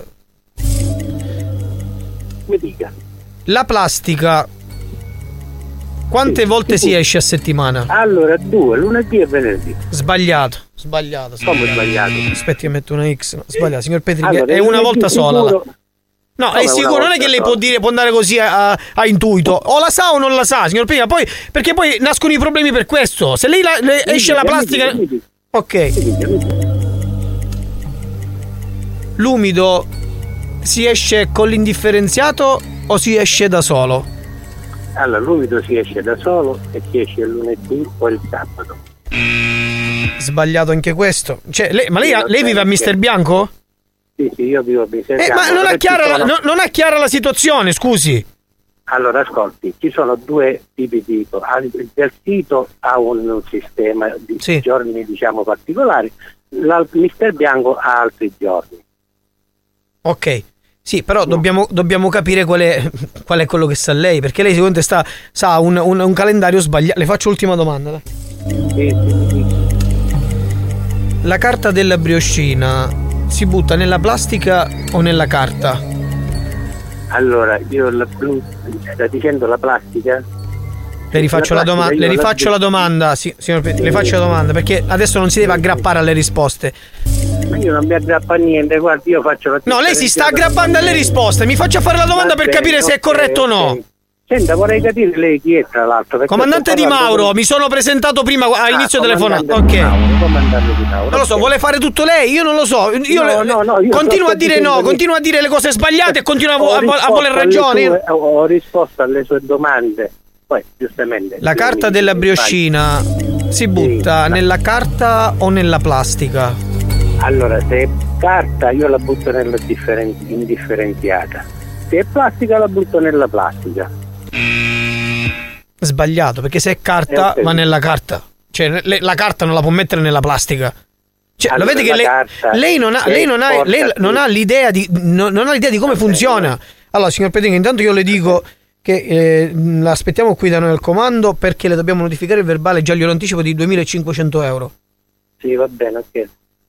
Mi dica. La plastica. Quante Sì, volte sì. si esce a settimana? Allora, due, lunedì e venerdì. Sbagliato. Sbagliato. Come sbagliato? Aspetti, io metto una X. No, sbagliato, signor Petringa. Allora, è una lunedì volta sola. la- sicuro- No, Come è una sicuro, non è volta che lei sola? può dire, può andare così a, a intuito. O la sa o non la sa, signor Petringa. Poi, perché poi nascono i problemi per questo. Se lei la- le- Mi esce dica, la mi plastica. dica, mi dica. Ok. Mi dica, mi dica. L'umido si esce con l'indifferenziato o si esce da solo? Allora, l'umido si esce da solo e si esce il lunedì o il sabato. Sbagliato anche questo. Cioè, lei- ma lei, Sì, ha- non lei so vive a perché. Mister Bianco? Sì, sì, io vivo a Biserbiano. Eh, ma non ha, chiara la, no- non ha chiara la situazione, scusi. Allora ascolti, ci sono due tipi di del sito ha un, un sistema di sì. giorni diciamo particolari, il mister Bianco ha altri giorni. Ok, sì, però no. dobbiamo, dobbiamo capire qual è, qual è quello che sa lei, perché lei sicuramente sta sa un, un, un calendario sbagliato. Le faccio l'ultima domanda. Dai. Sì, sì, sì. La carta della brioscina si butta nella plastica o nella carta? Allora, io la blu, sta dicendo la plastica? Le rifaccio la, la domanda, le rifaccio la, la domanda, sì, signor Presidente, sì. le faccio la domanda, perché adesso non si deve aggrappare alle risposte. Ma io non mi aggrappo a niente, guardi, io faccio la No, lei si sta aggrappando alle risposte, mi faccia fare la domanda per bene, capire okay, se è corretto okay. o no. Senta, vorrei capire lei chi è tra l'altro. Comandante Di Mauro, con... mi sono presentato prima all'inizio ah, telefonato. Ok. Di Mauro, comandante Di Mauro. Non lo so, okay. vuole fare tutto lei? Io non lo so. Io no, le... no, no, io continua a dire no, che... continua a dire le cose sbagliate e continua a, vo- a voler ragioni. Sue, ho risposto alle sue domande. Poi, giustamente. La carta della brioscina si butta sì, nella carta o nella plastica? Allora, se è carta io la butto nella differen- indifferenziata. Se è plastica la butto nella plastica. Sbagliato, perché se è carta va nella carta, cioè le, la carta non la può mettere nella plastica. Cioè, allora, lo vede che lei, lei non ha lei non ha lei non ha l'idea di non, non ha l'idea di come funziona. Allora, signor Pedini, intanto io le dico che eh, l'aspettiamo qui da noi al comando, perché le dobbiamo notificare il verbale, già glielo anticipo, di duemilacinquecento euro. Sì, va bene, ok.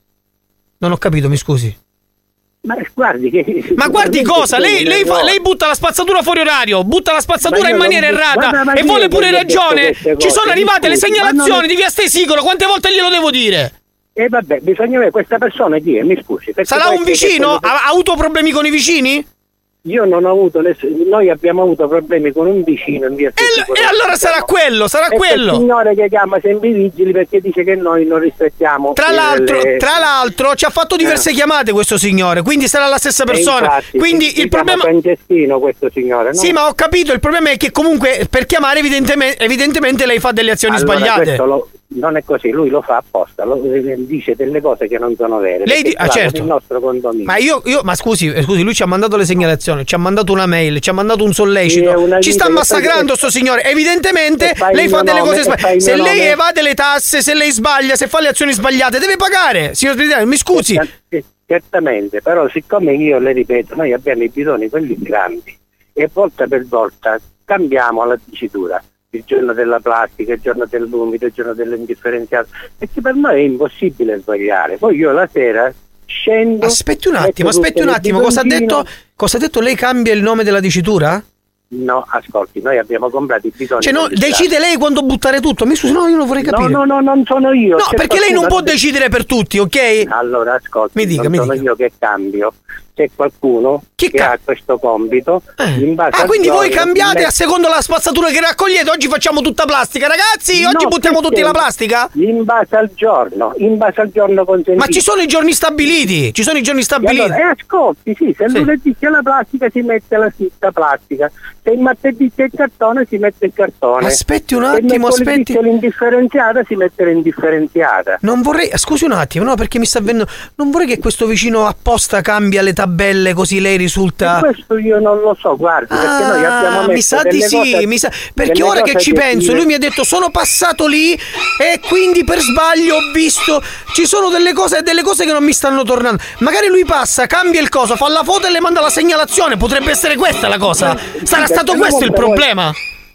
Non ho capito, mi scusi. Ma guardi che... Ma guardi cosa? Lei, lei, fa, lei butta la spazzatura fuori orario, butta la spazzatura in maniera non... errata ma, ma, ma e vuole pure ragione. Ci sono arrivate le segnalazioni non... di via Stesicolo, quante volte glielo devo dire? E eh vabbè, bisogna vedere questa persona chi è, mi scusi. Sarà un vicino? Ha, ha avuto problemi con i vicini? Io non ho avuto, noi abbiamo avuto problemi con un vicino in via Stesicolo. E, e allora sarà quello, sarà e quello. Il signore che chiama sempre i vigili perché dice che noi non rispettiamo. Tra l'altro, le... tra l'altro ci ha fatto diverse eh. chiamate questo signore, quindi sarà la stessa persona. Infatti, quindi si, il si problema Franceschino questo signore, no? Sì, ma ho capito, il problema è che comunque per chiamare evidentemente, evidentemente lei fa delle azioni allora, sbagliate. Lo, non è così, lui lo fa apposta, lo, dice delle cose che non sono vere. Lei di, ah, certo. Il nostro condominio. Ma io, io ma scusi, scusi, lui ci ha mandato le segnalazioni, ci ha mandato una mail, ci ha mandato un sollecito, ci sta massacrando sto signore. Evidentemente lei fa delle cose sbagliate. Se lei nome. evade le tasse, se lei sbaglia, se fa le azioni sbagliate, deve pagare. Signor Presidente, mi scusi. Certamente, però siccome io le ripeto, noi abbiamo i bidoni quelli grandi e volta per volta cambiamo la dicitura. Il giorno della plastica, il giorno dell'umido, il giorno dell'indifferenziato, perché per noi è impossibile sbagliare. Poi io la sera scendo. Aspetti un attimo, aspetti un attimo, cosa ha detto? Cosa ha detto? Lei cambia il nome della dicitura? No, ascolti, noi abbiamo comprato i bidoni. Cioè, no, decide lei quando buttare tutto. Mi scusi, no, io non vorrei capire. No, no, no, non sono io. No, perché lei non può decidere per tutti, ok? Allora, ascolti, mi dica, non mi sono dica. io che cambio. C'è qualcuno Chi che ca- ha questo compito. Eh. In base ah, quindi voi cambiate me... a secondo la spazzatura che raccogliete. Oggi facciamo tutta plastica, ragazzi. Oggi no, buttiamo tutti la plastica? In base al giorno, in base al giorno consentito. Ma ci sono i giorni stabiliti. Ci sono i giorni stabiliti. E allora, eh, ascolti, sì, se sì. lunedì c'è la plastica si mette la scritta plastica. Se il martedì c'è il cartone si mette il cartone. Aspetti un attimo, se aspetti. Se c'è l'indifferenziata si mette l'indifferenziata. Non vorrei, scusi un attimo, no, perché mi sta avvenendo. Non vorrei che questo vicino apposta cambia le tabelle così lei risulta. E questo io non lo so, guardi, perché ah, noi abbiamo messo mi sa di sì, cose, mi sa, perché ora che ci penso, lui mi ha detto sono passato lì e quindi per sbaglio ho visto ci sono delle cose delle cose che non mi stanno tornando. Magari lui passa, cambia il coso, fa la foto e le manda la segnalazione, potrebbe essere questa la cosa. Sarà stato questo il problema.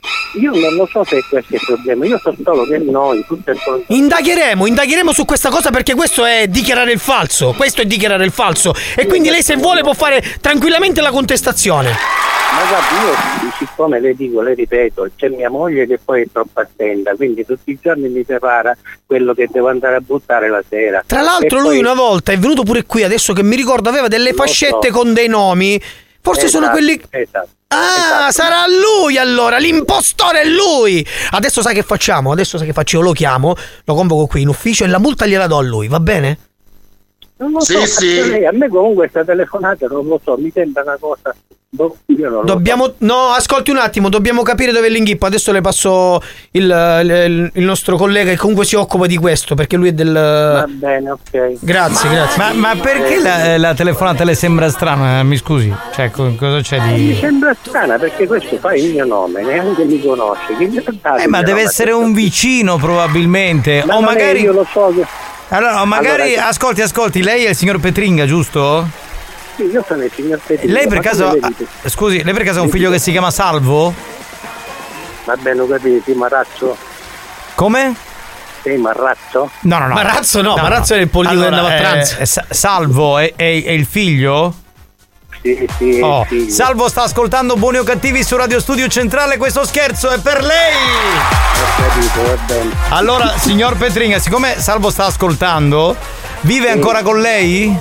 Io non lo so se è questo il problema, io so solo che noi tutto il indagheremo, indagheremo su questa cosa, perché questo è dichiarare il falso, questo è dichiarare il falso e quindi lei se vuole può fare tranquillamente la contestazione. Ma guardi, io siccome le dico, le ripeto, c'è mia moglie che poi è troppo attenta, quindi tutti i giorni mi prepara quello che devo andare a buttare la sera. Tra l'altro e lui poi... una volta è venuto pure qui, adesso che mi ricordo aveva delle fascette so. con dei nomi, forse esatto, sono quelli... Esatto. Ah, esatto. Sarà lui allora, l'impostore è lui. Adesso sai che facciamo? Adesso sai che faccio? Io lo chiamo, lo convoco qui in ufficio e la multa gliela do a lui, va bene? Non lo Sì, so, sì. lei, a me comunque questa telefonata non lo so, mi sembra una cosa. Boh, io non lo Dobbiamo, so. no, ascolti un attimo, dobbiamo capire dove è l'inghippo. Adesso le passo il, il, il nostro collega che comunque si occupa di questo, perché lui è del. Va bene, ok. Grazie, grazie. Ma, ma perché la, la telefonata le sembra strana? Mi scusi, cioè co- cosa c'è Eh, di. mi sembra strana perché questo fa il mio nome, neanche mi conosce. Che mi ha dato Eh, il ma mio deve nome? essere un vicino probabilmente. Ma o non è, magari. io lo so che. Allora, o magari, Allora, ascolti, ascolti, lei è il signor Petringa, giusto? Sì, io sono il signor Petringa. Lei per ma caso. come ah, vedi? Scusi, lei per caso ha un figlio che si chiama Salvo? Va bene, ho capito, sì, Marrazzo. Come? Sei Marrazzo? No, no, no. Marazzo no, Marazzo era il politico Allora, che andava a eh, pranzo. eh, Sa- Salvo è, è- è il figlio? Sì, sì, è Oh, il figlio. Salvo sta ascoltando Buoni o Cattivi su Radio Studio Centrale, questo scherzo è per lei! Ho capito, va bene. Allora, signor Petringa, siccome Salvo sta ascoltando, vive ancora con lei?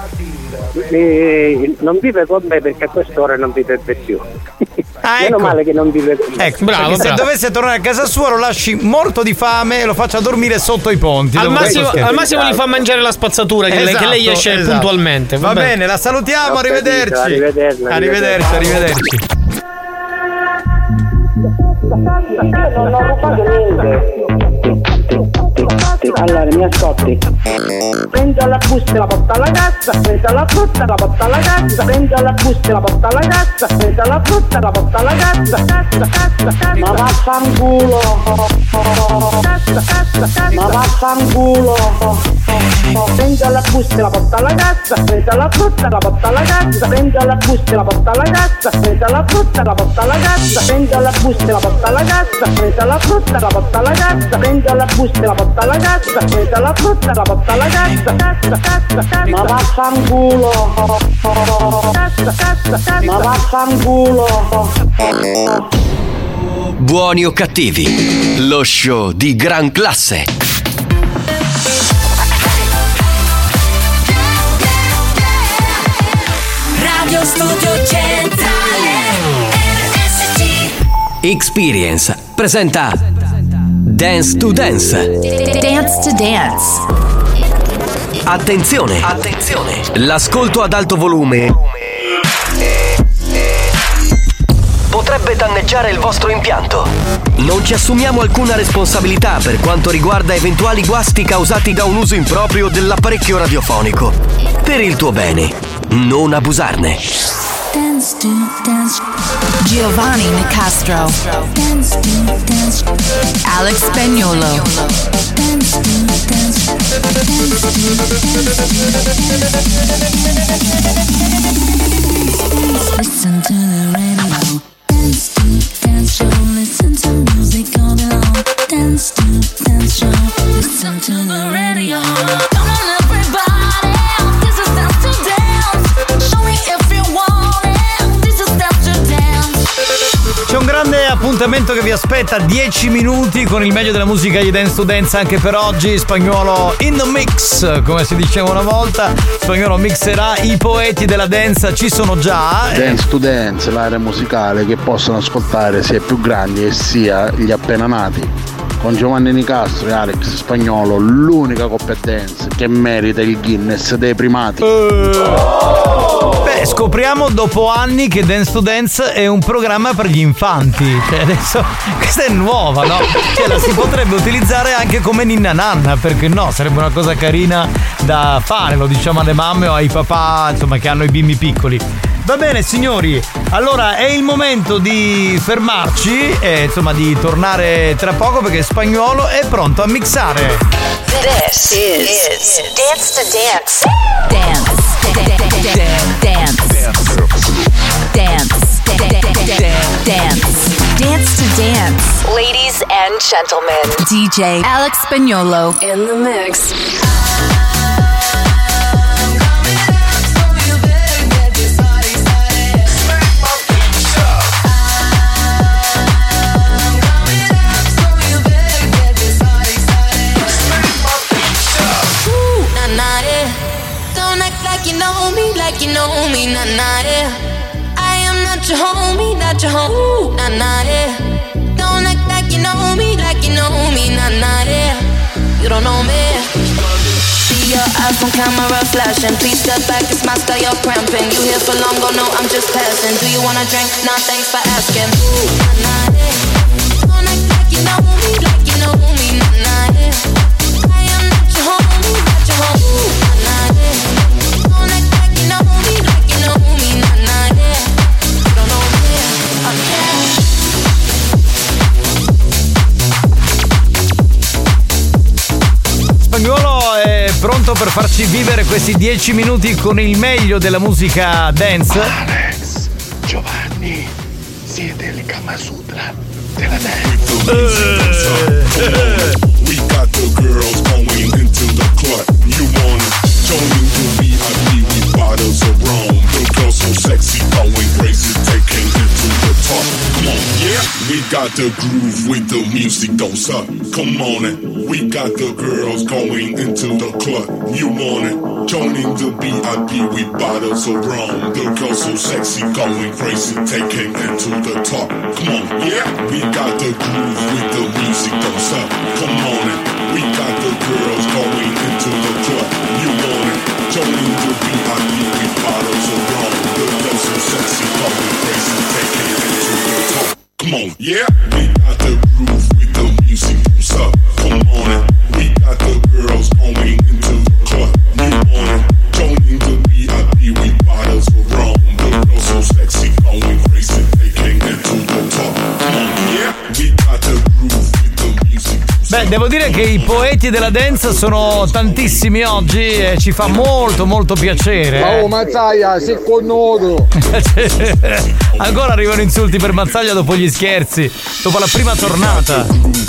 Eh, non vive con me perché a quest'ora non vive più. Ah, Meno ecco. male che non vive più. Ecco, bravo, se dovesse tornare a casa sua lo lasci morto di fame e lo faccia dormire sotto i ponti. Al Dopo massimo, questo scherzo. al massimo gli fa mangiare la spazzatura, che, lei, che lei Esatto, esce esatto. puntualmente. Va vabbè. bene, la salutiamo, Ho capito, arrivederci. arrivederci, Arrivederci, arrivederci. Non ho rubato niente. Allora, mi ascolti. Prendo la busta e la porta alla cassa, prendo la frutta e la porta alla cassa, prendo la busta e la porta alla cassa, prendo la frutta e la porta alla cassa, cassa, cassa, cassa. Ma vaffanculo. Cassa, cassa, cassa. Ma vaffanculo. Prendo la busta e la porta alla cassa, prendo la frutta e la porta alla cassa, prendo la busta e la porta alla cassa, prendo la frutta e la porta alla cassa, prendo la busta e la porta alla cassa, prendo la frutta e la porta alla cassa, prendo la busta e la porta alla cassa, prendo la frutta e la porta alla cassa, cassa, cassa, cassa. Ma vaffanculo. Cassa, cassa, cassa. Ma vaffanculo. Buoni o cattivi, lo show di gran classe. Radio Studio Centrale R S C. Experience presenta Dance to Dance. Dance to Dance. Attenzione, attenzione. L'ascolto ad alto volume potrebbe danneggiare il vostro impianto. Non ci assumiamo alcuna responsabilità per quanto riguarda eventuali guasti causati da un uso improprio dell'apparecchio radiofonico. Per il tuo bene, non abusarne. Dance to Dance. Giovanni Nicastro. Dance to Dance. Alex Spagnolo. Dance to Dance. Dance to Listen to the radio. Dance to Dance Show. Listen to music all day long. Dance to Dance Show. Listen to the radio. Come on everybody. This is Dance to Dance. Show me if you want it. This is Dance to Dance. C'è un grande appuntamento che vi aspetta, dieci minuti con il meglio della musica di Dance to Dance anche per oggi. Spagnolo in the mix, come si diceva una volta. Spagnolo mixerà i poeti della dance, ci sono già. Dance to Dance, l'area musicale che possono ascoltare sia i più grandi e sia gli appena nati. Con Giovanni Nicastro e Alex Spagnolo, l'unica coppia dance che merita il Guinness dei primati. Uh, beh, scopriamo dopo anni che Dance to Dance è un programma per gli infanti. Cioè adesso questa è nuova, no? Cioè la si potrebbe utilizzare anche come ninna nanna, perché no? Sarebbe una cosa carina da fare, lo diciamo alle mamme o ai papà, insomma, che hanno i bimbi piccoli. Va bene signori, allora è il momento di fermarci e insomma di tornare tra poco perché Spagnolo è pronto a mixare. This is Dance to Dance. Dance. Dance. Dance. Dance. Dance to Dance. Ladies and gentlemen, D J Alex Spagnolo in the mix. Like you know me, nah nah yeah. I am not your homie, not your homie, nah nah yeah. Don't act like you know me, like you know me, nah nah yeah. You don't know me. See your iPhone camera flashing. Please step back, it's my style, you're cramping. You here for long, go no, I'm just passing. Do you wanna drink? Nah, thanks for asking. Ooh, nah, nah, yeah. Don't act like you know me, like you know me, nah, nah, yeah. I am not your homie, not your homie, ooh, nah, nah, yeah. Don't act like you know me, like you know me, nah, nah, yeah. You don't know me, I'm yeah. Spagnuolo è pronto per farci vivere questi dieci minuti con il meglio della musica dance? Alex, Giovanni, siete il Kama Sutra della dance. We got the girls going into the club. You wanna join the V I P with bottles of rum. The girls so sexy, going crazy, taking it to the top. Come on, yeah. We got the groove with the music, don't suck. Come on, and we got the girls going into the club. You wanna joining the V I P with bottles of rum. The girls so sexy, going crazy, taking it to the top. Come on, yeah. We got the groove with the music, don't suck. Come on, and we got the girls going into the club. You wanna joining the V I P with bottles of rum. The girls so sexy, going crazy, taking it to the top. Come on, yeah. We got the groove with the music, don't suck. Come on, and we got the girls going into the club. You wanna joining the V I P with bottles of rum. The girls so sexy, going crazy, taking it to the top. Come on, yeah. We got the groove with the music. Beh, devo dire che i poeti della dance sono tantissimi oggi e ci fa molto molto piacere. Oh, Mazzaia, sei connodo. Ancora arrivano insulti per Mazzaglia dopo gli scherzi, dopo la prima tornata.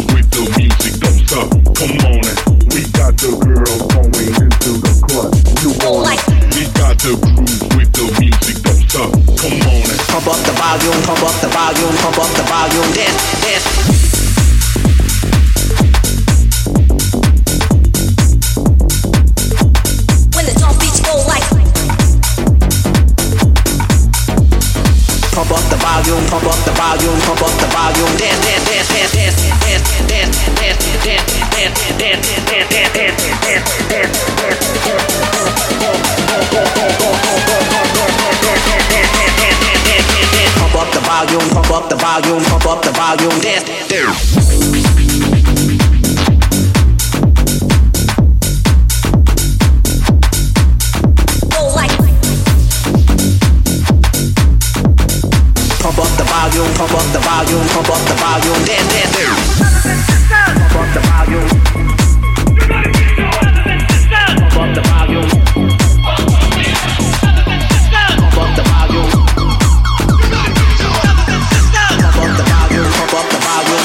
Come on, we got the girls going into the club. You want it? We got the groove with the music, don't stop. Come on, pump up the volume, pump up the volume, pump up the volume. Dance, dance. Pump up the volume, pump up the volume, pump up the volume. Dance, dance, dance, dance, dance, dance, dance, dance, dance, dance, dance, dance, dance, dance. Pump up the volume, pump up the volume, pump up the volume. Dance, dance. Pump up the volume, pump up the volume, pump up the volume, dance, dance, dance. Pump up the volume. Pump up the volume. Pump up the volume. Pump up the volume, pump up the volume.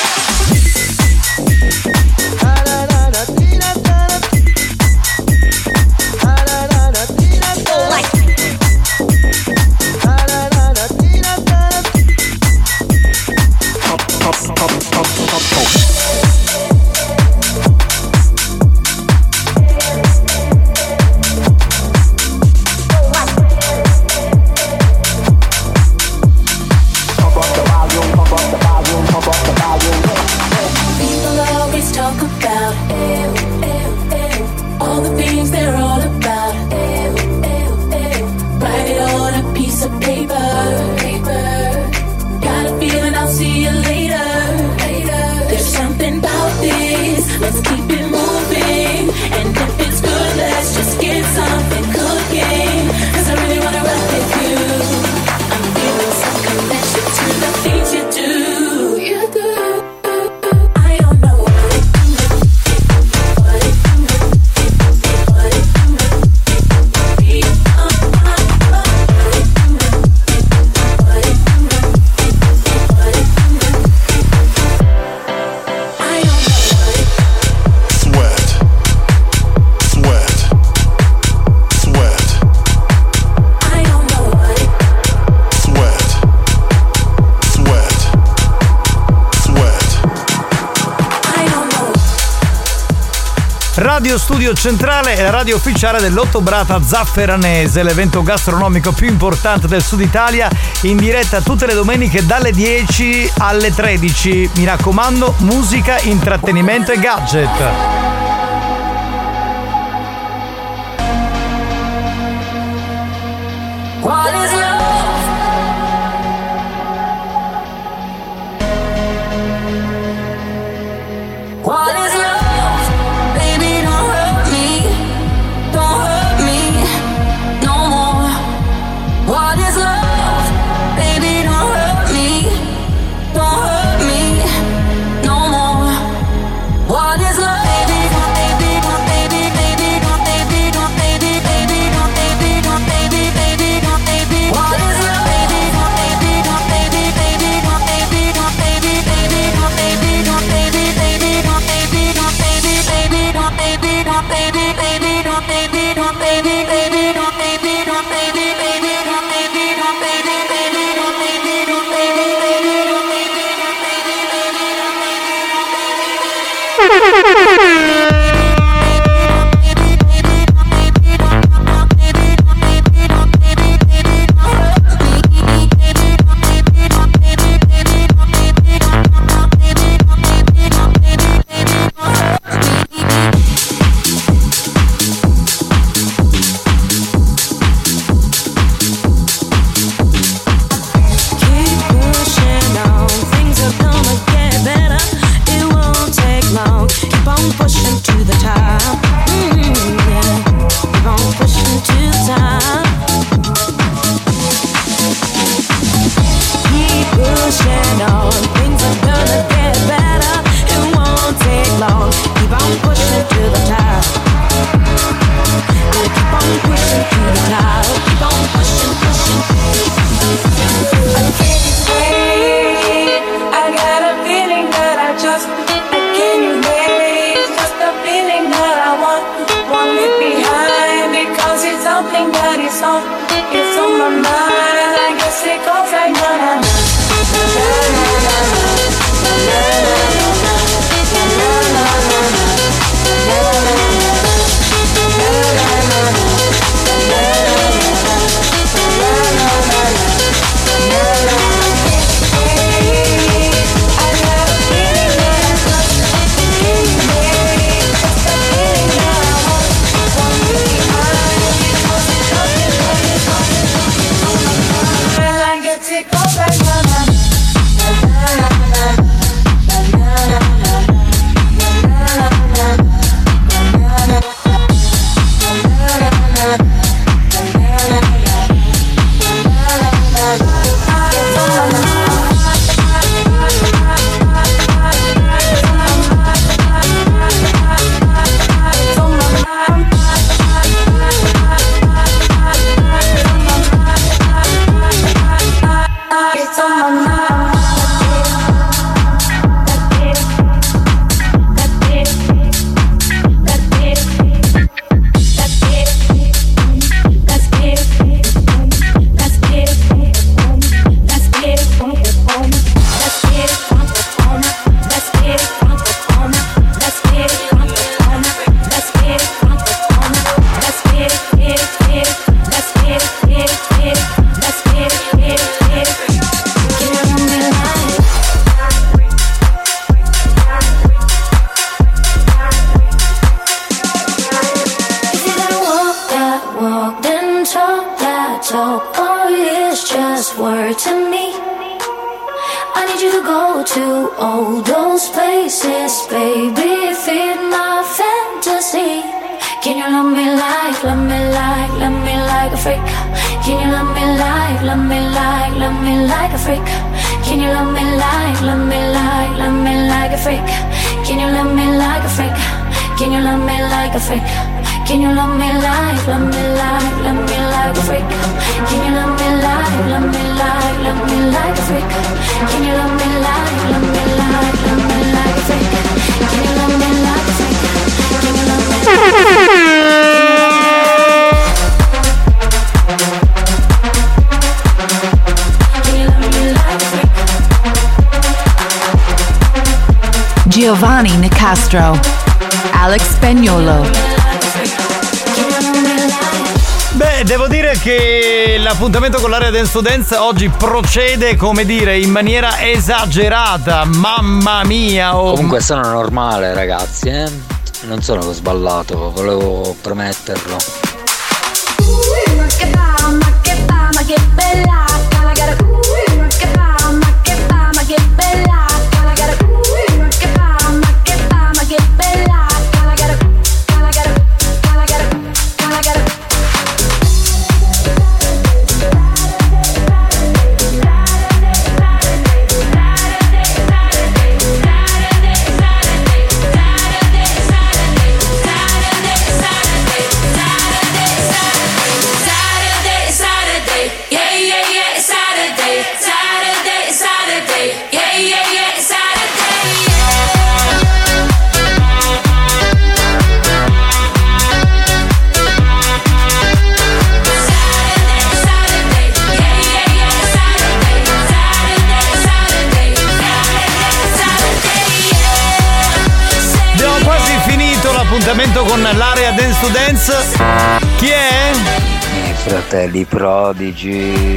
Radio Studio Centrale è la radio ufficiale dell'Ottobrata Zafferanese, l'evento gastronomico più importante del Sud Italia, in diretta tutte le domeniche dalle dieci alle tredici. Mi raccomando, musica, intrattenimento e gadget. What is love? Baby, don't hurt me. Don't hurt me no more. What is love? Baby, don't hurt me. Don't hurt me no more. What is love? Baby, don't, baby, don't, baby, baby, don't, baby, don't, baby, baby, don't, baby, don't, baby, baby, don't, baby. What is love? Baby, don't, baby, don't, baby, baby, don't, baby, don't, baby, baby, don't, baby, don't, baby, baby, don't, baby, don't, baby, baby, don't, baby, don't, baby, baby, don't, baby, don't, baby, baby, don't, baby, don't, baby, baby, don't, baby, don't, baby, baby, don't, baby, don't, baby, baby, don't, pushing to the top. Mm, yeah. Keep on pushing to the top. Keep pushing on. Things are gonna get better. It won't take long. Keep on pushing to the top. Gotta keep on pushing to the top. Keep on pushing, pushing. I can't wait. I got a feeling that I just I can't wait. Feeling that I want, want it behind, because it's something that is on, it's on my mind. I guess it goes like na na na, na na na na, na na na Giovanni Nicastro, Alex Spagnuolo. Beh, devo dire che l'appuntamento con l'area Dance to Dance oggi procede, come dire, in maniera esagerata. Mamma mia! Oh. Comunque sono normale, ragazzi, eh? Non sono sballato, volevo premetterlo. Uh, che mamma, che mamma, che bella la gara. Uh, che mamma, che mamma, che bella la gara. Uh, che mamma, che mamma, appuntamento con l'area Dance to Dance. Chi è? I fratelli prodigi.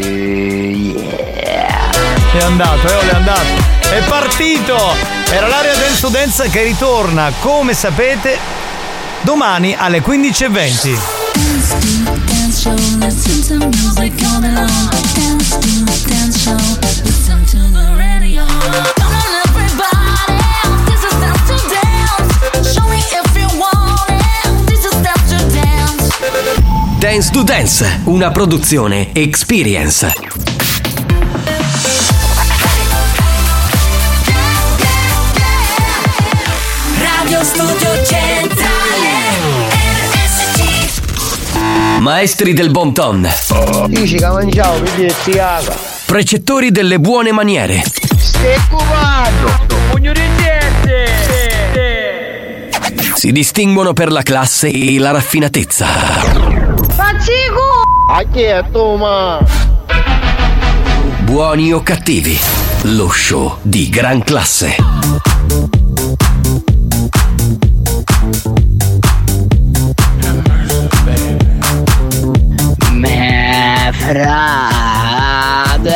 Yeah. È andato, eh, è andato. È partito. Era l'area Dance to Dance che ritorna, come sapete, domani alle quindici e venti. Dance to Dance, una produzione Experience. Radio Studio Centrale R S C. Maestri del bon ton. Dici che mangiavo per dirti caga. Precettori delle buone maniere. Stai cubando. Pugno di gente. Si distinguono per la classe e la raffinatezza. Faccico! A chi è tu, ma? Buoni o cattivi, lo show di gran classe. Me fratello.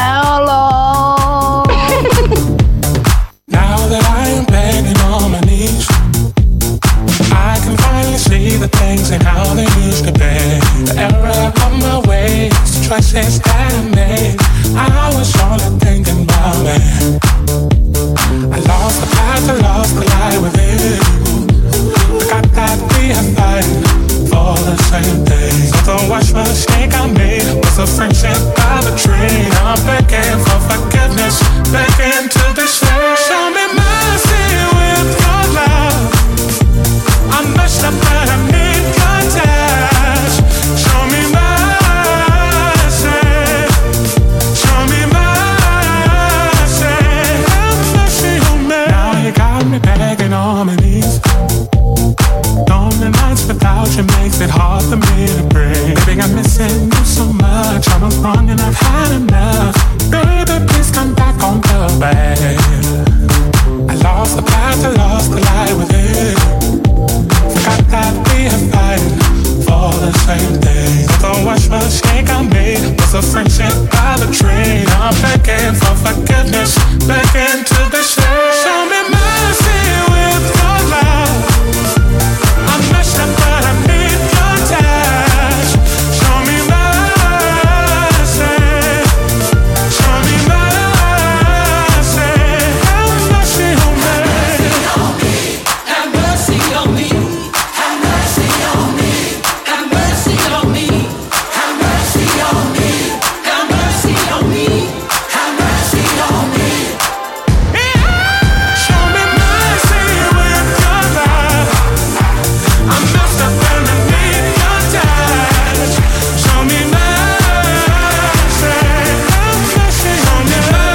Now that I am begging on my knees, I can finally see the things and how they used to be. The error of my ways, the choices that I made. I was only thinking about me. I lost the path, I lost the light with you. Forgot that we are fighting for the same thing. So the worst mistake I made was a friendship by the tree. I'm begging for forgiveness, begging to be saved. Show me mercy with your love. I messed up but I need your touch. Show me mercy. Show me mercy. Have mercy on me. Now you got me begging on my knees. Lonely nights without you makes it hard for me to breathe. Baby, I'm missing you so much. I was wrong and I've had enough. Baby, please come back on the bed. I lost the path, I lost the light with it. Forgot that we are fighting for the same thing. But the worst mistake I made was a friendship by the tree. I'm begging for forgiveness, begging to be saved. Show me mercy with your love. I messed up but I need your touch. Show me mercy. Show me mercy. Have mercy on me. Have mercy on me. Have mercy on me. Have mercy on me. Have mercy on me. Have mercy on me. Have mercy on me. Show me mercy with your love. I messed up and I need your touch. Show me mercy. Have mercy on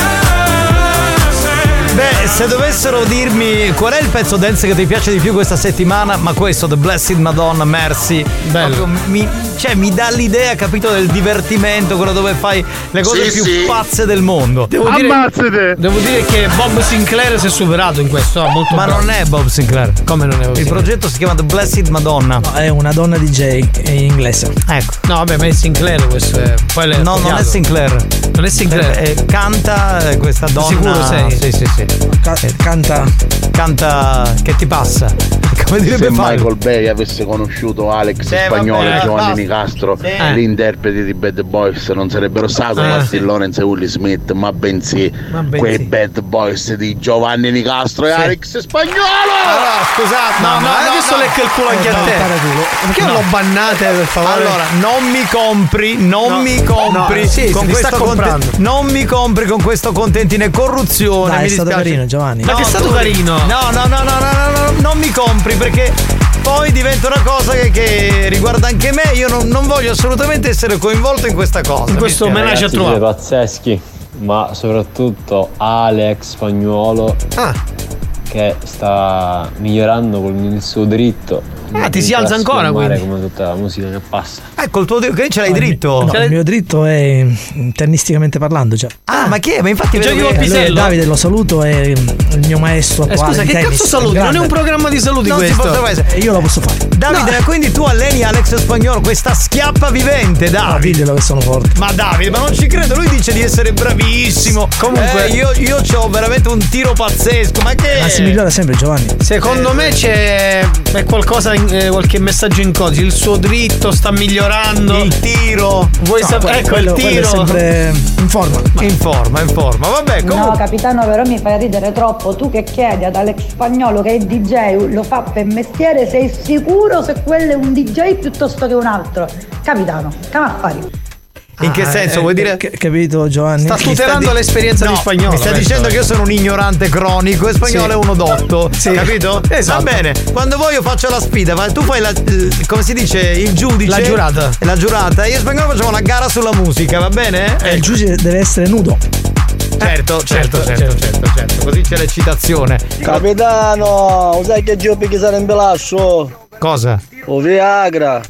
me. Beh, se dovessero dirmi qual è il pezzo dance che ti piace di più questa settimana, ma questo, The Blessed Madonna, Mercy, proprio mi, cioè, mi dà l'idea, capito, del divertimento, quello dove fai le cose Sì, più sì. pazze del mondo. Devo dire, devo dire che Bob Sinclair si è superato in questo, no? Molto Ma bravo. non è Bob Sinclair. Come non è Bob Il Sinclair? progetto si chiama The Blessed Madonna. No, è una donna D J, è in inglese. Ecco. No, vabbè, ma è Sinclair questo. È... Poi l'è No, non copiato. è Sinclair. Non è Sinclair. Eh, eh, canta eh, questa donna. Sicuro sei? Sì, sì, sì. Ca- canta. Canta. Che ti passa? Come direbbe Se Fabio. Michael Bay avesse conosciuto Alex Sì, Spagnolo vabbè, e Giovanni basta. Nicastro, Sì. gli interpreti di Bad Boys non sarebbero stati Eh. Martin Lawrence e Will Smith, ma bensì, Ma bensì. quei Bad Boys di Giovanni Nicastro e Sì. Alex Spagnolo. Allora, scusate, No, no, no, adesso no. lecca il culo anche Eh, a no, te. paraculo. Perché No. non lo bannate, per favore? Allora, non mi compri, non No. mi compri No, sì, con si sta questo comprando. conten- non mi compri con questo contentine corruzione. Dai, mi è stato dispiace. carino, Giovanni. Ma che è stato tu- carino? No, no, no, no, no, no, no, non mi compri perché poi diventa una cosa che, che riguarda anche me. Io non, non voglio assolutamente essere coinvolto in questa cosa. In questo Mi spiace. menage a Siete trois. pazzeschi, ma soprattutto Alex Spagnuolo Ah, che sta migliorando con il suo dritto. Ah, ti si alza ancora, quindi. come tutta la musica che passa. Ecco, il tuo che ce l'hai No, il dritto. mio- no, il mio dritto è mm, tennisticamente parlando, cioè. Ah, ma chi è? Ma infatti Giochi vedo col che- Lui è pisello? Davide, lo saluto, è il mio maestro Eh, attuale scusa, di che tennis. cazzo saluti? Non è un Grande. programma di saluti Non si questo. possono fare. E io lo posso fare. Davide, quindi tu alleni Alex Spagnolo, questa schiappa vivente, Ah, Davide. diglielo che sono forte. Ma Davide, ma non ci credo, lui dice di essere bravissimo. Comunque- Eh, io, io ho veramente un tiro pazzesco, ma che. Ma si migliora sempre, Giovanni. Secondo me c'è è qualcosa, in- eh, qualche messaggio in codice. Il suo dritto sta migliorando. Il tiro. Vuoi No, sapere? quello- Ecco il quello- quello è tiro. sempre in forma. In forma, in forma. Vabbè, No, comunque. capitano, però mi fai ridere troppo. Tu che chiedi ad Alex Spagnolo, che è D J, lo fa per mestiere, sei sicuro se quello è un D J piuttosto che un altro? Capitano, come affari? In che Ah, senso? eh, Vuoi dire. che- Capito, Giovanni? Sta Mi sta tutelando di- l'esperienza No, di spagnolo. Mi sta questo. dicendo che io sono un ignorante cronico e spagnolo Sì. è uno dotto. Sì. Capito? Esatto. Va bene. Quando vuoi io faccio la sfida, ma tu fai la. eh, come si dice? Il giudice. La giurata. La giurata. Io e spagnolo facciamo una gara sulla musica, va bene? Eh, il giudice deve essere nudo. Certo, certo, certo, certo, certo. Così c'è l'eccitazione. Capitano, sai che giochi che sarebbe lasso? Cosa? O Viagra.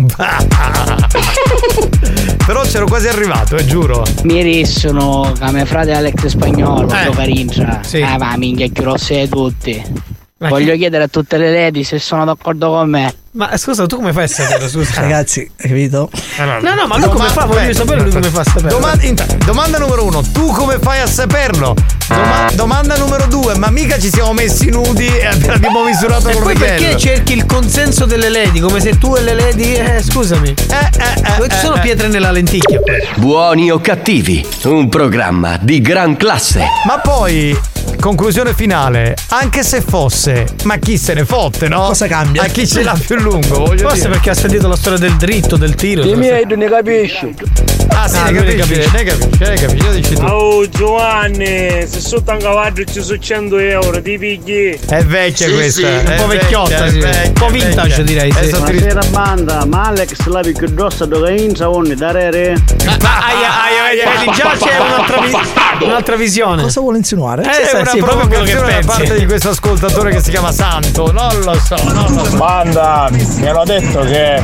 Però c'ero quasi arrivato, eh, giuro. Mi rissono come frate Alex Spagnolo, Eh. lo caringia. Sì. Ah, ma minchia, che rosse tutti. Ma Voglio chiedere a tutte le lady se sono d'accordo con me. Ma scusa, tu come fai a sapere? Scusa. Ragazzi, hai capito? No, no, ma lui come fa? Voglio sapere lui come fa a sapere. Domanda, int- domanda numero uno, tu come fai a saperlo? Doma- domanda numero due, ma mica ci siamo messi nudi e abbiamo misurato E con poi Righello. perché cerchi il consenso delle lady? Come se tu e le lady. Eh, scusami. Dove ci sono eh, pietre nella lenticchia? Buoni o cattivi, un programma di gran classe. Ma poi, conclusione finale, anche se fosse, ma chi se ne fotte, no? Cosa cambia? A chi ce l'ha più lungo, voglio Forse dire. perché ha sentito la storia del dritto, del tiro. I miei tu ne capisci? Ah sì, Ah, ne lui ne capisci, ne capisci, ne capisci, lo dici tu. Oh Giovanni, se sotto un cavallo ci sono cento euro, ti pigli. È vecchia Sì, questa, sì, è un po' vecchia, vecchiotta, è sì. vecchia, Un po' è vintage, vecchia. direi, sì. Adesso ti ris- Buonasera banda, ma Alex lavi che dossa dove inza ogni dare. Ah, aia, aia, aia, vedi, già c'è un'altra, vi- un'altra visione. Cosa vuole insinuare? Eh, C'è sì, una sì, proprio quello che provocazione da pensi. parte di questo ascoltatore che si chiama Santo, non lo so, non lo so. Banda, mi hanno detto che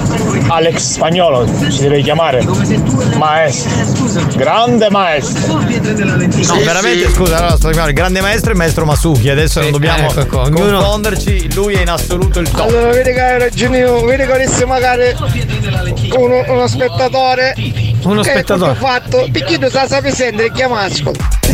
Alex Spagnolo ci deve chiamare maestro, grande maestro. No, veramente, scusa, allora, sto chiamando il grande maestro e il maestro Masucchi, adesso non dobbiamo ecco qua, ognuno- confonderci, lui è in assoluto il top. Allora, vedi che hai ragione io, vedi che adesso magari uno, uno spettatore. Uno spettatore. Che fatto? Perché tu sa sapere sentire chiamasco.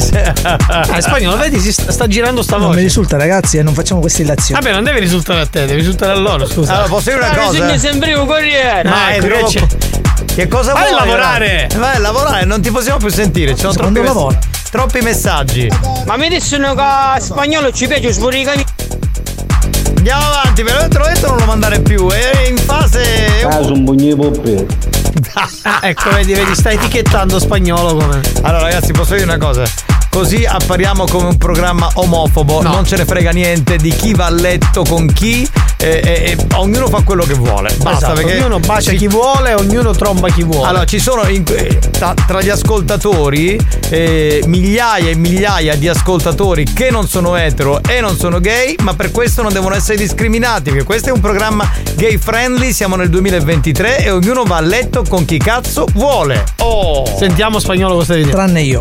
Ah, spagnolo, vedi, si sta, sta girando sta Non mi voce. risulta, ragazzi, e non facciamo queste illazioni. Vabbè, non deve risultare a te, deve risultare a loro, scusa. Allora, posso dire una cosa? sembri un corriere. Ma Ah, è ecco, troppo- che c'è? Che cosa Vai vuoi? a lavorare! Vai a lavorare, non ti possiamo più sentire. Ci sono troppi, Quando mess- lavora? troppi messaggi. Ma mi dicono che spagnolo ci piace sburicare. Andiamo avanti, ve l'ho detto non lo mandare più. È in fase. Caso un bugni poppe. Ah, ecco, vedi, vedi, sta etichettando spagnolo come. Allora, ragazzi, posso dire una cosa? Così appariamo come un programma omofobo, No. non ce ne frega niente di chi va a letto con chi, e, e- e ognuno fa quello che vuole. Basta, Esatto, perché ognuno bacia ci- chi vuole, ognuno tromba chi vuole. Allora, ci sono in- eh, tra, tra gli ascoltatori eh, migliaia e migliaia di ascoltatori che non sono etero e non sono gay, ma per questo non devono essere discriminati, perché questo è un programma gay friendly, siamo nel duemilaventitré e ognuno va a letto con chi cazzo vuole. Oh! Sentiamo spagnolo cosa devi dire. Tranne io.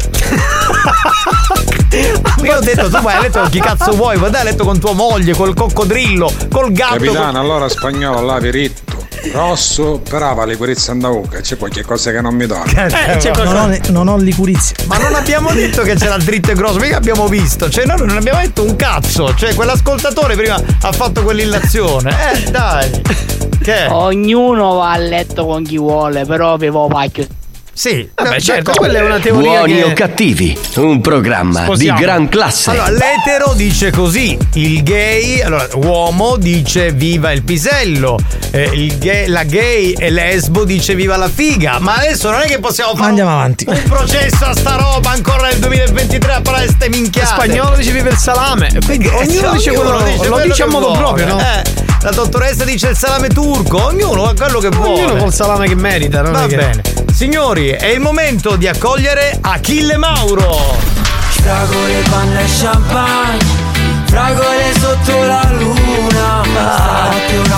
Io ho detto tu vai a letto con chi cazzo vuoi, vai a letto con tua moglie, col coccodrillo, col gatto. Capitano, col- allora spagnolo lavi ritto, rosso, però le curizze andauca, c'è qualche cosa che non mi dà. Eh, c'è Non cosa- ho, non ho licurizia. Ma non abbiamo detto che c'era il dritto e grosso, mica abbiamo visto. Cioè, noi non abbiamo detto un cazzo. Cioè, quell'ascoltatore prima ha fatto quell'illazione. Eh, dai. Che? Ognuno va a letto con chi vuole, però avevo pacchio. Sì, Vabbè, no, certo, d'accordo. quella è una teoria Buoni che... o cattivi, un programma Sposiamo. di gran classe. Allora, l'etero dice così, il gay, allora, uomo dice viva il pisello, eh, il gay, la gay e lesbo dice viva la figa. Ma adesso non è che possiamo fare Andiamo avanti. un processo a sta roba ancora nel duemilaventitré a parlare di ste minchiate. Spagnolo dice vive il salame. Quindi Eh, ognuno sì, dice quello, lo quello dice a che modo vuole. proprio, no? Eh, la dottoressa dice il salame turco, ognuno fa quello che vuole. Ognuno col salame che merita, non Va è che... bene. Signori, è il momento di accogliere Achille Mauro. Fragole, panna e champagne, fragole sotto la luna. Stanotte una Fragole,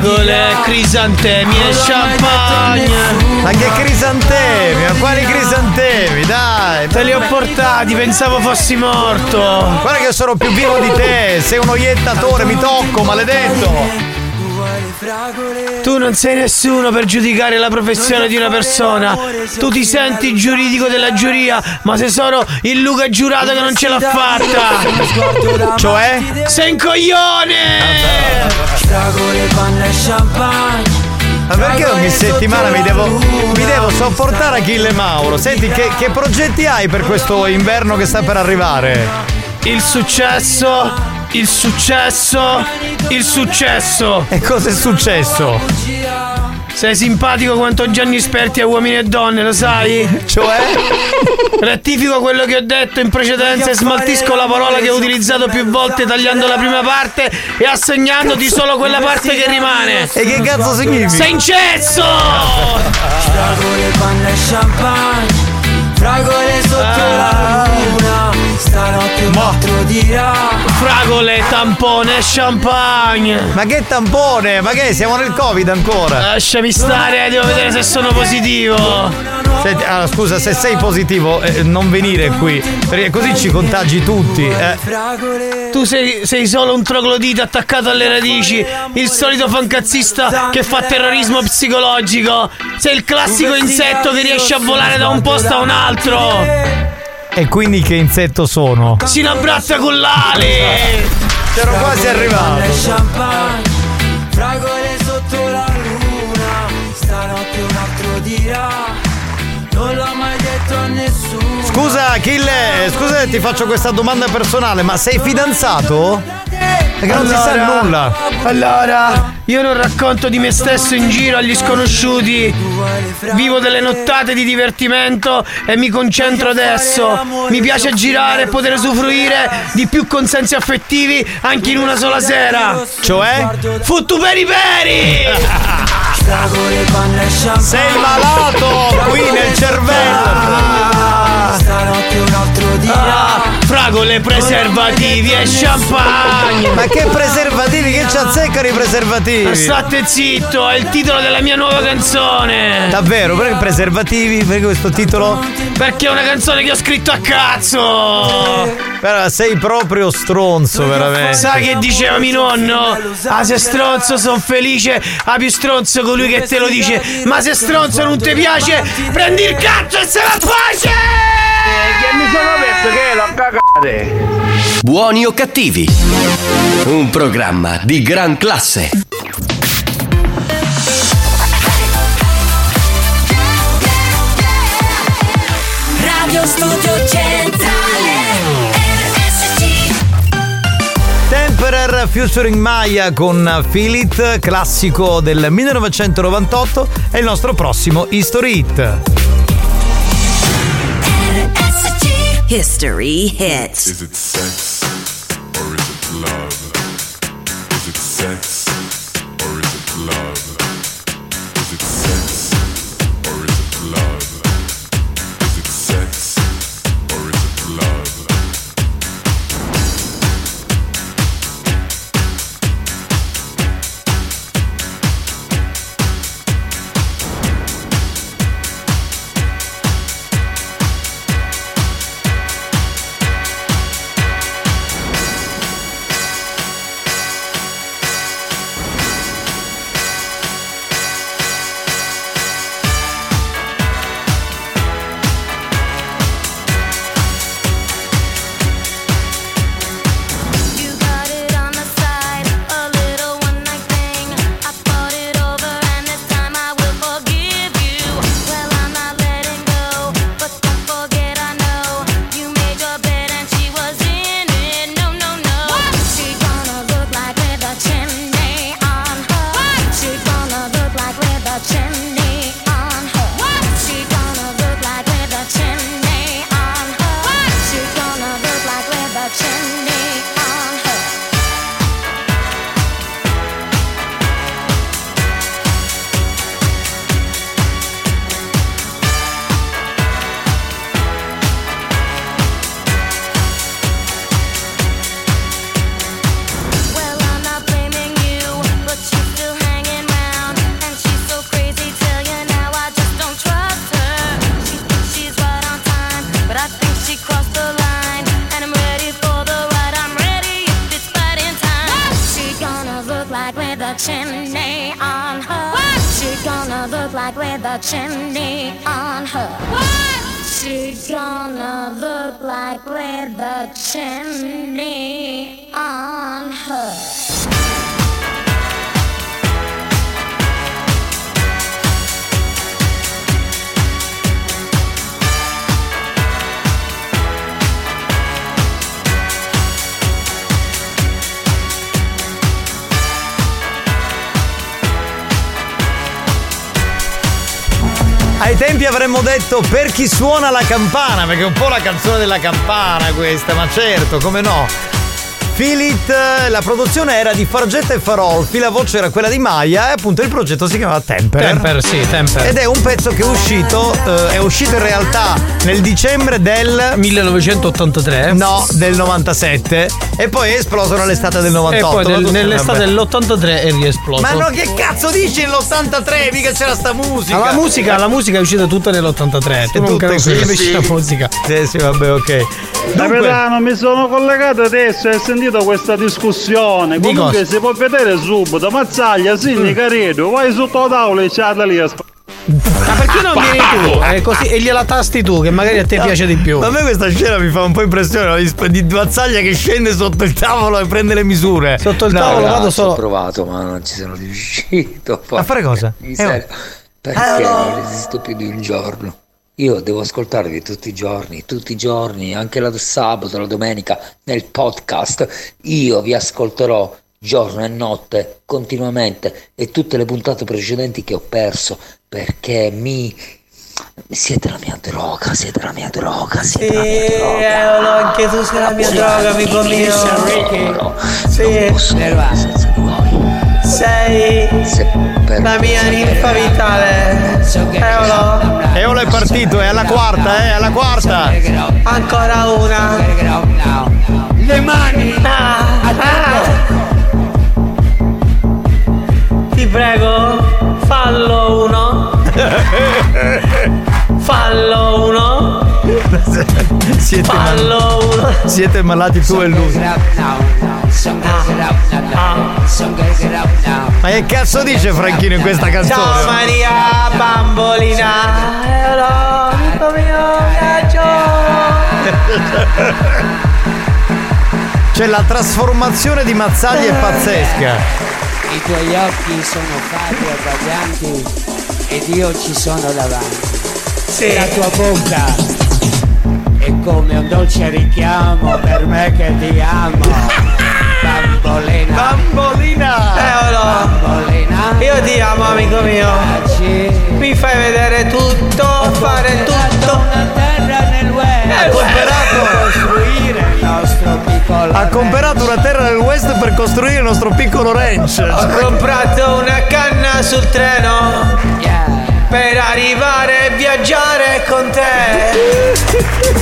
fragole, crisantemi e champagne. Ma che crisantemi? Ma quali crisantemi? Dai, te li ho portati, pensavo fossi morto. Guarda che io sono più vivo di te, sei uno iettatore, mi tocco, maledetto. Tu non sei nessuno per giudicare la professione di una persona. Tu ti senti il giuridico della giuria, ma sei solo il Luca giurato che non ce l'ha fatta. Cioè? Sei un coglione! Fragole, panna e champagne. Ma perché ogni settimana mi devo, mi devo sopportare Achille Mauro? Senti, che, che progetti hai per questo inverno che sta per arrivare? Il successo, il successo, il successo. E cosa è successo? Sei simpatico quanto Gianni Sperti a Uomini e Donne, lo sai? Cioè? Rettifico quello che ho detto in precedenza e smaltisco la parola che ho utilizzato più volte tagliando la prima parte e assegnandoti solo quella parte che rimane. E che cazzo significa? Sei incesso! Fragole, panna e champagne. Fragole sotto la luna. Stanotte un altro dirà. Fragole, tampone e champagne. Ma che tampone? Ma che siamo nel Covid ancora? Lasciami stare, devo vedere se sono positivo. Senti, allora, scusa, se sei positivo eh, non venire qui, perché così ci contagi tutti. Eh. Tu sei, sei solo un troglodita attaccato alle radici, il solito fancazzista che fa terrorismo psicologico. Sei il classico insetto che riesce a volare da un posto a un altro. E quindi che insetto sono? Si inabbraccia con l'ali. C'ero quasi arrivato. Fragole sotto la luna. Stanotte un altro dirà. Non l'ho mai detto a nessuno. Scusa Achille, scusa se ti faccio questa domanda personale, ma sei fidanzato? Perché non allora, si sa nulla. Allora, io non racconto di me stesso in giro agli sconosciuti. Vivo delle nottate di divertimento e mi concentro adesso. Mi piace girare e poter usufruire di più consensi affettivi anche in una sola sera. Cioè? Futtu peri peri! Sei malato qui nel cervello. Stanotte un altro dirà. Ah, fragole, preservativi e champagne. Ma che preservativi? Che ci azzeccano i preservativi? State zitto, è il titolo della mia nuova canzone. Davvero? Perché preservativi? Perché questo titolo? Perché è una canzone che ho scritto a cazzo. Però sei proprio stronzo, veramente. Sai che diceva mio nonno? Ah, se stronzo son felice, ah più stronzo colui che te lo dice. Ma se stronzo non ti piace, prendi il cazzo e se la pace! Che mi sono detto che l'ho cagate. Buoni o cattivi? Un programma di gran classe. Radio Studio Centrale R S C. Temperer featuring Maya con Feel It, classico del millenovecentonovantotto, è il nostro prossimo History Hit. History Hits. Is it sex or is it love? Is it sex or is it love? Is it sex or is it love? Is it sex or is it love? a chimney on her. What? She gonna look like with a chimney on her. What? She gonna look like with a chimney on her. Ai tempi avremmo detto per chi suona la campana, perché è un po' la canzone della campana questa, ma certo, come no. Feel It, la produzione era di Fargetta e Farolfi, la voce era quella di Maya e appunto il progetto si chiamava Temper. Temper, sì, Temper. Ed è un pezzo che è uscito, eh, è uscito in realtà nel dicembre del millenovecentottantatré. No, del novantasette e poi è esploso nell'estate del novantotto. E poi del, nell'estate dell'ottantatré è riesploso. Ma no, che cazzo dici nell'ottantatré? Mica c'era sta musica. Ma la musica, la musica è uscita tutta nell'ottantatré. Tu non capisci sì, la musica. Sì, sì, vabbè, ok. Capitano, mi sono collegato adesso e ho sentito questa discussione. Di Comunque cosa? si può vedere subito. Mazzaglia, Sinni, mm. Caredo, vai sotto la tavola e c'è lì a sp- Ma perché non vieni tu? È così, e gliela tasti tu, che magari a te no, piace di più. A me questa scena mi fa un po' impressione, no? Di Mazzaglia che scende sotto il tavolo e prende le misure. Sotto il no, tavolo vado solo. Ho provato, ma non ci sono riuscito. A fare cosa? Eh, perché eh, no. non resisto più di un giorno. Io devo ascoltarvi tutti i giorni, tutti i giorni, anche la sabato, la domenica, nel podcast. Io vi ascolterò giorno e notte, continuamente, e tutte le puntate precedenti che ho perso, perché mi... siete la mia droga, siete la mia droga, siete la mia droga. Eolo, anche tu sei la mia droga, amico mio. Sì, senza di voi. Sei la mia ninfa vitale. Eolo. Eolo è partito, è alla quarta, eh, è alla quarta. Ancora una. Le mani. Ah, ah. Ti prego, fallo uno. Fallo uno. Siete fallo mal- uno. Siete malati tu e lui. Ma che cazzo dice Franchino in questa canzone? Ciao Maria bambolina. Eolo, amico mio, viaggio. Cioè la trasformazione di Mazzaglia è pazzesca. I tuoi occhi sono fatti e abbaglianti ed io ci sono davanti. Sì. La tua bocca è come un dolce richiamo per me che ti amo. Bambolina. Bambolina. Eolo. Bambolina. Io ti amo, amico mio. Mi fai vedere tutto, fare tutto. Una terra nel web. Ha comprato costruire il nostro piccolo Ha comprato una terra nel West per costruire il nostro piccolo ranch. Ho comprato una canna sul treno. Yeah. Per arrivare e viaggiare con te.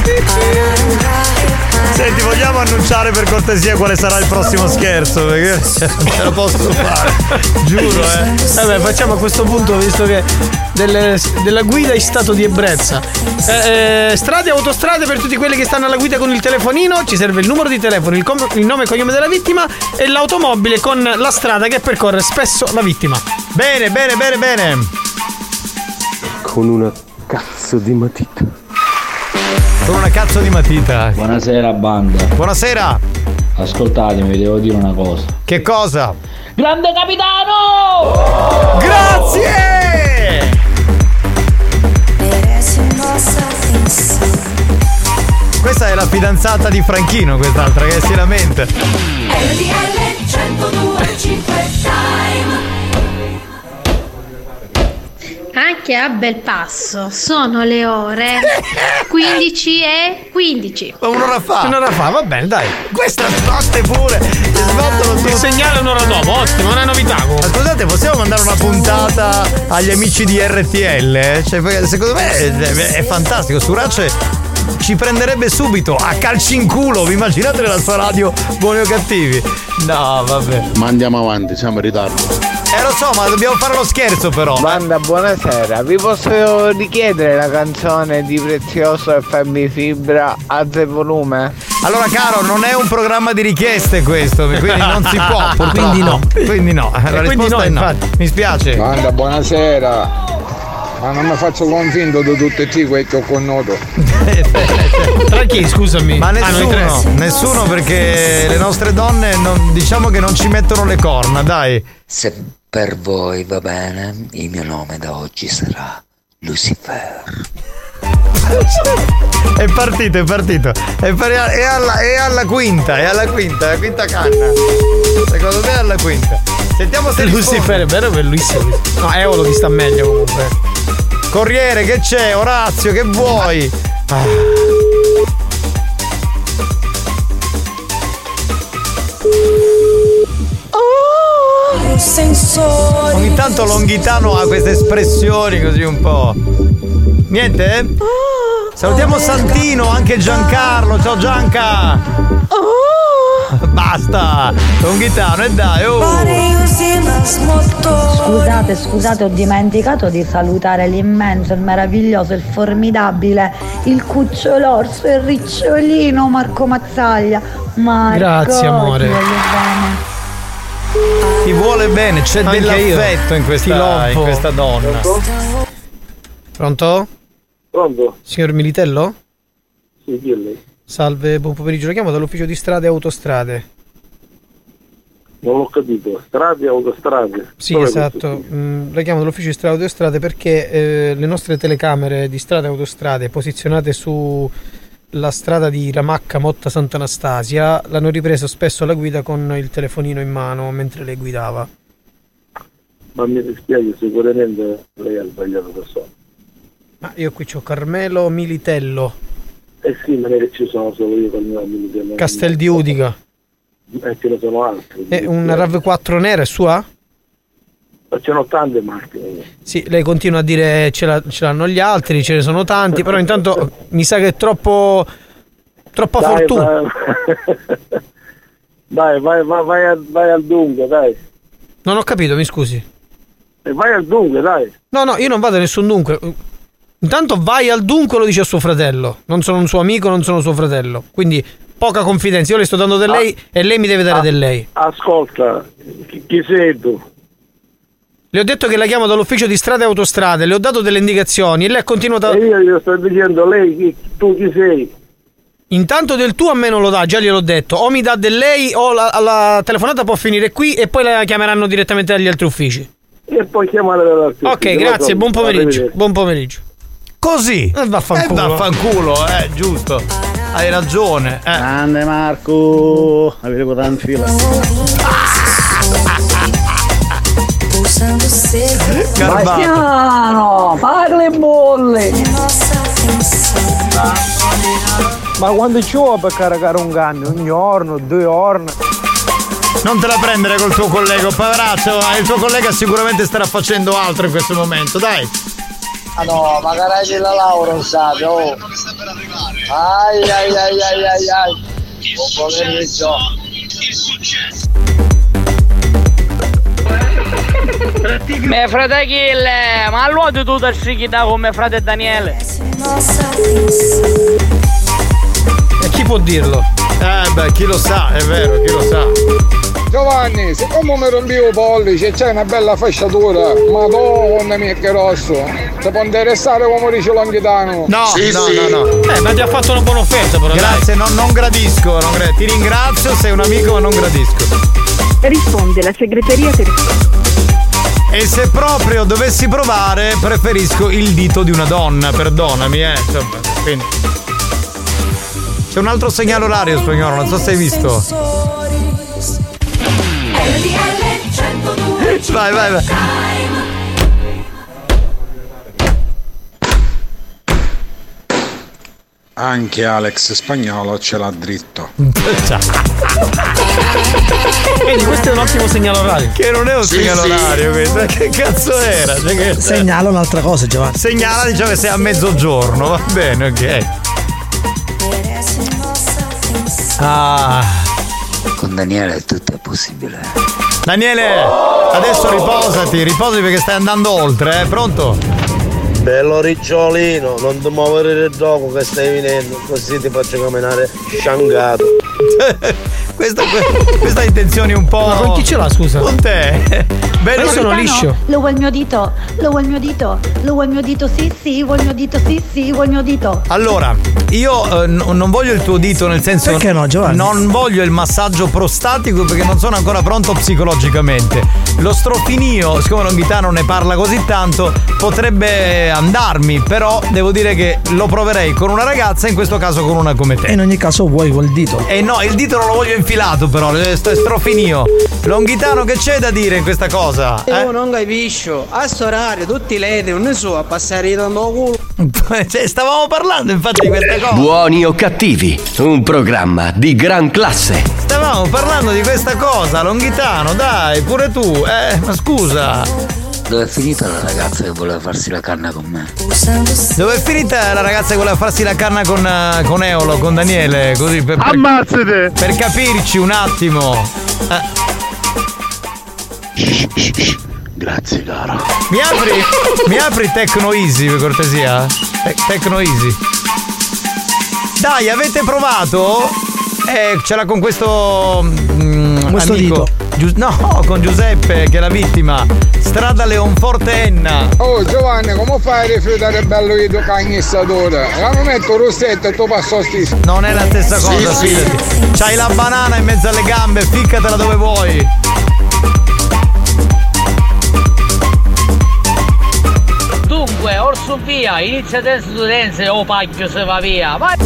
Senti, vogliamo annunciare per cortesia quale sarà il prossimo scherzo? Perché non ce la posso fare. Giuro, eh. Vabbè, facciamo a questo punto, visto che delle, della guida in stato di ebbrezza. Eh, eh, strade, autostrade per tutti quelli che stanno alla guida con il telefonino. Ci serve il numero di telefono, il, com- il nome e cognome della vittima e l'automobile con la strada che percorre spesso la vittima. Bene, bene, bene, bene. Con una cazzo di matita. Con una cazzo di matita. Buonasera banda. Buonasera. Ascoltatemi, vi devo dire una cosa. Che cosa? Grande capitano! Grazie! Questa è la fidanzata di Franchino, quest'altra che si lamenta. R T L centodue e cinque Time. Anche a Belpasso sono le ore quindici e quindici. Un'ora fa. Un'ora fa, va bene, dai. Questa sbatte pure. Sbattono Il segnale un'ora dopo, ottimo, non è novità. Ma scusate, possiamo mandare una puntata agli amici di R T L? Cioè, secondo me è, è fantastico. Surace ci prenderebbe subito a calci in culo. Vi immaginate la sua radio Buoni o Cattivi? No, vabbè. Ma andiamo avanti, siamo in ritardo. Eh lo so, ma dobbiamo fare lo scherzo però. Banda, buonasera. Vi posso richiedere la canzone di Prezioso F M Fibra a zero volume? Allora caro, non è un programma di richieste questo, quindi non si può, purtroppo. Quindi no. Quindi no, la risposta no, è no. infatti. Mi spiace. Banda, buonasera. Ma non mi faccio convinto di tutti e tre quelli che ho conosciuto. Tra chi, scusami? Ma Ah, nessuno, noi tre. nessuno perché le nostre donne non, diciamo che non ci mettono le corna, dai. Se per voi va bene, il mio nome da oggi sarà Lucifer. È partito, è partito. È, par- è, alla, è alla quinta, è alla quinta, la quinta canna. Secondo me è alla quinta. Sentiamo se Lucifer è vero, bellissimo. No, Eolo ti sta meglio comunque. Corriere, che c'è? Orazio, che vuoi? Ah. Ogni tanto Longhitano ha queste espressioni così un po'. Niente? Salutiamo Santino, anche Giancarlo. Ciao Gianca. Basta, Longhitano e dai. Oh. Scusate, scusate, ho dimenticato di salutare l'immenso, il meraviglioso, il formidabile, il cucciolorso, il ricciolino Marco Mazzaglia. Marco, Grazie, amore. ti voglio bene. Ti vuole bene, c'è Anche dell'affetto io. in questa, Ti in lompo. questa donna. Pronto? Pronto? Signor Militello? Sì, chi è lei? Salve, buon pomeriggio. La chiamo dall'ufficio di strade e autostrade. Non l'ho capito. Strade, autostrade? Sì, Dov'è esatto. Mm, la chiamo dall'ufficio di strade e autostrade perché eh, le nostre telecamere di strade e autostrade posizionate su la strada di Ramacca Motta Sant'Anastasia l'hanno ripreso spesso alla guida con il telefonino in mano mentre lei guidava. Ma mi dispiace, sicuramente lei ha sbagliato persona. Ma io qui c'ho Carmelo Militello, Eh sì, non è che ci sono solo io con il mio amico. Castel di Udica. E ce ne sono altri. E una RAV quattro nera è sua? Ma ce n'ho tante macchine. Sì, lei continua a dire ce, la- ce l'hanno gli altri, ce ne sono tanti, però intanto mi sa che è troppo troppa Dai, fortuna. vai, dai, vai, vai, vai, al- vai al dunque, dai. Non ho capito, mi scusi. E vai al dunque, dai. No, no, io non vado a nessun dunque. Intanto vai al dunque, lo dice a suo fratello. Non sono un suo amico, non sono suo fratello. Quindi poca confidenza. Io le sto dando del lei e lei mi deve dare Ah. del lei. Ascolta, chi, chi sei tu? Le ho detto che la chiamo dall'ufficio di strade e autostrade, le ho dato delle indicazioni e lei ha continuato a... E io gli sto dicendo, lei, chi, tu chi sei? Intanto del tuo a me non lo dà, già gliel'ho detto. O mi dà del lei o la, la telefonata può finire qui e poi la chiameranno direttamente dagli altri uffici. E poi chiamare dall'altro. Ok, grazie, buon pomeriggio. Buon pomeriggio. Così. E vaffanculo. Eh, vaffanculo, eh, giusto. Hai ragione. Eh. Grande Marco, avete con tanti fila. Bastiano, parli bolle. Ma quando ci vuoi per caricare un camion? Un giorno, due giorni? Non te la prendere col tuo collega, poveraccio. Il tuo collega sicuramente starà facendo altro in questo momento, dai. Ah no, magari c'è la Laura, sai, oh. Ai ai ai ai ai ai. Buon pomeriggio. Me frate Achille, ma allora tu ti scegli da come frate Daniele. E chi può dirlo? Eh beh, chi lo sa, è vero, chi lo sa. Giovanni, siccome mi rompivo i pollici e c'è una bella fasciatura, madonna mia che rosso, ti può interessare come dice Longhitano? No, Sì, no, sì. no, no. Eh, ma ti ha fatto una buona offerta però. Grazie, non, non gradisco, non gra- ti ringrazio, sei un amico ma non gradisco. Risponde la segreteria telefonica. E se proprio dovessi provare, preferisco il dito di una donna, perdonami, eh. Insomma, quindi. C'è un altro segnale orario spagnolo, non so se hai visto. Vai, vai, vai. Anche Alex Spagnolo ce l'ha dritto. Quindi questo è un ottimo segnale orario. Che non è un Sì, segnale sì. orario questo, che cazzo era? Cioè che- Segnala un'altra cosa, Giovanni. Segnala, diciamo che sei a mezzogiorno, va bene, ok. Ah. Con Daniele tutto è possibile. Daniele, adesso riposati, riposati perché stai andando oltre, eh? Pronto? Bello ricciolino, non ti muovere il gioco che stai venendo, così ti faccio camminare sciangato. questa, questa ha intenzioni un po'. Ma con chi ce l'ha, scusa? Con te. Bello, sono liscio. Lo vuoi il mio dito? Lo vuoi il mio dito? Lo vuoi il mio dito? Sì, sì, vuoi il mio dito? Sì, sì, vuoi il mio dito. Allora, io eh, n- non voglio il tuo dito, nel senso. Perché no, Giovanni? Non voglio il massaggio prostatico perché non sono ancora pronto psicologicamente. Lo strofinio, siccome Longhitano ne parla così tanto, potrebbe andarmi, però devo dire che lo proverei con una ragazza, in questo caso con una come te. E in ogni caso vuoi quel dito? Eh no, il dito non lo voglio infilato, però, è strofinio. Longhitano, che c'è da dire in questa cosa? Io Eh? non capisco, a sto orario tutti lei non ne so a passare dando culo. Cioè, stavamo parlando infatti di questa cosa. Buoni o cattivi, un programma di gran classe. Stavamo parlando di questa cosa, Longhitano, dai, pure tu, eh, ma scusa. Dove è finita la ragazza che voleva farsi la canna con me? Dove è finita la ragazza che voleva farsi la canna con, uh, con Eolo, con Daniele? Così per, per, ammazzate! Per capirci un attimo. Eh. Grazie caro. Mi apri, mi apri Tecno Easy per cortesia? Te- Tecno Easy. Dai, avete provato? Eh, ce l'ha con questo mm, Questo amico. Giu- no, con Giuseppe che è la vittima. Strada Leonforte Enna. Oh Giovanni, come fai a rifiutare il bello di tuo cagnissatore? La non metto rossetto e tu passo stesso. Non è la stessa cosa, Sì, sì. fidati. C'hai la banana in mezzo alle gambe, ficcatela dove vuoi. Dunque, orso via, inizia adesso studenze o pacchio se va via. Vai!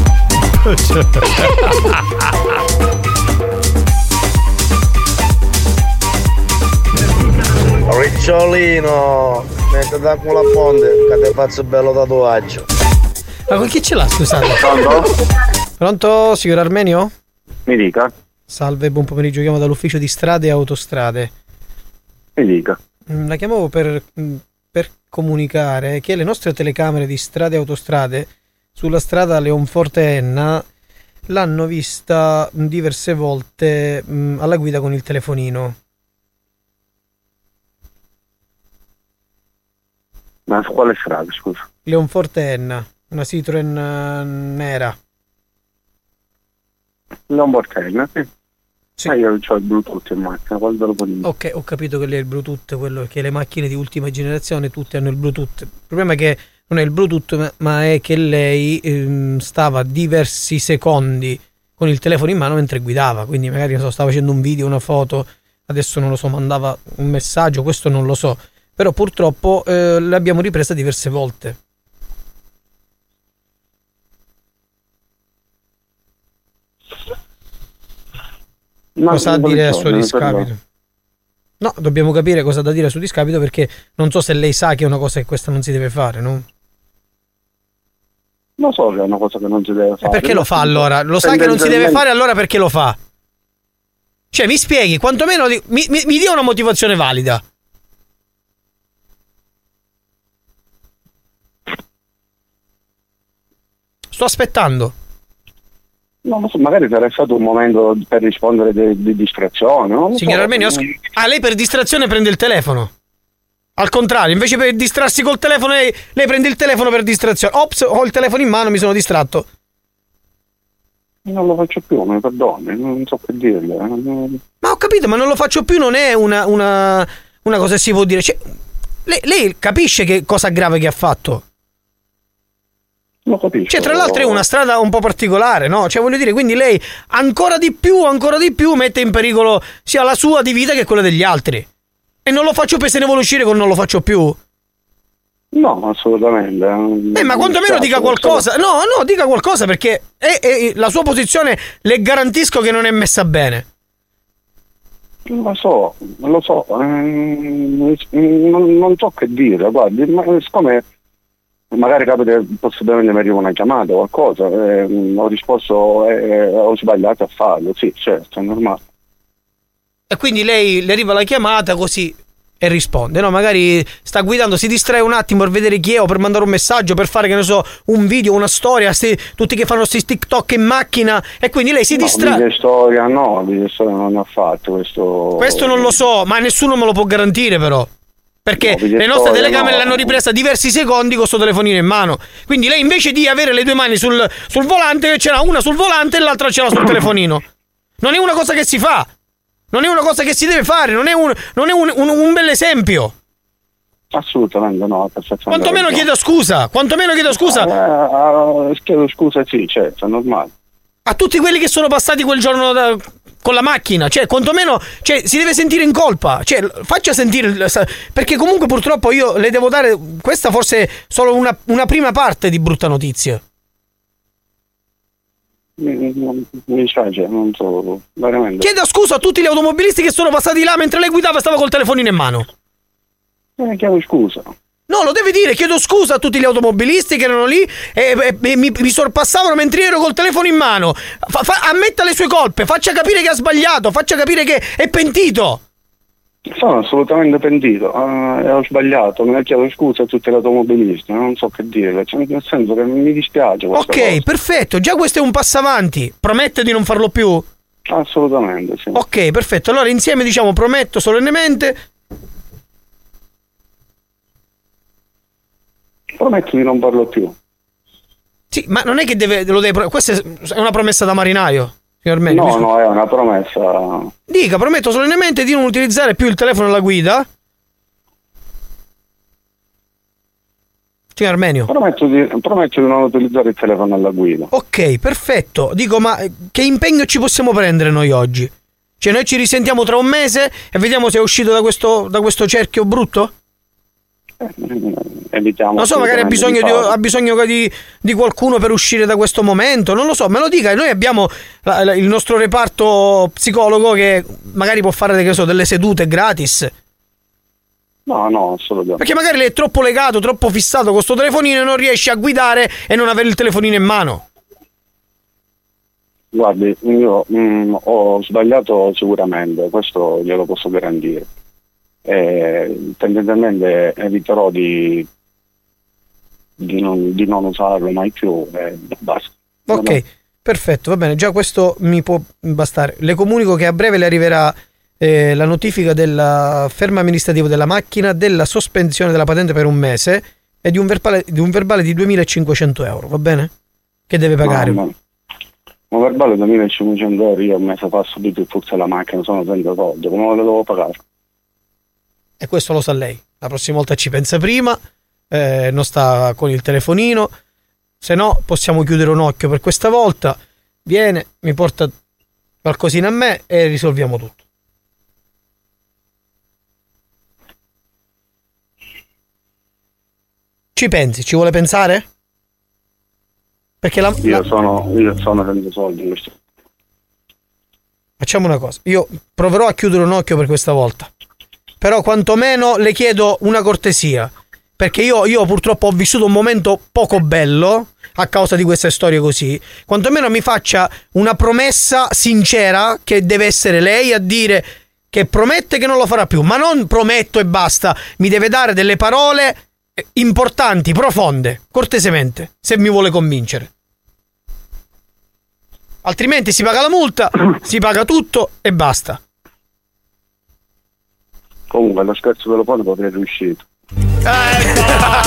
Ricciolino, metti da con la ponte che ti faccio bello tatuaggio. Ma con chi ce l'ha, scusate? Pronto? Pronto, signor Armenio? Mi dica. Salve, buon pomeriggio, chiamo dall'ufficio di strade e autostrade. Mi dica. Mm, La chiamavo per, mm, per comunicare che le nostre telecamere di strade e autostrade sulla strada Leonforte Enna l'hanno vista mm, diverse volte mm, alla guida con il telefonino. Ma su quale strada, scusa? Leonforte Enna, una Citroen eh, nera. Non portella, sì. Sì. Ma io ho il Bluetooth in macchina, qual telefonino? Ok, ho capito che lei è il Bluetooth, quello che le macchine di ultima generazione tutte hanno il Bluetooth. Il problema è che non è il Bluetooth, ma- ma è che lei ehm, stava diversi secondi con il telefono in mano mentre guidava, quindi magari non so, stava facendo un video, una foto, adesso non lo so, mandava un messaggio, questo non lo so, però purtroppo eh, l'abbiamo ripresa diverse volte. Ma Cosa non ha da dire a so, suo non discapito? No, dobbiamo capire cosa ha da dire a suo discapito, perché non so se lei sa che è una cosa che questa non si deve fare, no? Lo so che è una cosa che non si deve E fare. perché lo fa allora? Lo sa che non si deve fare, allora perché lo fa? Cioè, mi spieghi, quantomeno di- mi, mi, mi dia una motivazione valida. Sto aspettando. Non lo so, magari sarà stato un momento per rispondere di, di distrazione. Non lo Signor so. Armenio, sc- ah, lei per distrazione prende il telefono. Al contrario, invece per distrarsi col telefono, lei, lei prende il telefono per distrazione. Ops, ho il telefono in mano, mi sono distratto. Non lo faccio più, mi perdoni, non so che dirle. Ma ho capito, ma non lo faccio più, non è una, una, una cosa che si può dire. Cioè, lei, lei capisce che cosa grave che ha fatto? Lo capisco. Cioè, tra l'altro è una strada un po' particolare, no? Cioè, voglio dire, quindi lei ancora di più, ancora di più mette in pericolo sia la sua di vita che quella degli altri. E non lo faccio più, se ne vuole uscire con non lo faccio più. No, assolutamente. Eh, ma quantomeno dica qualcosa. No, no, dica qualcosa, perché è, è- la sua posizione le garantisco che non è messa bene. Lo so, lo so, ehm, non, non so che dire, guardi, ma siccome magari capita che possibilmente mi arriva una chiamata o qualcosa, ehm, ho risposto e eh, ho sbagliato a farlo, sì, certo, è normale. E quindi lei le arriva la chiamata così e risponde, no? Magari sta guidando, si distrae un attimo per vedere chi è o per mandare un messaggio, per fare, che ne so, un video, una storia, sti, tutti che fanno sti TikTok in macchina, e quindi lei si no, distrae. Video storia no, video storia non ha fatto questo. Questo non lo so, ma nessuno me lo può garantire però. Perché no, le nostre storia, telecamere no. l'hanno ripresa diversi secondi con sto telefonino in mano. Quindi lei invece di avere le due mani sul, sul volante, c'era una sul volante e l'altra c'era sul telefonino. Non è una cosa che si fa. Non è una cosa che si deve fare, non è un, non è un, un, un bel esempio. Assolutamente no. Quantomeno chiedo scusa, quantomeno chiedo scusa. Eh, eh, chiedo scusa, sì, certo, è normale. A tutti quelli che sono passati quel giorno da, con la macchina, cioè, quantomeno, cioè, si deve sentire in colpa. Cioè, faccia sentire. Perché comunque purtroppo io le devo dare. Questa forse è solo una, una prima parte di brutta notizia. Mi, mi dispiace, non so, veramente. Chiedo scusa a tutti gli automobilisti che sono passati là mentre lei guidava e stava col telefonino in mano. Eh, chiedo scusa. No, lo deve dire, chiedo scusa a tutti gli automobilisti che erano lì e, e, e mi, mi sorpassavano mentre io ero col telefono in mano. Fa, fa, ammetta le sue colpe, faccia capire che ha sbagliato, faccia capire che è pentito. Sono assolutamente pentito, uh, e ho sbagliato, me ne chiedo scusa a tutti gli automobilisti, non so che dire, cioè, nel senso che mi dispiace questa Ok, cosa. perfetto, già questo è un passo avanti. Promette di non farlo più? Assolutamente, sì. Ok, perfetto, allora insieme diciamo prometto solennemente. Prometto di non farlo più. Sì, ma non è che deve, lo deve, questa è una promessa da marinaio, signor Meglio. No, no, è una promessa. Dica, prometto solennemente di non utilizzare più il telefono alla guida. Signor Armenio. Prometto di, prometto di non utilizzare il telefono alla guida. Ok, perfetto. Dico, ma che impegno ci possiamo prendere noi oggi? Cioè, noi ci risentiamo tra un mese e vediamo se è uscito da questo, da questo cerchio brutto? Eh, evitiamo. Non so, magari ha bisogno, di, ha bisogno di, di qualcuno per uscire da questo momento. Non lo so, me lo dica. Noi abbiamo la, la, il nostro reparto psicologo che magari può fare, che so, delle sedute gratis. No, no, assolutamente. Perché magari lei è troppo legato, troppo fissato con sto telefonino e non riesce a guidare e non avere il telefonino in mano. Guardi, io mh, ho sbagliato sicuramente, questo glielo posso garantire. E tendenzialmente eviterò di, di, non, di non usarlo mai più e basta. Ok, no? Perfetto, va bene, già questo mi può bastare. Le comunico che a breve le arriverà eh, la notifica del fermo amministrativo della macchina, della sospensione della patente per un mese e di un verbale di, un verbale di duemilacinquecento euro, va bene? Che deve pagare. No, no. Un verbale duemilacinquecento euro io ho messo fa subito il furto della macchina, sono senza soldi, come lo devo pagare? E questo lo sa lei. La prossima volta ci pensa prima, eh, non sta con il telefonino. Se no, possiamo chiudere un occhio per questa volta. Viene, mi porta qualcosina a me e risolviamo tutto. Ci pensi? Ci vuole pensare? Perché la, io, la... sono, io sono senza soldi. Questo. Facciamo una cosa. Io proverò a chiudere un occhio per questa volta. Però quantomeno le chiedo una cortesia, perché io, io purtroppo ho vissuto un momento poco bello a causa di queste storie così. Quantomeno mi faccia una promessa sincera, che deve essere lei a dire che promette che non lo farà più, ma non prometto e basta, mi deve dare delle parole importanti, profonde, cortesemente, se mi vuole convincere. Altrimenti si paga la multa, si paga tutto e basta. Comunque lo scherzo telefonico potrei riuscito. Ecco!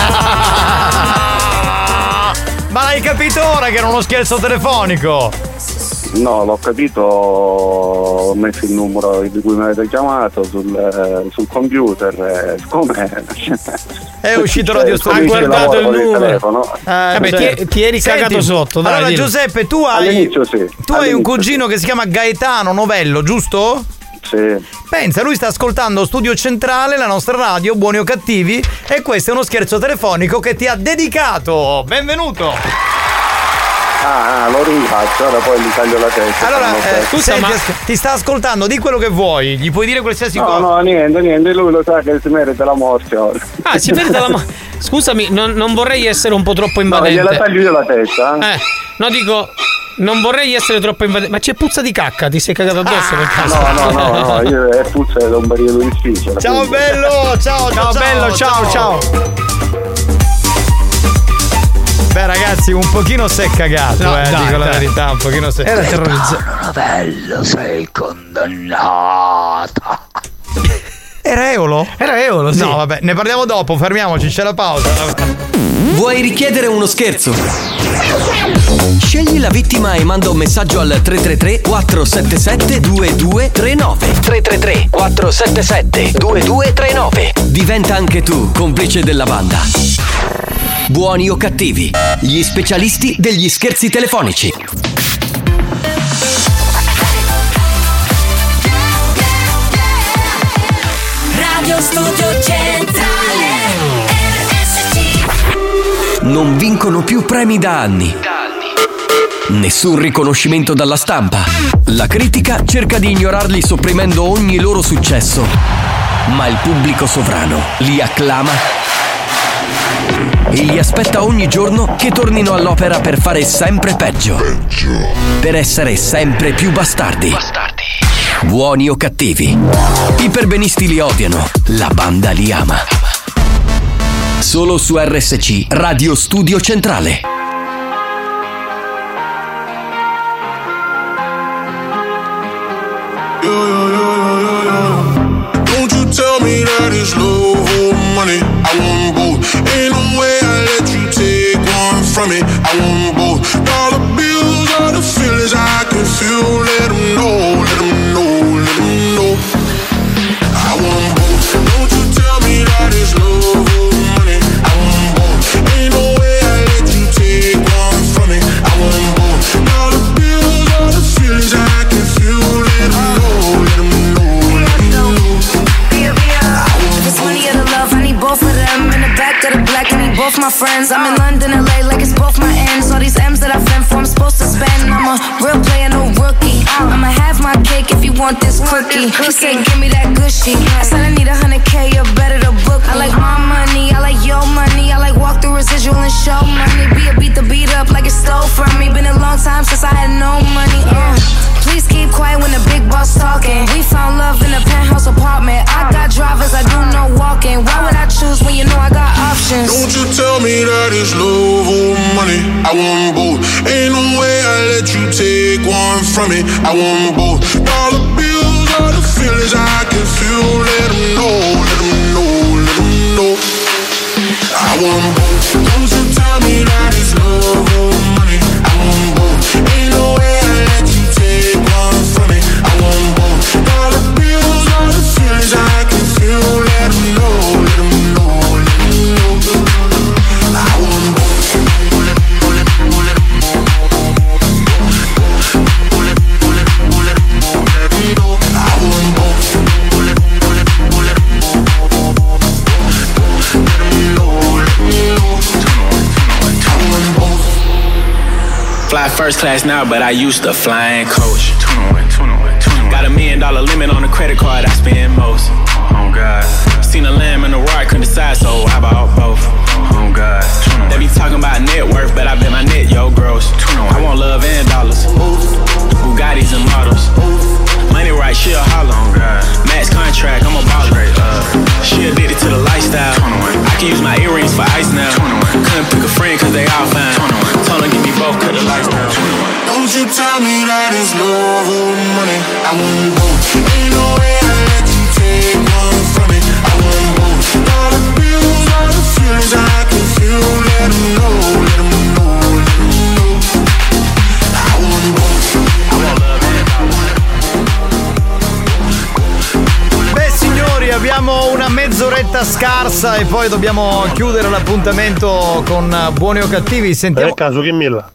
Ma l'hai capito ora che era uno scherzo telefonico? No, l'ho capito, ho messo il numero di cui mi avete chiamato sul, sul computer, come è uscito Radio Studio, ha guardato il numero. Eh, Vabbè, cioè, ti, ti eri cagato sotto, dai. Allora dillo. Giuseppe, tu hai All'inizio sì. tu hai un cugino che si chiama Gaetano Novello, giusto? Sì. Pensa, lui sta ascoltando Studio Centrale, la nostra radio, Buoni o Cattivi, e questo è uno scherzo telefonico che ti ha dedicato. Benvenuto. Ah, ah lo ringrazio, ora poi gli taglio la testa. Allora, eh, tu senti, ma... ti sta ascoltando, di quello che vuoi, gli puoi dire qualsiasi no, cosa. No, no, niente, niente, lui lo sa che si merita la morte ora. Ah, si merita la morte. Scusami, non, non vorrei essere un po' troppo invadente. No, gliela taglio io la testa. Eh, no, dico, Non vorrei essere troppo invadente, ma c'è puzza di cacca, ti sei cagato addosso per caso? No, no, no, no, io è puzza da un periodo difficile. Ciao quindi. bello, ciao, ciao, Ciao, bello, ciao, ciao. Beh ragazzi, un pochino si è cagato, No, eh, dai, dico la dai. verità, un pochino si è Era terrorizzato. Bello, sei condannata. Era Eolo? Era Eolo, sì. No, vabbè, ne parliamo dopo, fermiamoci, c'è la pausa. Vuoi richiedere uno scherzo? Scegli la vittima e manda un messaggio al tre tre tre quattro sette sette due due tre nove. tre tre tre quattro sette sette due due tre nove. Diventa anche tu complice della banda. Buoni o cattivi, gli specialisti degli scherzi telefonici. Radio Studio Centrale R S C. Non vincono più premi da anni. Nessun riconoscimento dalla stampa. La critica cerca di ignorarli sopprimendo ogni loro successo. Ma il pubblico sovrano li acclama e li aspetta ogni giorno che tornino all'opera per fare sempre peggio. Per essere sempre più bastardi. Buoni o cattivi, i perbenisti li odiano, la banda li ama. Solo su R S C Radio Studio Centrale. Don't you tell me that it's love or money. I want both. Ain't no way I let you take one from me. I want both. Dollar bills are the feelings I can feel. Let them know, let them know, let them know. I want both. Don't you tell me that it's love or money. I want both. Ain't no way I let you take one from me. I want both. Dollar bills are the feelings I can feel. Let them know, let them know, let them know. If it's money or the love, I need both of them. In the back of the black, I need both my friends. I'm in London, L A, like it's both my ends. All these M's that I've been for, I'm supposed to spend. I'm a real player, no rookie. I'ma have my cake if you want this cookie. He said, give me that good shit. I said, I need a hundred K, you better to book me. I like my money, I like your money. I like walk through residual and show money. Be a beat the beat up like it stole from me. Been a long time since I had no money. Uh. Please keep quiet when the big boss talking. We found love in a penthouse apartment. I got drivers, I do no walking. Why would I choose when you know I got options? Don't you tell me that it's love or money. I want both. Ain't no way I let you take one from me. I want both. Dollar bills are the feelings I can feel. Let them know, let them know, let them know. I want both. Don't you tell me that it's love or money. I want both. Ain't no way I let you take one from me. I want both. Dollar bills are the feelings I can feel. Let them know, let them know, let them know. I want both. Fly first class now, but I used to flying coach. Got a million dollar limit on the credit card I spend most. Oh God. Seen a lamb and a roar, I couldn't decide, so I bought both. Oh God. They be talking about net worth, but I bet my net yo gross. I want love and dollars. Bugattis and models. Money right, she a holler. Oh God. Max contract, I'm a baller. Uh, she addicted to the lifestyle. I can use my earrings for ice now. Couldn't pick a friend cause they all fine. Told her give me both, cut the lights down. Don't you tell me that it's love or money. I want both. Ain't no way I let you take one from me. I want both. Dollar bills are the feelings I can feel. Let them know, let them know, let them know. I want both. I want love and Beh signori, abbiamo una mezz'oretta scarsa e poi dobbiamo chiudere l'appuntamento con Buoni o Cattivi. Sentiamo. Per caso che milla.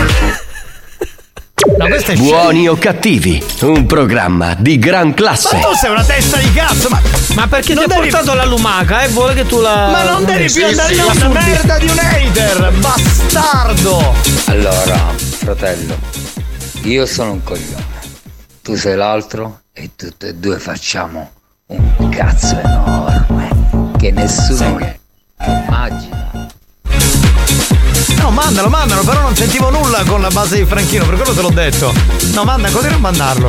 No, questo è Buoni o Cattivi, un programma di gran classe. Ma tu sei una testa di cazzo, ma, ma perché non ti ha devi... portato la lumaca e eh? vuole che tu la. Ma non devi sì, più andare sì, in una merda di un hater, bastardo! Allora, fratello, io sono un coglione, tu sei l'altro e tutti e due facciamo un cazzo enorme che nessuno immagina. No, ma mandalo, mandalo, però non sentivo nulla con la base di Franchino, per quello te l'ho detto. No, manda, continua a mandarlo.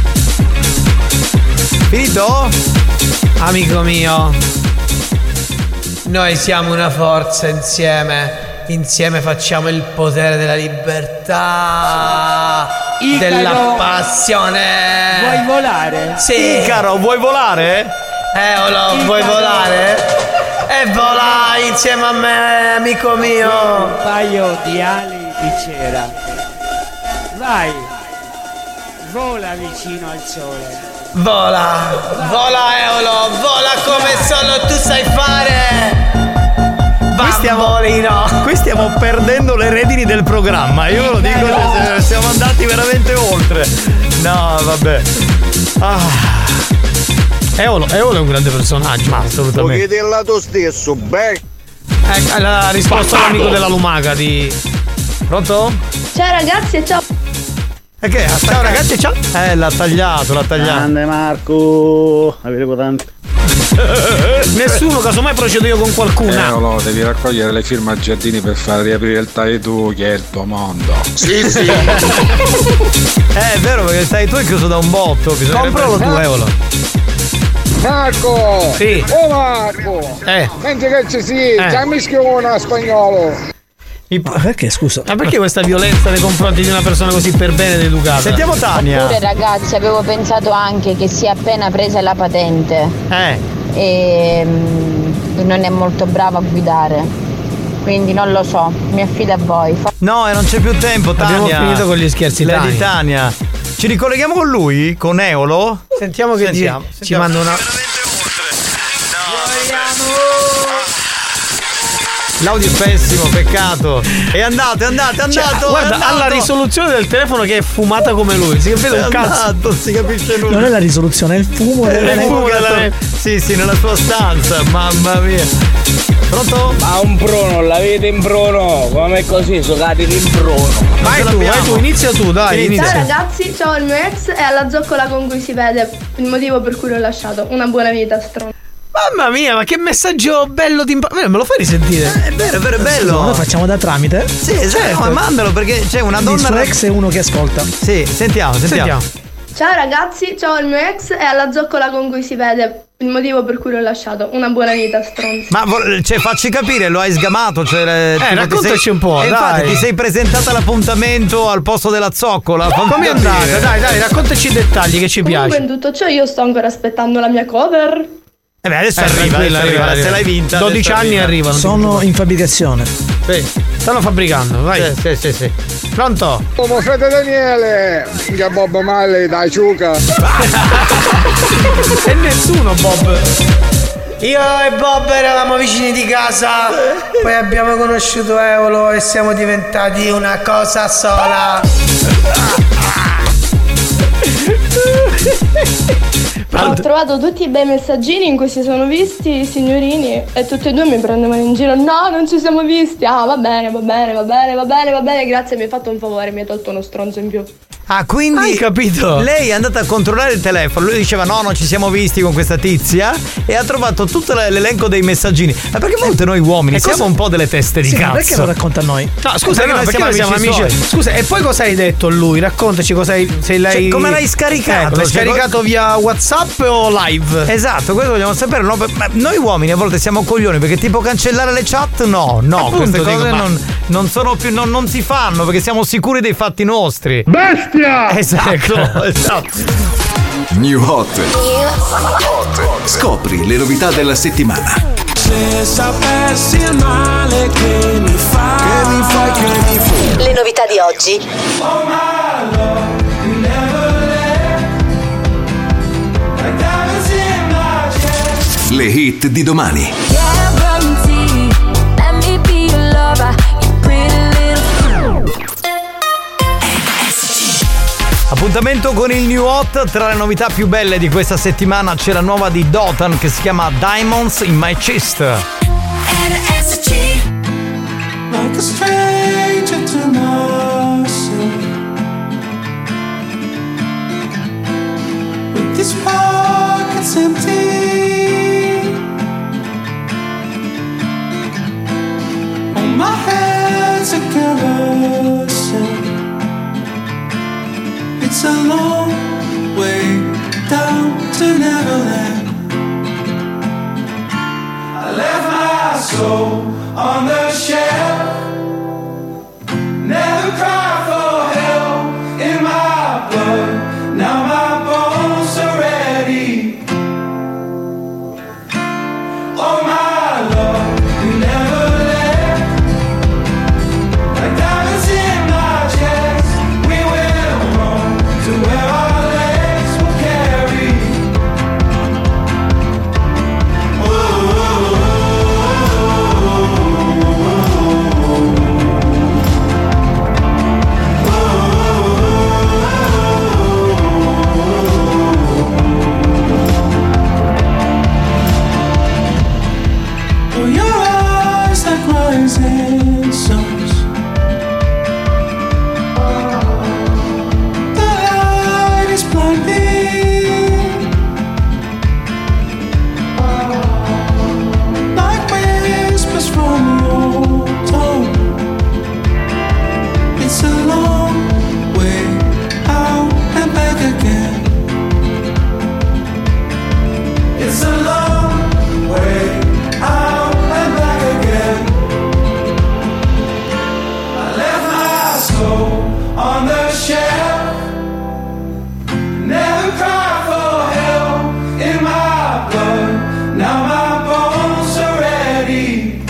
Finito? Amico mio, noi siamo una forza insieme. Insieme facciamo il potere della libertà, Icaro, della passione. Vuoi volare? Sì. Icaro, vuoi volare? Eolo, Icaro. vuoi volare? E volai insieme a me, amico mio. Un paio di ali di cera. Vai, vola vicino al sole. Vola, vola Eolo, vola come solo tu sai fare. Qui stiamo, qui stiamo perdendo le redini del programma. Io ve lo dico, eh, siamo andati veramente oltre. No, vabbè. Ah. Eolo, Eolo è un grande personaggio. Ma assolutamente. Puoi dirla tu stesso, beh. Ecco, la risposta all'amico della lumaca di. Pronto? Ciao ragazzi e ciao. E che? Ciao ragazzi, ciao. Eh, l'ha tagliato, l'ha tagliato. Grande Marco, avevo tanto. Nessuno, casomai procedo io con qualcuna. Eolo, devi raccogliere le firme a Giardini per far riaprire il Tai Tu, che è il tuo mondo. Sì, sì. Eh, è vero, perché stai tu è chiuso da un botto. Compralo tu, Eolo. Marco! Sì. Oh Marco! Eh. Mentre che ci si, Eh. già mi schiona spagnolo! Ma perché scusa? Ma perché questa violenza nei confronti di una persona così per bene ed educata? Sentiamo Tania. Oppure ragazzi, avevo pensato anche che si è appena presa la patente Eh. e mm, non è molto brava a guidare, quindi non lo so, mi affido a voi. Fa- No, e non c'è più tempo, Tania. Abbiamo finito con gli scherzi, Lady Tania. Tania. Ci ricolleghiamo con lui, con Eolo? Sentiamo che Sentiamo, ci, ci sentiamo. manda una. L'audio è pessimo, peccato. È andato, è andato, è andato. Cioè, guarda, è andato. ha la risoluzione del telefono che è fumata come lui. Si vede È un cazzo. andato, non si capisce nulla. Non è la risoluzione, è il fumo È della il fumo della- Sì, sì, nella sua stanza, mamma mia. Pronto? Ma un prono, l'avete in prono, come così, giocate in prono. Vai tu, vai tu, inizia tu, dai, Ciao inizia. ragazzi, ciao il mio ex e alla zoccola con cui si vede il motivo per cui l'ho lasciato. Una buona vita, stronzo. Mamma mia, ma che messaggio bello di impa- Me lo fai risentire? Eh, è vero, è vero, è bello. Noi facciamo da tramite. Sì, certo. certo. Ma mandalo perché c'è una Il donna. suo ex è uno che ascolta. Sì, sentiamo, sentiamo. Ciao ragazzi, ciao il mio ex e alla zoccola con cui si vede il motivo per cui l'ho lasciato. Una buona vita, stronzo. Ma vo- cioè, facci capire, lo hai sgamato? Cioè, eh, tipo, ti raccontaci sei- un po', E infatti, dai. ti sei presentata all'appuntamento al posto della zoccola. Fammi Come è capire. andata? Dai, dai, raccontaci i dettagli che ci Comunque piace. in tutto ciò io sto ancora aspettando la mia cover. Eh beh, adesso Eh, arriva, tranquilla, adesso arriva, arriva, se l'hai vinta. dodici adesso anni arriva. arrivano. Sono in fabbricazione. Sì. Stanno fabbricando, vai. Sì, sì, sì, sì. Pronto? Come Fede Daniele! Che Bob Marley, dai ciuca! E nessuno, Bob. Io e Bob eravamo vicini di casa, poi abbiamo conosciuto Eolo e siamo diventati una cosa sola. Ho trovato tutti i bei messaggini in cui si sono visti i signorini e tutti e due mi prendevano in giro. No, non ci siamo visti. Ah, va bene, va bene, va bene, va bene, va bene, grazie, mi hai fatto un favore, mi hai tolto uno stronzo in più. Ah, quindi Hai capito? lei è andata a controllare il telefono. Lui diceva no, non ci siamo visti con questa tizia. E ha trovato tutto l'elenco dei messaggini. Ma perché a volte noi uomini E siamo cosa- un po' delle teste di Sì, ma cazzo? perché lo racconta a noi? No, scusa, Perché no, noi perché siamo noi siamo amici amici. suoi. Scusa, e poi cosa hai detto a lui? Raccontaci cosa hai. Se l'hai. Cioè, come l'hai scaricato? Ecco, l'hai Cioè, scaricato co- via WhatsApp o live? Esatto, questo vogliamo sapere. No, ma noi uomini a volte siamo coglioni perché tipo cancellare le chat? No, no, Appunto, queste dico, cose ma- non, non sono più. Non, non si fanno perché siamo sicuri dei fatti nostri. Bestia! Esatto, esatto. New Hot. Scopri le novità della settimana. Se sapessi il male che mi fa, che mi fai, che mi fai. Le novità di oggi. Oh my love, you never let, like diamonds in my chest. Le hit di domani. Guarantee, let me be your lover, you pretty little fool. Appuntamento con il New Hot. Tra le novità più belle di questa settimana c'è la nuova di Dotan che si chiama Diamonds in My Chest. Like a stranger to myself, with these pockets empty, on my head to carry soul on the shelf. Never cry for help in my blood. Now my bones are ready. Oh my love, you never left. Like diamonds in my chest, we will run to where our legs will carry. Oh, your eyes like rising suns. The light is blinding, like whispers from your tongue. It's a long way out and back again. It's a long way out and back again. I left my soul on the shelf. Never cry for help in my blood. Now my bones are ready.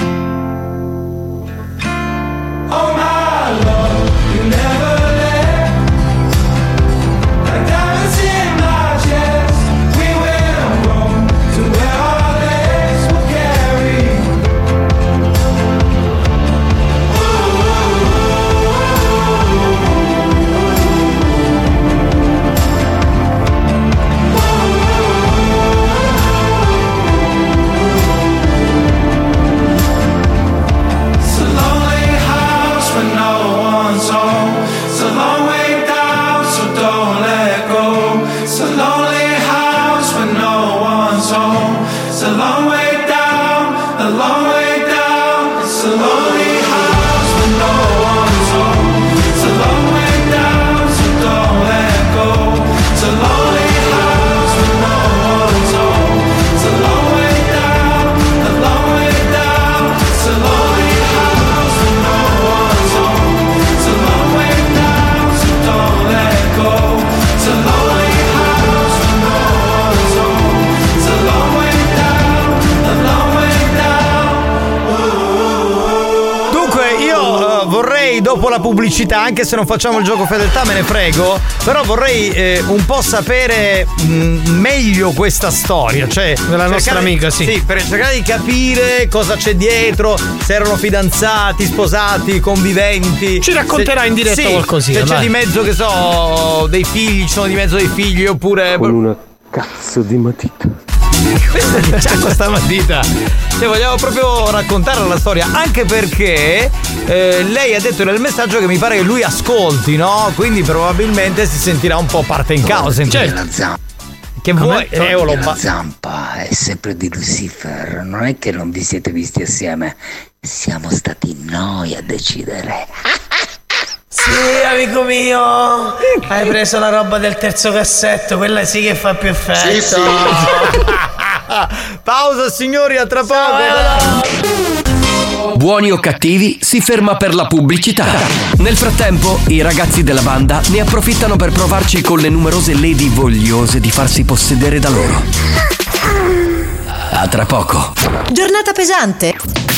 Oh my love, you never left. Like diamonds in my chest, we will roam to where our legs will carry. It's a lonely house when no one's home. It's a long way down, so don't let go. It's a lonely house when no one's home. It's a long way down, a long way down. It's a lonely house when no one's home. It's a long way down, so don't let go. It's a lonely house when no one's home. It's a long way down, a long way down. It's a lonely house when no one's home. It's a long way down, so don't let go. It's a lonely house when no one's home. It's a long way down, a long way down. Dunque io eh, vorrei dopo la pubblicità, anche se non facciamo il gioco fedeltà me ne frego, però vorrei eh, un po' sapere mh, meglio questa storia, cioè Della nostra cercare- amica, sì. Sì, per cercare di capire cosa c'è dietro, se erano fidanzati, sposati, conviventi. Ci racconterà Se- in diretta sì, qualcosina, Se c'è dai. di mezzo, che so, dei figli, ci sono di mezzo dei figli, oppure Con una cazzo di matita. questa c'ha questa matita. Cioè, vogliamo proprio raccontare la storia, anche perché eh, lei ha detto nel messaggio che mi pare che lui ascolti, no? Quindi probabilmente si sentirà un po' parte in causa. Togliere la zampa. Che vuoi? Togliere Eh, oh, lo la ba- zampa è sempre di Lucifer. Non è che non vi siete visti assieme. Siamo stati noi a decidere. Sì, amico mio, hai preso la roba del terzo cassetto, quella sì che fa più effetto. Sì, sì. Pausa signori, a tra poco. Buoni o cattivi si ferma per la pubblicità. Nel frattempo, i ragazzi della banda ne approfittano per provarci con le numerose lady vogliose di farsi possedere da loro. A tra poco. Giornata pesante.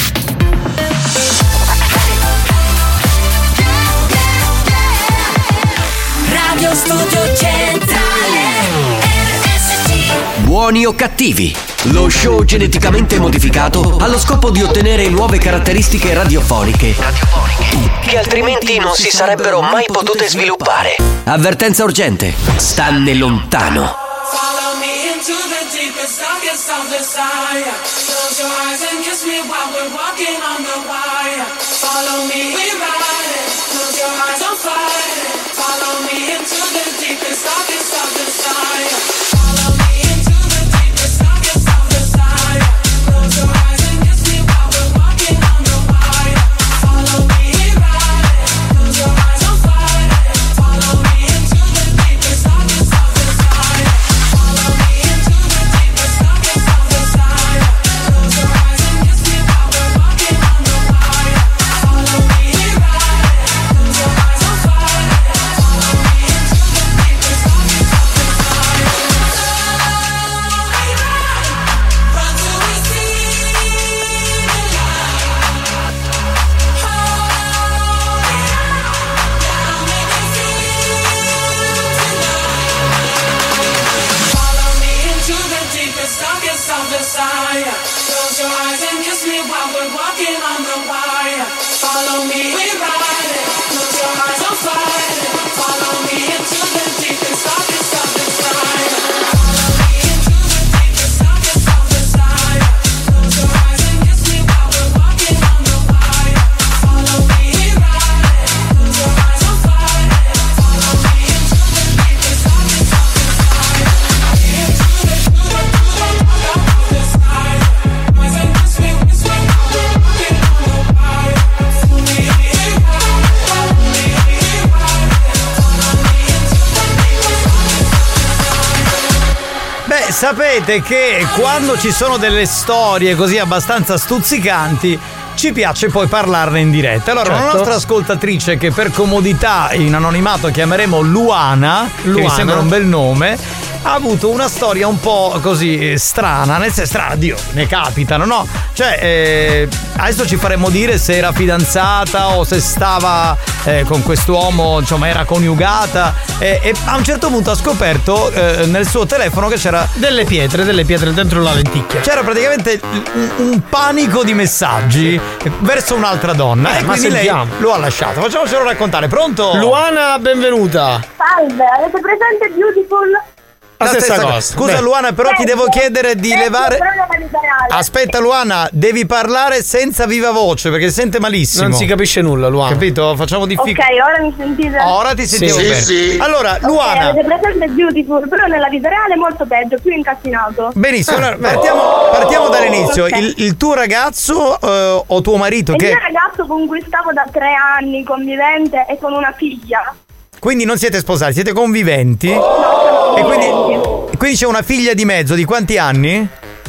Radio Studio Centrale R S C. Buoni o cattivi? Lo show geneticamente modificato ha lo scopo di ottenere nuove caratteristiche radiofoniche che altrimenti non si sarebbero mai potute sviluppare. Avvertenza urgente: stanne lontano. Follow me into the deepest, darkest of desire. Close your eyes and kiss me while we're walking on the wire. Follow me, we ride it. Close your eyes, don't fight it. Follow me into the deepest, darkest of desire. Follow me into the deepest, darkest of desire. Close your eyes and kiss me while we're walking on the wire. Follow me, we ride it. Close your eyes, don't fight it. Follow me into the deepest, darkest of desire. Follow me into the deepest, darkest of desire. sapete che quando ci sono delle storie così abbastanza stuzzicanti ci piace poi parlarne in diretta. Allora certo. Una nostra ascoltatrice che per comodità in anonimato chiameremo Luana, Luana, che mi sembra un bel nome, ha avuto una storia un po' così strana, nel senso strana, Dio, ne capitano, no? Cioè, eh, adesso ci faremo dire se era fidanzata o se stava eh, con quest'uomo, insomma, era coniugata eh, e a un certo punto ha scoperto eh, nel suo telefono che c'era delle pietre, delle pietre dentro la lenticchia. C'era praticamente un, un panico di messaggi verso un'altra donna eh, e ma quindi sentiamo. lei lo ha lasciato. Facciamocelo raccontare. Pronto? Luana, benvenuta. Salve, avete presente Beautiful? La stessa, stessa cosa. Scusa, beh. Luana, però Sento. ti devo chiedere di Sento, levare. Aspetta, Luana, devi parlare senza viva voce perché si sente malissimo. Non si capisce nulla, Luana. Capito? Facciamo difficile. Ok, ora mi sentite? Ora ti sentiamo sì, bene. Sì. Allora, okay, Luana. Avete presente Beautiful, però nella vita reale è molto peggio, più incasinato. Benissimo, allora partiamo, partiamo dall'inizio. Okay. Il, il tuo ragazzo uh, o tuo marito? Il che... mio ragazzo con cui stavo da tre anni, convivente e con una figlia. Quindi non siete sposati, siete conviventi? No, e quindi, quindi c'è una figlia di mezzo, di quanti anni?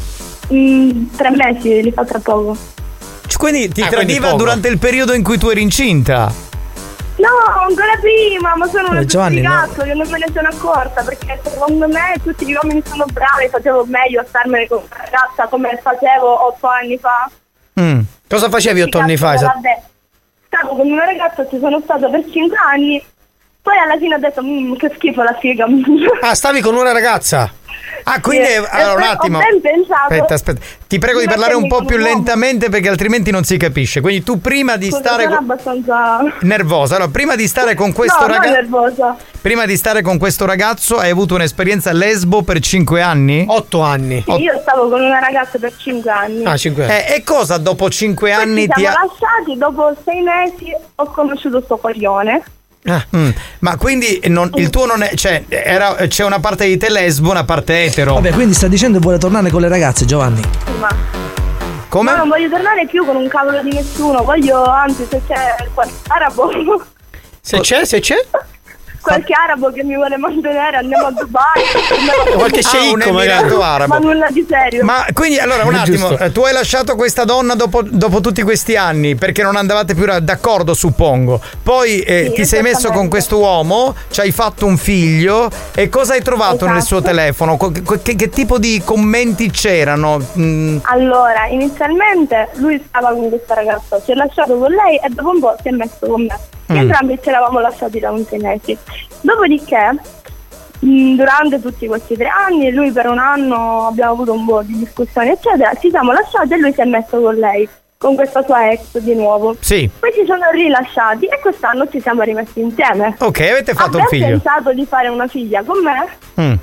Mm, tre mesi, li fa tra poco. Quindi ti ah, tradiva quindi durante il periodo in cui tu eri incinta? No, ancora prima, ma sono una eh, Giovanni, cazzo no. che non me ne sono accorta perché secondo me tutti gli uomini sono bravi, facevo meglio a starmene con una ragazza come facevo otto anni fa. Mm. Cosa facevi otto anni fa? Vabbè, stavo con una ragazza, ci sono stata per cinque anni. Poi alla fine ho detto, mmm, che schifo la figa. Ah, stavi con una ragazza? Ah, quindi sì. allora un attimo. Ho ben pensato. Aspetta, aspetta. Ti prego di parlare un po' più lentamente perché altrimenti non si capisce. Quindi tu prima di Scusa, stare sono abbastanza nervosa. Allora, prima di stare con questo no, ragazzo non nervosa. Prima di stare con questo ragazzo hai avuto un'esperienza lesbo per cinque anni? Otto anni. Sì, io stavo con una ragazza per cinque anni. Ah, cinque anni. Eh, e cosa dopo cinque Poi anni ci ti siamo ha lasciati, dopo sei mesi ho conosciuto sto coglione. Ah, mm. Ma quindi non, il tuo non è, cioè era, c'è una parte di te lesbo, una parte etero. Vabbè, quindi sta dicendo che vuole tornare con le ragazze, Giovanni. Ma come? Ma non voglio tornare più con un cavolo di nessuno. Voglio, anzi, se c'è qualche arabo. Se c'è, se c'è? Qualche arabo che mi vuole mantenere, andiamo a Dubai. Qualche sceicco, ah, un emirato arabo. Ma nulla di serio. Ma quindi allora un attimo, tu hai lasciato questa donna dopo, dopo tutti questi anni perché non andavate più d'accordo, suppongo. Poi eh, sì, ti sei messo con questo uomo, ci hai fatto un figlio e cosa hai trovato esatto. nel suo telefono? Che, che tipo di commenti c'erano? Mm. Allora, inizialmente lui stava con questa ragazza, si è lasciato con lei e dopo un po' si è messo con me. Mm. Entrambi ci eravamo lasciati da un sei mesi. Dopodiché, mh, durante tutti questi tre anni, lui per un anno abbiamo avuto un po' di discussioni, eccetera. Ci siamo lasciati e lui si è messo con lei, con questa sua ex di nuovo. Sì. Poi ci sono rilasciati e quest'anno ci siamo rimessi insieme. Ok, avete fatto Abbiamo un figlio. pensato di fare una figlia con me. Mm.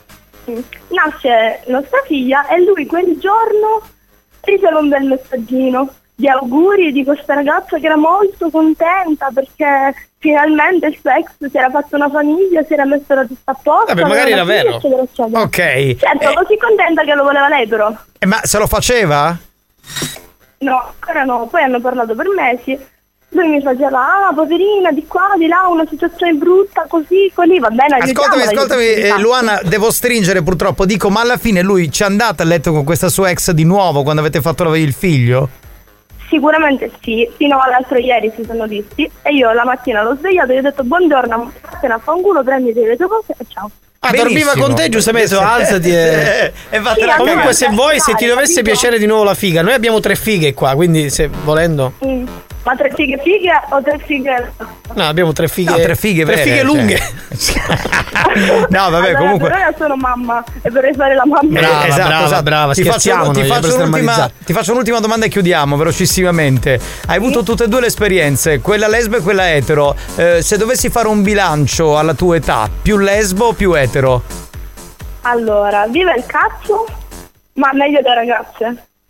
Nasce nostra figlia e lui quel giorno riceve un bel messaggino di auguri di questa ragazza che era molto contenta perché finalmente il suo ex si era fatto una famiglia, si era messo la testa a posto. Vabbè, magari era vero. Eccetera, eccetera. Ok. Certo, eh. così contenta che lo voleva lei però. Eh, ma se lo faceva? No, ancora no, poi hanno parlato per mesi. Lui mi faceva, ah, poverina, di qua, di là, una situazione brutta, così, così, va bene. Ascoltami, ascoltami, eh, Luana, devo stringere purtroppo, dico, ma alla fine lui ci è andato a letto con questa sua ex di nuovo quando avete fatto il figlio? Sicuramente sì, fino all'altro ieri si sono visti e io la mattina l'ho svegliato e gli ho detto buongiorno, vattene a fanculo, prenditi le tue cose e ciao. Ah, dormiva con te, giustamente, alzati e... e sì, comunque se vuoi, se ti dovesse capito? piacere di nuovo la figa, noi abbiamo tre fighe qua, quindi se volendo... Mm. Ma tre fighe fighe o tre fighe? No, abbiamo tre fighe. No, tre fighe tre vere, fighe lunghe. Cioè. No, vabbè, allora, comunque. Però io sono mamma e vorrei fare la mamma. Brava, esatto, brava, esatto. brava, ti scherziamo, faccio, ti, non faccio un'ultima, ti faccio un'ultima domanda e chiudiamo velocissimamente. Hai avuto tutte e due le esperienze, quella lesbo e quella etero. Eh, se dovessi fare un bilancio alla tua età, più lesbo o più etero? Allora, viva il cazzo, ma meglio le ragazze.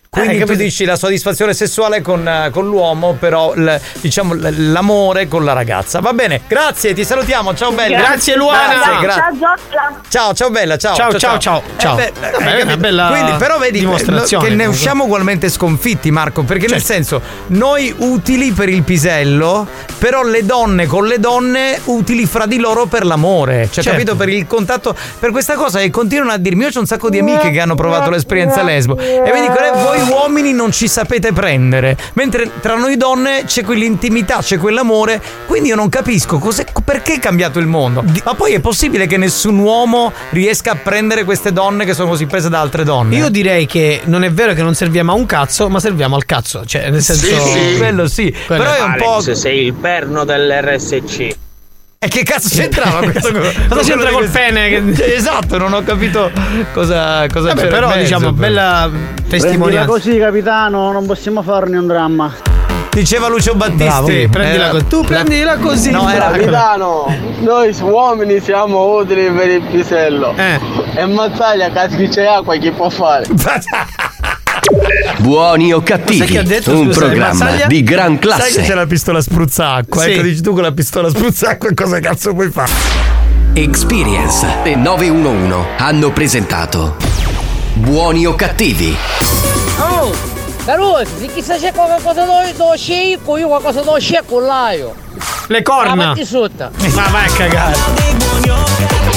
Quindi eh, tu dici la soddisfazione sessuale con, con l'uomo, però l, diciamo l, l'amore con la ragazza. Va bene, grazie, ti salutiamo, ciao bella. Grazie Luana. Grazie, gra- Ciao Giorgia. ciao, ciao bella, ciao. Ciao, ciao, ciao. ciao. Eh, beh, Vabbè, è una bella quindi, però vedi dimostrazione, che ne usciamo ugualmente sconfitti, Marco, perché certo. nel senso, noi utili per il pisello, però le donne con le donne utili fra di loro per l'amore. Cioè, certo. capito? Per il contatto, per questa cosa, e continuano a dirmi, io c'ho un sacco di amiche che hanno provato l'esperienza lesbo e mi dicono, eh, voi uomini non ci sapete prendere, mentre tra noi donne c'è quell'intimità, c'è quell'amore, quindi io non capisco cos'è, perché è cambiato il mondo. Ma poi è possibile che nessun uomo riesca a prendere queste donne che sono così prese da altre donne? Io direi che non è vero che non serviamo a un cazzo, ma serviamo al cazzo, cioè nel senso sì, sì. quello sì, quello però è un Alex, po', sei il perno dell'R S C. E che cazzo c'entrava questo? Cosa c'entra col pene? Che... Esatto, non ho capito cosa, cosa Vabbè, c'era. Però mezzo, diciamo, però. bella testimonianza. Prendila così, capitano, non possiamo farne un dramma. Diceva Lucio Battisti. Bravo, prendila così. Tu prendila così. No, era capitano, noi uomini siamo utili per il pisello. Eh. E Mazzaglia, caschi c'è acqua, chi può fare? Buoni o cattivi, ha detto, un scusa, programma Mazzaglia? di gran classe. Sai che c'è la pistola spruzzacqua? Sì. Ecco, dici tu con la pistola spruzzacqua cosa cazzo puoi fare? Experience e nove uno uno hanno presentato Buoni o cattivi. Oh, Caruso, se chissà c'è qualcosa da scicco, io qualcosa da scicco là io. Le corna. La metti sotto. Ma vai a cagare.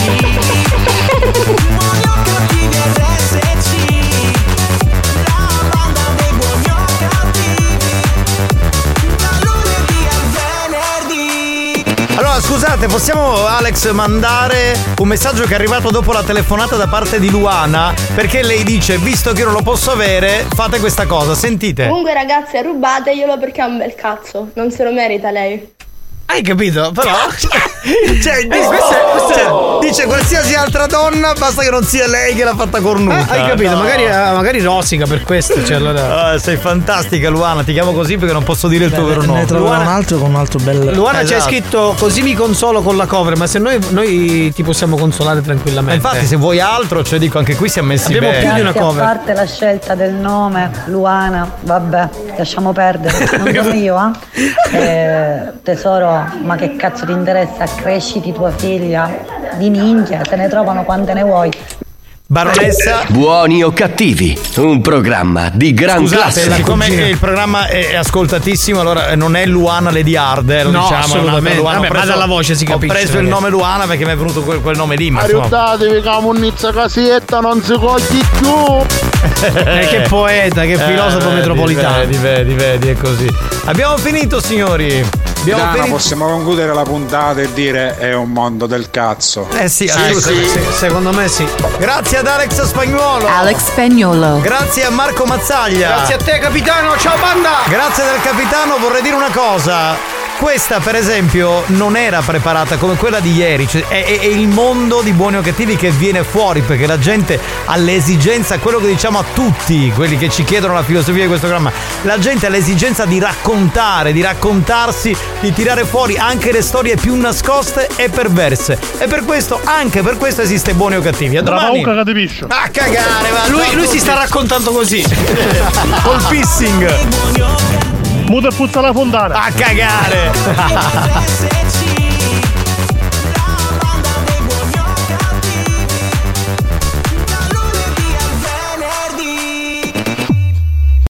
Allora scusate, possiamo Alex mandare un messaggio che è arrivato dopo la telefonata da parte di Luana, perché lei dice, visto che io non lo posso avere, fate questa cosa, sentite. Comunque ragazze, rubateglielo perché ha un bel cazzo, non se lo merita lei. Hai capito? Però cioè, eh, questo è, questo è... Cioè, dice qualsiasi altra donna, basta che non sia lei che l'ha fatta cornuta. Eh, hai capito? No. Magari, magari rosica per questo. Cioè, allora... ah, sei fantastica Luana, ti chiamo così perché non posso dire il tuo vero nome. Ne troverò Luana... un altro con un altro bel. Luana esatto. ci ha scritto così mi consolo con la cover, ma se noi, noi ti possiamo consolare tranquillamente. Infatti se vuoi altro, cioè dico, anche qui siamo messi abbiamo bene. più di una cover. A parte la scelta del nome, Luana, vabbè, lasciamo perdere. Non sono io, eh? eh tesoro, ma che cazzo ti interessa? Cresciti tua figlia di ninja, te ne trovano quante ne vuoi. Baronessa. Buoni o cattivi, un programma di gran Scusate, classe. siccome il programma è ascoltatissimo, allora non è Luana Lady Hard, eh, lo no, diciamo, assolutamente. Luana. Vabbè, preso, ma dalla voce si capisce. Ho preso il nome Luana perché mi è venuto quel, quel nome lì, ma aiutatevi, camunnizza casietta, non si cogli più. eh, che poeta, che filosofo eh, metropolitano. Vedi, vedi, vedi, è così. Abbiamo finito, signori. Abbiamo no, finito. Possiamo concludere la puntata e dire è un mondo del cazzo. Eh sì, sì, sì. sì secondo me sì. Grazie ad Alex Spagnuolo. Alex Spagnuolo. Grazie a Marco Mazzaglia. Grazie a te capitano, ciao banda. Grazie del capitano, vorrei dire una cosa. Questa per esempio non era preparata come quella di ieri, cioè, è, è, è il mondo di Buoni o Cattivi che viene fuori perché la gente ha l'esigenza, quello che diciamo a tutti quelli che ci chiedono la filosofia di questo programma, la gente ha l'esigenza di raccontare, di raccontarsi, di tirare fuori anche le storie più nascoste e perverse, e per questo, anche per questo esiste Buoni o Cattivi. A domani. Brava, capisci. A cagare, va. Lui, lui si sta raccontando così col pissing. Muta e puzza la fontana. A cagare.